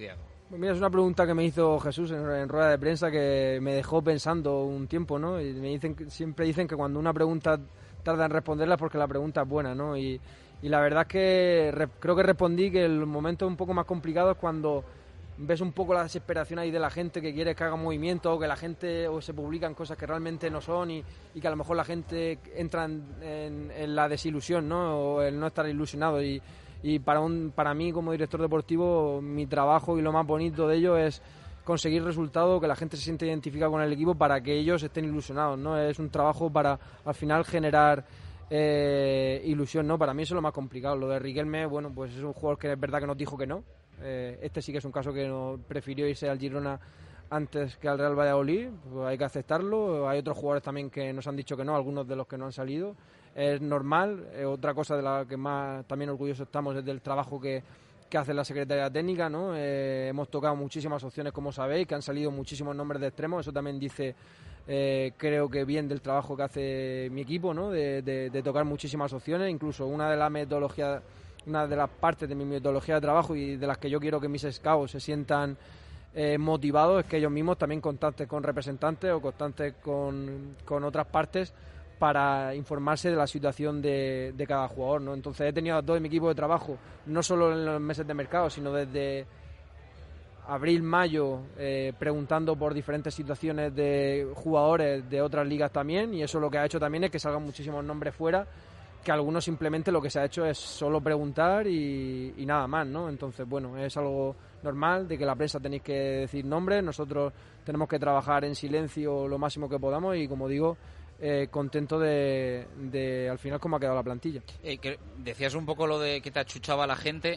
Mira, es una pregunta que me hizo Jesús en rueda de prensa que me dejó pensando un tiempo, ¿no? Y siempre dicen que cuando una pregunta tarda en responderla es porque la pregunta es buena, ¿no? Y la verdad es que creo que respondí que el momento un poco más complicado es cuando ves un poco la desesperación ahí de la gente que quiere que haga movimiento, o que la gente o se publican cosas que realmente no son y que a lo mejor la gente entra en la desilusión, ¿no? O el no estar ilusionado y para mí como director deportivo mi trabajo y lo más bonito de ello es conseguir resultados, que la gente se siente identificada con el equipo para que ellos estén ilusionados, ¿no? Es un trabajo para al final generar ilusión, ¿no? Para mí eso es lo más complicado. Lo de Riquelme, bueno, pues es un jugador que es verdad que nos dijo que no. Este sí que es un caso que no prefirió irse al Girona antes que al Real Valladolid, pues hay que aceptarlo. Hay otros jugadores también que nos han dicho que no, algunos de los que no han salido. Es normal. Otra cosa de la que más también orgullosos estamos es del trabajo que hace la Secretaría Técnica, ¿no? Hemos tocado muchísimas opciones, como sabéis, que han salido muchísimos nombres de extremos. Eso también dice, creo que bien del trabajo que hace mi equipo, ¿no? De tocar muchísimas opciones. Incluso una de las partes de mi metodología de trabajo y de las que yo quiero que mis scouts se sientan motivados es que ellos mismos también contacten con representantes o contacten con otras partes para informarse de la situación de cada jugador, ¿no? Entonces he tenido a todo mi equipo de trabajo, no solo en los meses de mercado, sino desde abril, mayo, preguntando por diferentes situaciones de jugadores de otras ligas también, y eso lo que ha hecho también es que salgan muchísimos nombres fuera, que algunos simplemente lo que se ha hecho es solo preguntar y nada más, ¿no? Entonces, bueno, es algo normal de que la prensa tenéis que decir nombres, nosotros tenemos que trabajar en silencio lo máximo que podamos y, como digo, contento de al final cómo ha quedado la plantilla. Que decías un poco lo de que te achuchaba la gente.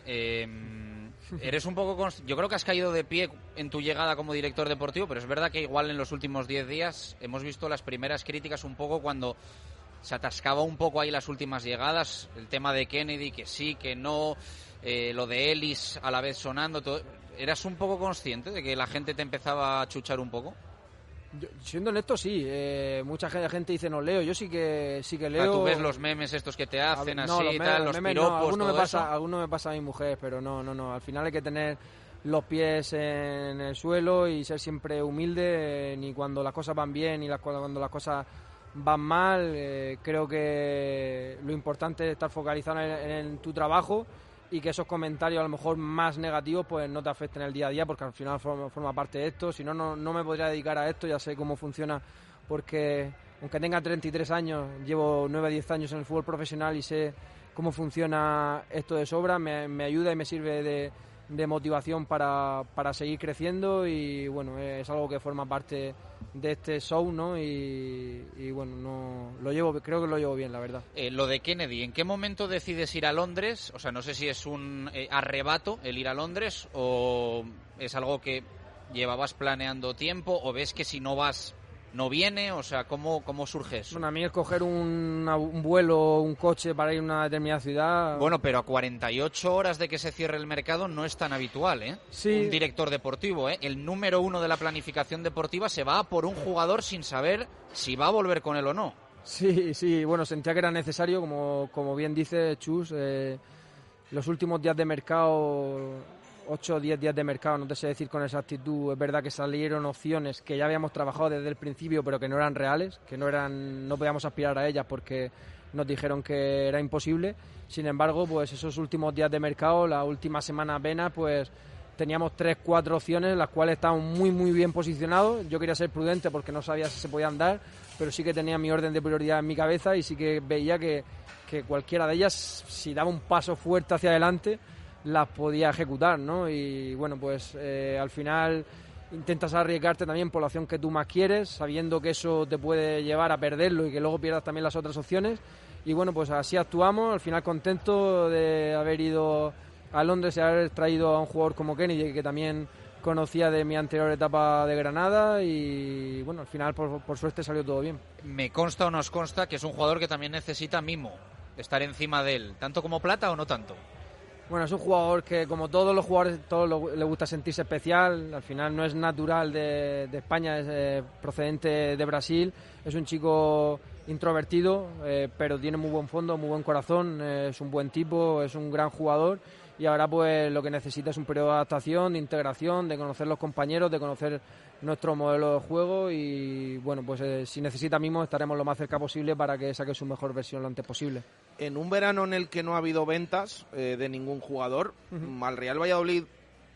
Eres un poco yo creo que has caído de pie en tu llegada como director deportivo, pero es verdad que igual en los últimos 10 días hemos visto las primeras críticas un poco cuando se atascaba un poco ahí las últimas llegadas, el tema de Kennedy, que sí, que no, lo de Ellis a la vez sonando, todo. ¿Eras un poco consciente de que la gente te empezaba a chuchar un poco? Yo, siendo honesto, sí. Mucha gente dice no leo. Yo sí que leo. ¿Tú ves los memes estos que te hacen así y tal, los piropos, no. Alguno me eso? pasa a mi mujer, pero no. Al final hay que tener los pies en el suelo y ser siempre humilde, ni cuando las cosas van bien ni cuando las cosas van mal. Creo que lo importante es estar focalizado en tu trabajo y que esos comentarios a lo mejor más negativos pues no te afecten el día a día, porque al final forma parte de esto. Si no me podría dedicar a esto. Ya sé cómo funciona, porque aunque tenga 33 años, llevo 9 a 10 años en el fútbol profesional y sé cómo funciona esto de sobra. Me ayuda y me sirve de motivación para seguir creciendo, y bueno, es algo que forma parte de este show, ¿no? Y bueno, creo que lo llevo bien, la verdad. Lo de Kennedy, ¿en qué momento decides ir a Londres? O sea, no sé si es un arrebato el ir a Londres, o es algo que llevabas planeando tiempo, o ves que si no vas no viene. O sea, ¿cómo surge eso? Bueno, a mí escoger un vuelo, un coche para ir a una determinada ciudad... Bueno, pero a 48 horas de que se cierre el mercado no es tan habitual, ¿eh? Sí. Un director deportivo, ¿eh? El número 1 de la planificación deportiva se va por un jugador sin saber si va a volver con él o no. Sí, bueno, sentía que era necesario, como bien dice Chus, los últimos días de mercado... 8 o 10 días de mercado, no te sé decir con exactitud. Es verdad que salieron opciones que ya habíamos trabajado desde el principio, pero que no eran reales, que no podíamos aspirar a ellas porque nos dijeron que era imposible. Sin embargo, pues esos últimos días de mercado, la última semana apenas, pues teníamos 3-4 opciones, las cuales estaban muy muy bien posicionados. Yo quería ser prudente porque no sabía si se podían dar, pero sí que tenía mi orden de prioridad en mi cabeza y sí que veía que cualquiera de ellas, si daba un paso fuerte hacia adelante, las podía ejecutar, ¿no? Y bueno, pues al final intentas arriesgarte también por la opción que tú más quieres, sabiendo que eso te puede llevar a perderlo y que luego pierdas también las otras opciones. Y bueno, pues así actuamos. Al final contento de haber ido a Londres y haber traído a un jugador como Kennedy, que también conocía de mi anterior etapa de Granada, y bueno, al final por suerte salió todo bien. Me consta o nos consta que es un jugador que también necesita mimo, estar encima de él, tanto como Plata o no tanto. Bueno, es un jugador que, como todos los jugadores, le gusta sentirse especial. Al final no es natural de España, es procedente de Brasil. Es un chico introvertido, pero tiene muy buen fondo, muy buen corazón, es un buen tipo, es un gran jugador y ahora pues lo que necesita es un periodo de adaptación, de integración, de conocer los compañeros, de conocer nuestro modelo de juego y bueno, pues si necesita mismo estaremos lo más cerca posible para que saque su mejor versión lo antes posible. En un verano en el que no ha habido ventas de ningún jugador, al Real Valladolid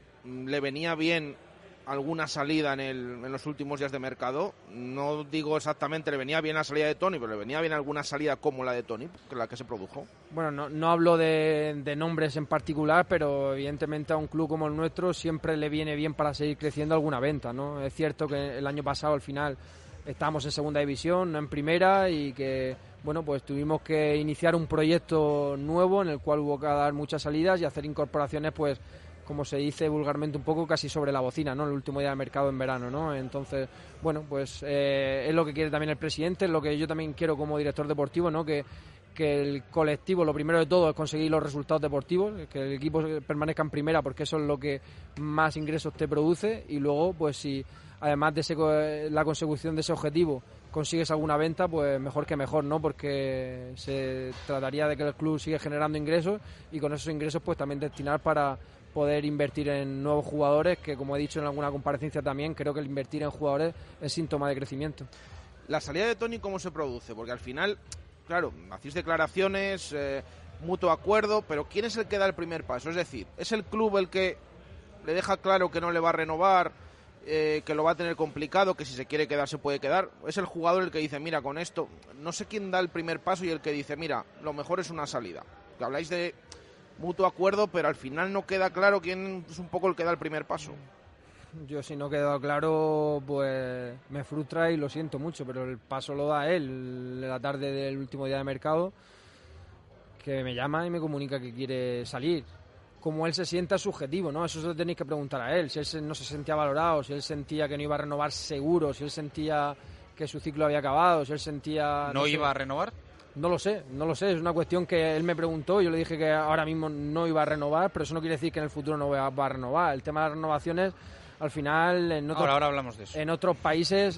le venía bien alguna salida en los últimos días de mercado. No digo exactamente le venía bien la salida de Toni, pero le venía bien alguna salida como la de Toni, que la que se produjo. Bueno, no hablo de nombres en particular, pero evidentemente a un club como el nuestro siempre le viene bien para seguir creciendo alguna venta, ¿no? Es cierto que el año pasado al final estábamos en segunda división, no en primera, y que bueno, pues tuvimos que iniciar un proyecto nuevo en el cual hubo que dar muchas salidas y hacer incorporaciones, pues como se dice vulgarmente, un poco casi sobre la bocina, ¿no? El último día de mercado en verano, ¿no? Entonces, bueno, pues es lo que quiere también el presidente, es lo que yo también quiero como director deportivo, ¿no? Que el colectivo, lo primero de todo es conseguir los resultados deportivos, que el equipo permanezca en primera, porque eso es lo que más ingresos te produce, y luego, pues si además de la consecución de ese objetivo consigues alguna venta, pues mejor que mejor, ¿no? Porque se trataría de que el club siga generando ingresos y con esos ingresos pues también destinar para poder invertir en nuevos jugadores, que como he dicho en alguna comparecencia también, creo que el invertir en jugadores es síntoma de crecimiento. La salida de Toni, ¿cómo se produce? Porque al final, claro, hacéis declaraciones, mutuo acuerdo, pero ¿quién es el que da el primer paso? Es decir, ¿es el club el que le deja claro que no le va a renovar, que lo va a tener complicado, que si se quiere quedar se puede quedar? ¿Es el jugador el que dice, mira, con esto, no sé quién da el primer paso y el que dice, mira, lo mejor es una salida? Que habláis de mutuo acuerdo, pero al final no queda claro quién es un poco el que da el primer paso. Yo, si no queda claro, pues me frustra y lo siento mucho, pero el paso lo da él la tarde del último día de mercado, que me llama y me comunica que quiere salir. Como él se sienta es subjetivo, ¿no? Eso se lo tenéis que preguntar a él. Si él no se sentía valorado, si él sentía que no iba a renovar seguro, si él sentía que su ciclo había acabado, si él sentía... ¿No iba a renovar? No lo sé, es una cuestión que él me preguntó, yo le dije que ahora mismo no iba a renovar, pero eso no quiere decir que en el futuro no va a renovar. El tema de las renovaciones, al final, ahora hablamos de eso. En otros países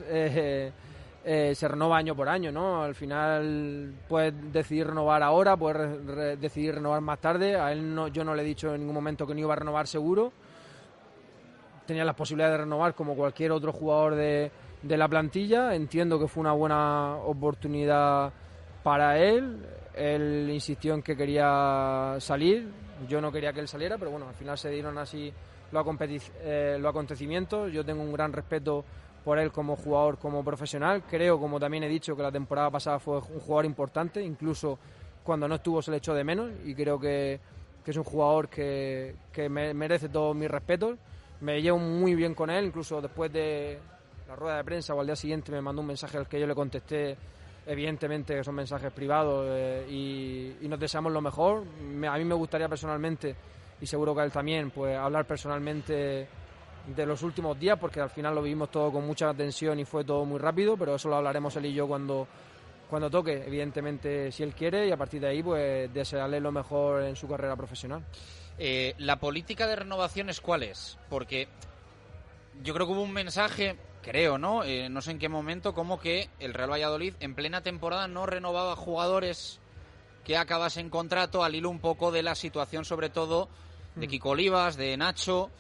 se renova año por año, ¿no? Al final puedes decidir renovar ahora, puedes decidir renovar más tarde. A él yo no le he dicho en ningún momento que no iba a renovar seguro. Tenía las posibilidades de renovar como cualquier otro jugador de la plantilla. Entiendo que fue una buena oportunidad para él. Él insistió en que quería salir, yo no quería que él saliera, pero bueno, al final se dieron así los acontecimientos. Yo tengo un gran respeto por él como jugador, como profesional. Creo, como también he dicho, que la temporada pasada fue un jugador importante, incluso cuando no estuvo se le echó de menos, y creo que es un jugador que merece todos mis respetos. Me llevo muy bien con él, incluso después de la rueda de prensa o al día siguiente me mandó un mensaje al que yo le contesté, evidentemente que son mensajes privados, y nos deseamos lo mejor. A mí me gustaría personalmente, y seguro que a él también, pues hablar personalmente de los últimos días, porque al final lo vivimos todo con mucha tensión y fue todo muy rápido, pero eso lo hablaremos él y yo cuando toque, evidentemente, si él quiere, y a partir de ahí pues desearle lo mejor en su carrera profesional. ¿La política de renovaciones cuál es? Porque yo creo que hubo un mensaje, creo, ¿no? No sé en qué momento, como que el Real Valladolid en plena temporada no renovaba jugadores que acabasen contrato, al hilo un poco de la situación, sobre todo de Kiko Olivas, de Nacho.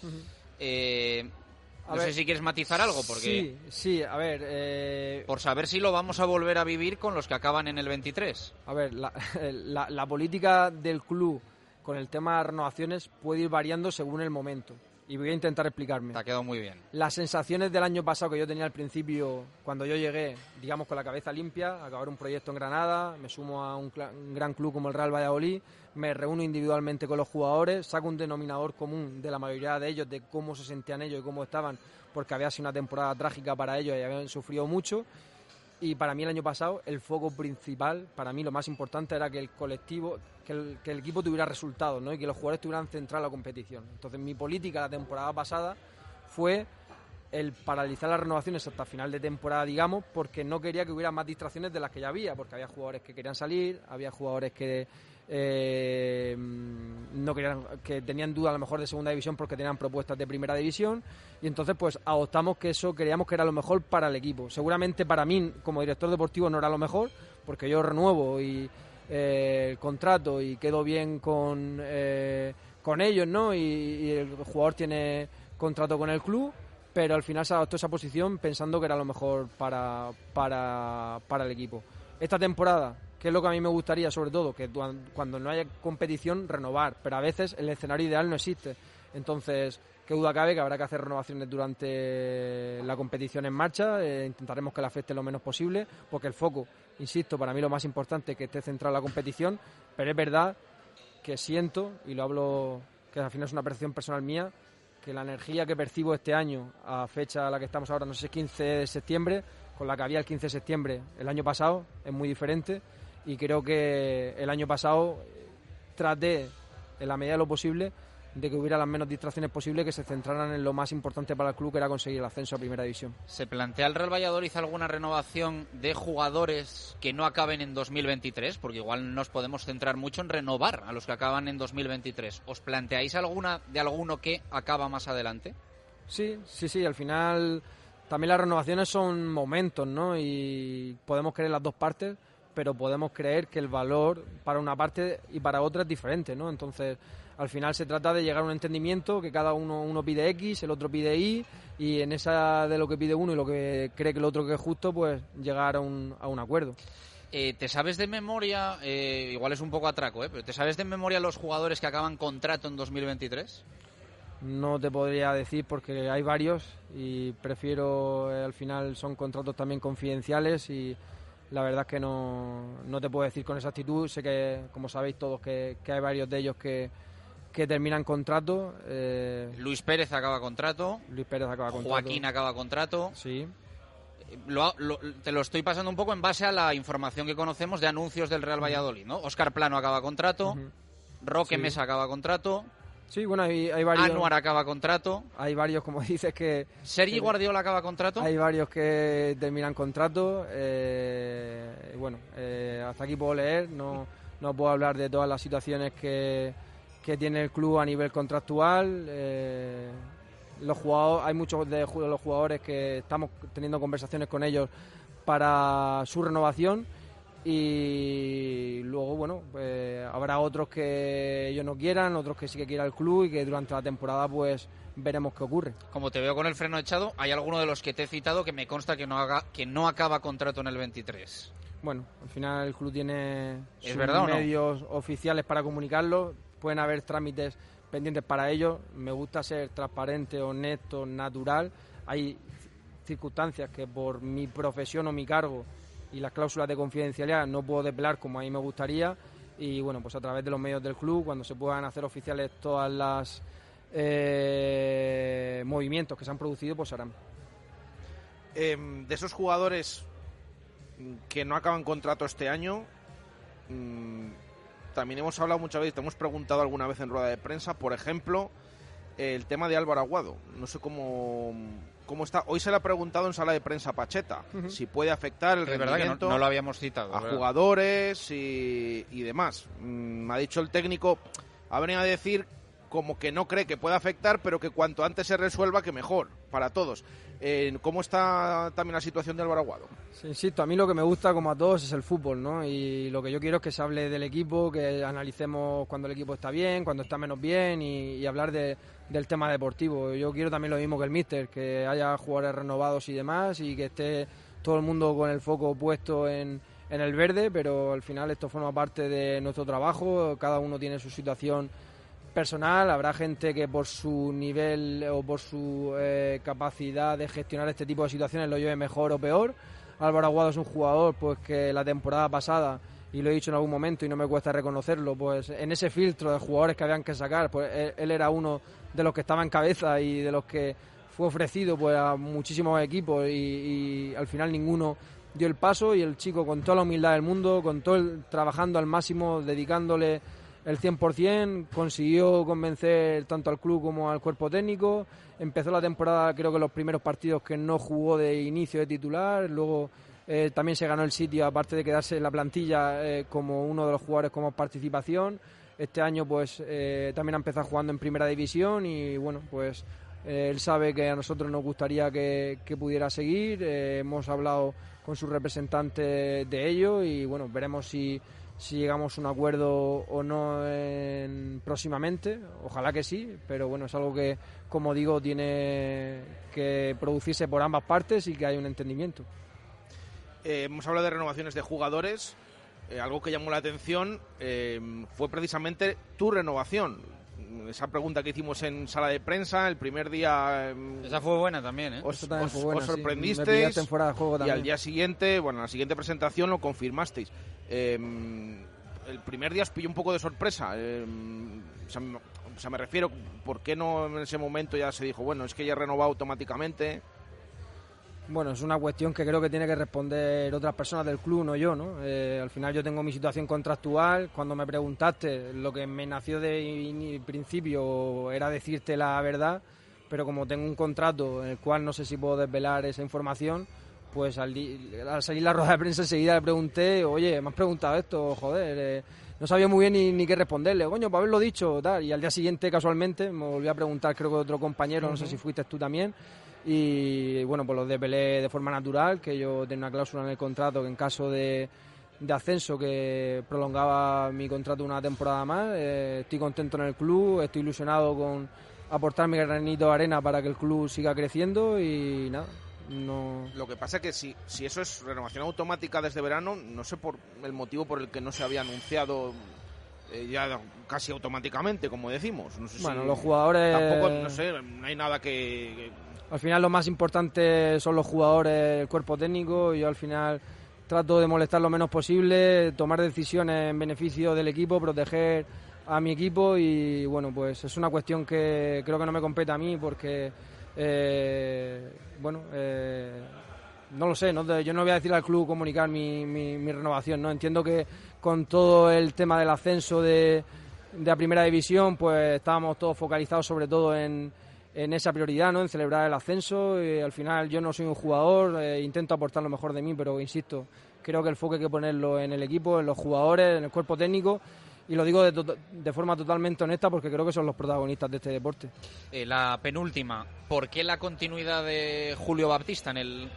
No sé si quieres matizar algo, porque sí, a ver... por saber si lo vamos a volver a vivir con los que acaban en el 23. A ver, la política del club con el tema de renovaciones puede ir variando según el momento. Y voy a intentar explicarme. Te ha quedado muy bien. Las sensaciones del año pasado que yo tenía al principio, cuando yo llegué, digamos, con la cabeza limpia, a acabar un proyecto en Granada, me sumo a un gran club como el Real Valladolid, me reúno individualmente con los jugadores, saco un denominador común de la mayoría de ellos, de cómo se sentían ellos y cómo estaban, porque había sido una temporada trágica para ellos y habían sufrido mucho. Y para mí el año pasado el foco principal, para mí lo más importante era que el colectivo, que el equipo tuviera resultados, ¿no? Y que los jugadores tuvieran centrada la competición. Entonces mi política la temporada pasada fue el paralizar las renovaciones hasta final de temporada, digamos, porque no quería que hubiera más distracciones de las que ya había, porque había jugadores que querían salir, había jugadores que no querían, que tenían duda a lo mejor de segunda división porque tenían propuestas de primera división, y entonces pues adoptamos que eso, creíamos que era lo mejor para el equipo. Seguramente para mí como director deportivo no era lo mejor, porque yo renuevo y el contrato y quedo bien con ellos, ¿no? Y el jugador tiene contrato con el club, pero al final se adoptó esa posición pensando que era lo mejor para el equipo. Esta temporada, que es lo que a mí me gustaría sobre todo, que cuando no haya competición, renovar, pero a veces el escenario ideal no existe. Entonces, qué duda cabe que habrá que hacer renovaciones durante la competición en marcha, intentaremos que la afecte lo menos posible, porque el foco, insisto, para mí lo más importante es que esté centrado en la competición, pero es verdad que siento, y lo hablo, que al final es una percepción personal mía, que la energía que percibo este año, a fecha a la que estamos ahora, no sé, 15 de septiembre, con la que había el 15 de septiembre el año pasado, es muy diferente, y creo que el año pasado traté, en la medida de lo posible, de que hubiera las menos distracciones posibles, que se centraran en lo más importante para el club, que era conseguir el ascenso a Primera División. ¿Se plantea el Real Valladolid alguna renovación de jugadores que no acaben en 2023? Porque igual nos podemos centrar mucho en renovar a los que acaban en 2023. ¿Os planteáis alguna de alguno que acaba más adelante? Sí, al final también las renovaciones son momentos, ¿no? Y podemos creer las dos partes, pero podemos creer que el valor para una parte y para otra es diferente, ¿no? Entonces, al final se trata de llegar a un entendimiento, que cada uno pide X, el otro pide Y, y en esa de lo que pide uno y lo que cree que el otro que es justo, pues llegar a un acuerdo. ¿Te sabes de memoria, igual es un poco atraco, pero ¿te sabes de memoria los jugadores que acaban contrato en 2023? No te podría decir porque hay varios y prefiero, al final son contratos también confidenciales y la verdad es que no te puedo decir con exactitud. Sé que, como sabéis todos, que hay varios de ellos que terminan contrato. Luis Pérez acaba contrato. Joaquín acaba contrato. Sí. Te lo estoy pasando un poco en base a la información que conocemos de anuncios del Real Valladolid, ¿no? Óscar Plano acaba contrato. Roque Mesa acaba contrato. Sí, bueno, hay varios. Anuar acaba contrato. Hay varios, como dices, que... ¿Sergi Guardiola acaba contrato? Hay varios que terminan contrato. Hasta aquí puedo leer. No puedo hablar de todas las situaciones que tiene el club a nivel contractual. Hay muchos de los jugadores que estamos teniendo conversaciones con ellos para su renovación. Y luego, habrá otros que ellos no quieran, otros que sí que quiera el club y que durante la temporada pues veremos qué ocurre. Como te veo con el freno echado, hay alguno de los que te he citado que me consta que no acaba contrato en el 23. Bueno, al final el club tiene sus medios oficiales para comunicarlo, pueden haber trámites pendientes para ello. Me gusta ser transparente, honesto, natural. Hay circunstancias que por mi profesión o mi cargo y las cláusulas de confidencialidad no puedo desvelar como a mí me gustaría, y bueno, pues a través de los medios del club, cuando se puedan hacer oficiales todas las movimientos que se han producido, pues se harán. De esos jugadores que no acaban contrato este año, también hemos hablado muchas veces, te hemos preguntado alguna vez en rueda de prensa, por ejemplo, el tema de Álvaro Aguado. No sé cómo está. Hoy se le ha preguntado en sala de prensa a Pacheta si puede afectar el rendimiento, que no lo habíamos citado, a jugadores y demás. Ha dicho el técnico, ha venido a decir como que no cree que pueda afectar, pero que cuanto antes se resuelva, que mejor, para todos. ¿Cómo está también la situación de Álvaro Aguado? Sí, insisto, a mí lo que me gusta, como a todos, es el fútbol, ¿no? Y lo que yo quiero es que se hable del equipo, que analicemos cuando el equipo está bien, cuando está menos bien y hablar del tema deportivo. Yo quiero también lo mismo que el míster, que haya jugadores renovados y demás y que esté todo el mundo con el foco puesto en el verde, pero al final esto forma parte de nuestro trabajo, cada uno tiene su situación personal, habrá gente que por su nivel o por su capacidad de gestionar este tipo de situaciones lo lleve mejor o peor. Álvaro Aguado es un jugador pues que la temporada pasada, y lo he dicho en algún momento y no me cuesta reconocerlo, pues en ese filtro de jugadores que habían que sacar, pues él era uno de los que estaba en cabeza y de los que fue ofrecido pues a muchísimos equipos y al final ninguno dio el paso, y el chico, con toda la humildad del mundo, con todo trabajando al máximo, dedicándole el 100%, consiguió convencer tanto al club como al cuerpo técnico. Empezó la temporada, creo que los primeros partidos que no jugó de inicio de titular, luego también se ganó el sitio, aparte de quedarse en la plantilla como uno de los jugadores con más participación. Este año pues también ha empezado jugando en Primera División y bueno, pues él sabe que a nosotros nos gustaría que pudiera seguir. Hemos hablado su representante de ello y bueno, veremos si llegamos a un acuerdo o no próximamente. Ojalá que sí, pero bueno, es algo que, como digo, tiene que producirse por ambas partes y que haya un entendimiento. Hemos hablado de renovaciones de jugadores. Algo que llamó la atención fue precisamente tu renovación. Esa pregunta que hicimos en sala de prensa el primer día. Esa fue buena también, ¿eh? Os Sí. sorprendisteis Me fuera de juego y también. al día siguiente, bueno, en la siguiente presentación lo confirmasteis. El primer día os pilló un poco de sorpresa. O sea, me refiero, ¿por qué no en ese momento ya se dijo, bueno, es que ya he renovado automáticamente? Bueno, es una cuestión que creo que tiene que responder otras personas del club, no yo, ¿no? Al final yo tengo mi situación contractual. Cuando me preguntaste, lo que me nació de principio era decirte la verdad, pero como tengo un contrato en el cual no sé si puedo desvelar esa información, pues al salir la rueda de prensa enseguida le pregunté, oye, me has preguntado esto, joder, no sabía muy bien ni qué responderle, coño, para haberlo dicho, tal. Y al día siguiente, casualmente, me volví a preguntar, creo que otro compañero, no sé si fuiste tú también, y bueno, pues lo desvelé de forma natural, que yo tenía una cláusula en el contrato que en caso de ascenso que prolongaba mi contrato una temporada más. Estoy contento en el club, estoy ilusionado con aportar mi granito de arena para que el club siga creciendo y nada. No. Lo que pasa es que si eso es renovación automática desde verano, no sé por el motivo por el que no se había anunciado ya casi automáticamente, como decimos. No sé bueno, si los jugadores... Tampoco, no sé, no hay nada que... Al final lo más importante son los jugadores, el cuerpo técnico, y yo al final trato de molestar lo menos posible, tomar decisiones en beneficio del equipo, proteger a mi equipo y bueno, pues es una cuestión que creo que no me compete a mí porque... no lo sé, yo no voy a decir al club comunicar mi renovación, ¿no? Entiendo que con todo el tema del ascenso de la primera división, pues estábamos todos focalizados sobre todo en esa prioridad, ¿no? En celebrar el ascenso. Y al final yo no soy un jugador, intento aportar lo mejor de mí, pero insisto, creo que el foco hay que ponerlo en el equipo, en los jugadores, en el cuerpo técnico. Y lo digo de forma totalmente honesta porque creo que son los protagonistas de este deporte. La penúltima, ¿por qué la continuidad de Julio Baptista en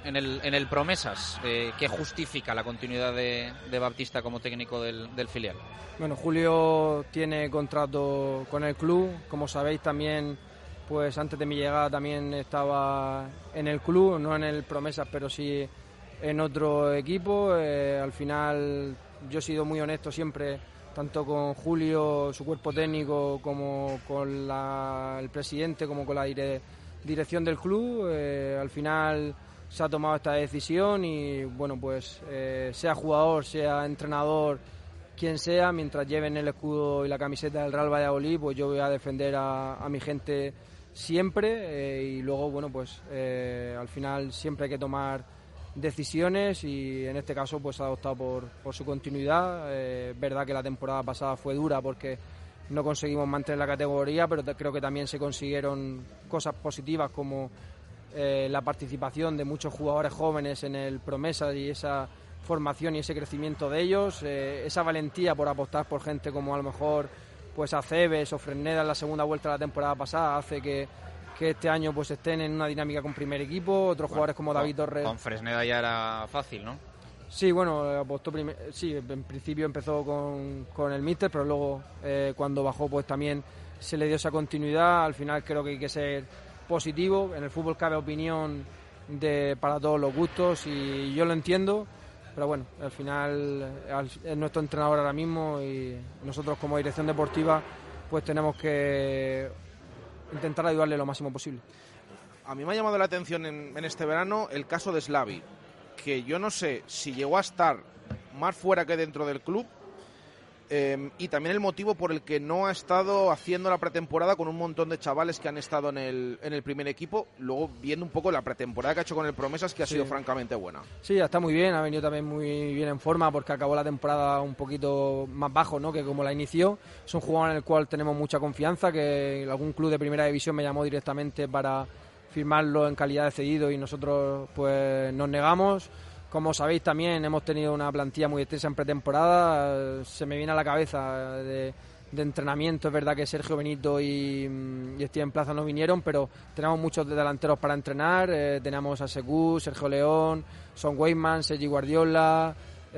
el Promesas? ¿Qué justifica la continuidad de Baptista como técnico del filial? Bueno, Julio tiene contrato con el club, como sabéis también, pues antes de mi llegada también estaba en el club, no en el Promesas, pero sí en otro equipo. Al final yo he sido muy honesto siempre, tanto con Julio, su cuerpo técnico, como con el presidente, como con la dirección del club. Al final se ha tomado esta decisión y bueno, pues sea jugador, sea entrenador, quien sea, mientras lleven el escudo y la camiseta del Real Valladolid, pues yo voy a defender a mi gente siempre. Y luego, bueno, pues al final siempre hay que tomar decisiones y en este caso pues ha optado por su continuidad. Verdad que la temporada pasada fue dura porque no conseguimos mantener la categoría, pero creo que también se consiguieron cosas positivas como la participación de muchos jugadores jóvenes en el Promesas y esa formación y ese crecimiento de ellos, esa valentía por apostar por gente como a lo mejor pues Aceves o Fresneda en la segunda vuelta de la temporada pasada hace que este año pues estén en una dinámica con primer equipo. Otros jugadores como David Torres. Con Fresneda ya era fácil, ¿no? Sí, bueno, apostó sí, en principio empezó con el míster, pero luego cuando bajó pues también se le dio esa continuidad. Al final creo que hay que ser positivo. En el fútbol cabe opinión para todos los gustos y yo lo entiendo, pero bueno, al final es nuestro entrenador ahora mismo y nosotros como dirección deportiva pues tenemos que intentar ayudarle lo máximo posible. A mí me ha llamado la atención en este verano el caso de Slavi, que yo no sé si llegó a estar más fuera que dentro del club, y también el motivo por el que no ha estado haciendo la pretemporada con un montón de chavales que han estado en el primer equipo, luego viendo un poco la pretemporada que ha hecho con el Promesas, que ha sido francamente buena. Sí, está muy bien, ha venido también muy bien en forma porque acabó la temporada un poquito más bajo, ¿no?, que como la inició. Es un jugador en el cual tenemos mucha confianza, que algún club de primera división me llamó directamente para firmarlo en calidad de cedido y nosotros pues nos negamos. Como sabéis también hemos tenido una plantilla muy extensa en pretemporada. Se me viene a la cabeza de entrenamiento. Es verdad que Sergio Benito y Steven Plaza no vinieron, pero tenemos muchos delanteros para entrenar. Tenemos a Sekou, Sergio León, Son Weidman, Sergi Guardiola.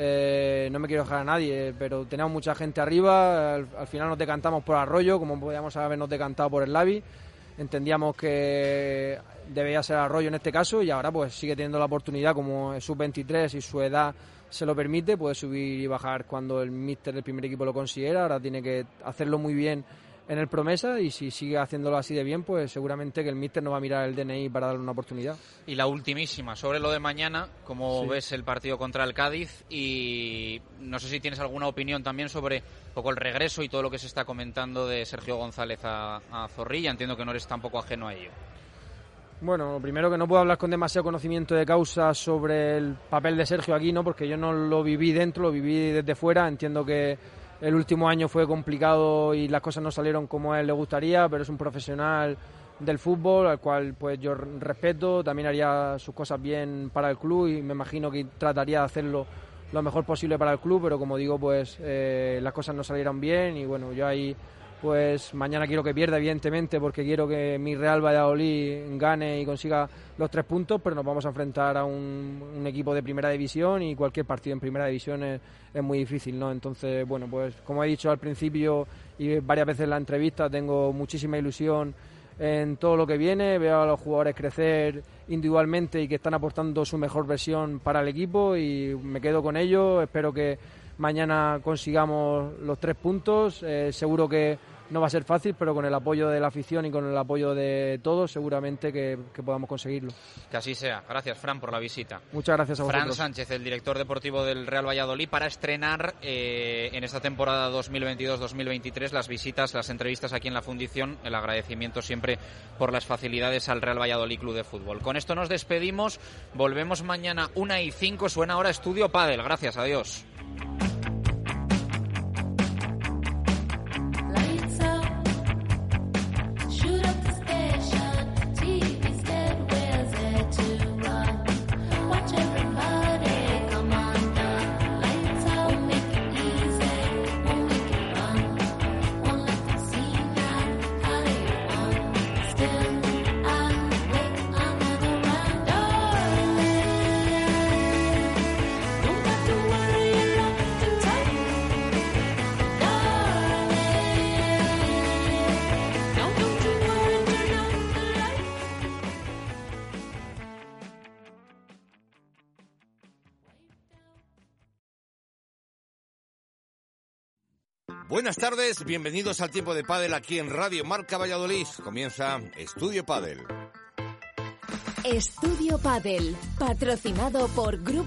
No me quiero dejar a nadie, pero tenemos mucha gente arriba. Al final nos decantamos por Arroyo, como podíamos habernos decantado por el Lavi. Entendíamos que debía ser Arroyo en este caso, y ahora pues sigue teniendo la oportunidad, como es sub-23 y su edad se lo permite, puede subir y bajar cuando el míster del primer equipo lo considera. Ahora tiene que hacerlo muy bien en el Promesa, y si sigue haciéndolo así de bien, pues seguramente que el míster no va a mirar el DNI para darle una oportunidad. Y la ultimísima, sobre lo de mañana, ¿cómo ves el partido contra el Cádiz? Y no sé si tienes alguna opinión también sobre un poco el regreso y todo lo que se está comentando de Sergio González a Zorrilla. Entiendo que no eres tampoco ajeno a ello. Bueno, primero que no puedo hablar con demasiado conocimiento de causa sobre el papel de Sergio aquí, ¿no? Porque yo no lo viví dentro, lo viví desde fuera. Entiendo que el último año fue complicado y las cosas no salieron como a él le gustaría, pero es un profesional del fútbol al cual pues yo respeto. También haría sus cosas bien para el club y me imagino que trataría de hacerlo lo mejor posible para el club, pero como digo, pues las cosas no salieron bien, y bueno, yo ahí pues mañana quiero que pierda, evidentemente, porque quiero que mi Real Valladolid gane y consiga los 3 puntos, pero nos vamos a enfrentar a un equipo de primera división, y cualquier partido en primera división es muy difícil, ¿no? Entonces, bueno, pues como he dicho al principio y varias veces en la entrevista, tengo muchísima ilusión en todo lo que viene. Veo a los jugadores crecer individualmente y que están aportando su mejor versión para el equipo, y me quedo con ello. Espero que mañana consigamos los 3 puntos. Seguro que no va a ser fácil, pero con el apoyo de la afición y con el apoyo de todos seguramente que podamos conseguirlo. Que así sea. Gracias, Fran, por la visita. Muchas gracias a vosotros. Fran Sánchez, el director deportivo del Real Valladolid, para estrenar en esta temporada 2022-2023 las visitas, las entrevistas aquí en la Fundición. El agradecimiento siempre por las facilidades al Real Valladolid Club de Fútbol. Con esto nos despedimos. Volvemos mañana 1:05. Suena ahora Estudio Pádel. Gracias, adiós. Buenas tardes, bienvenidos al Tiempo de Pádel aquí en Radio Marca Valladolid. Comienza Estudio Pádel. Estudio Pádel, patrocinado por Grupo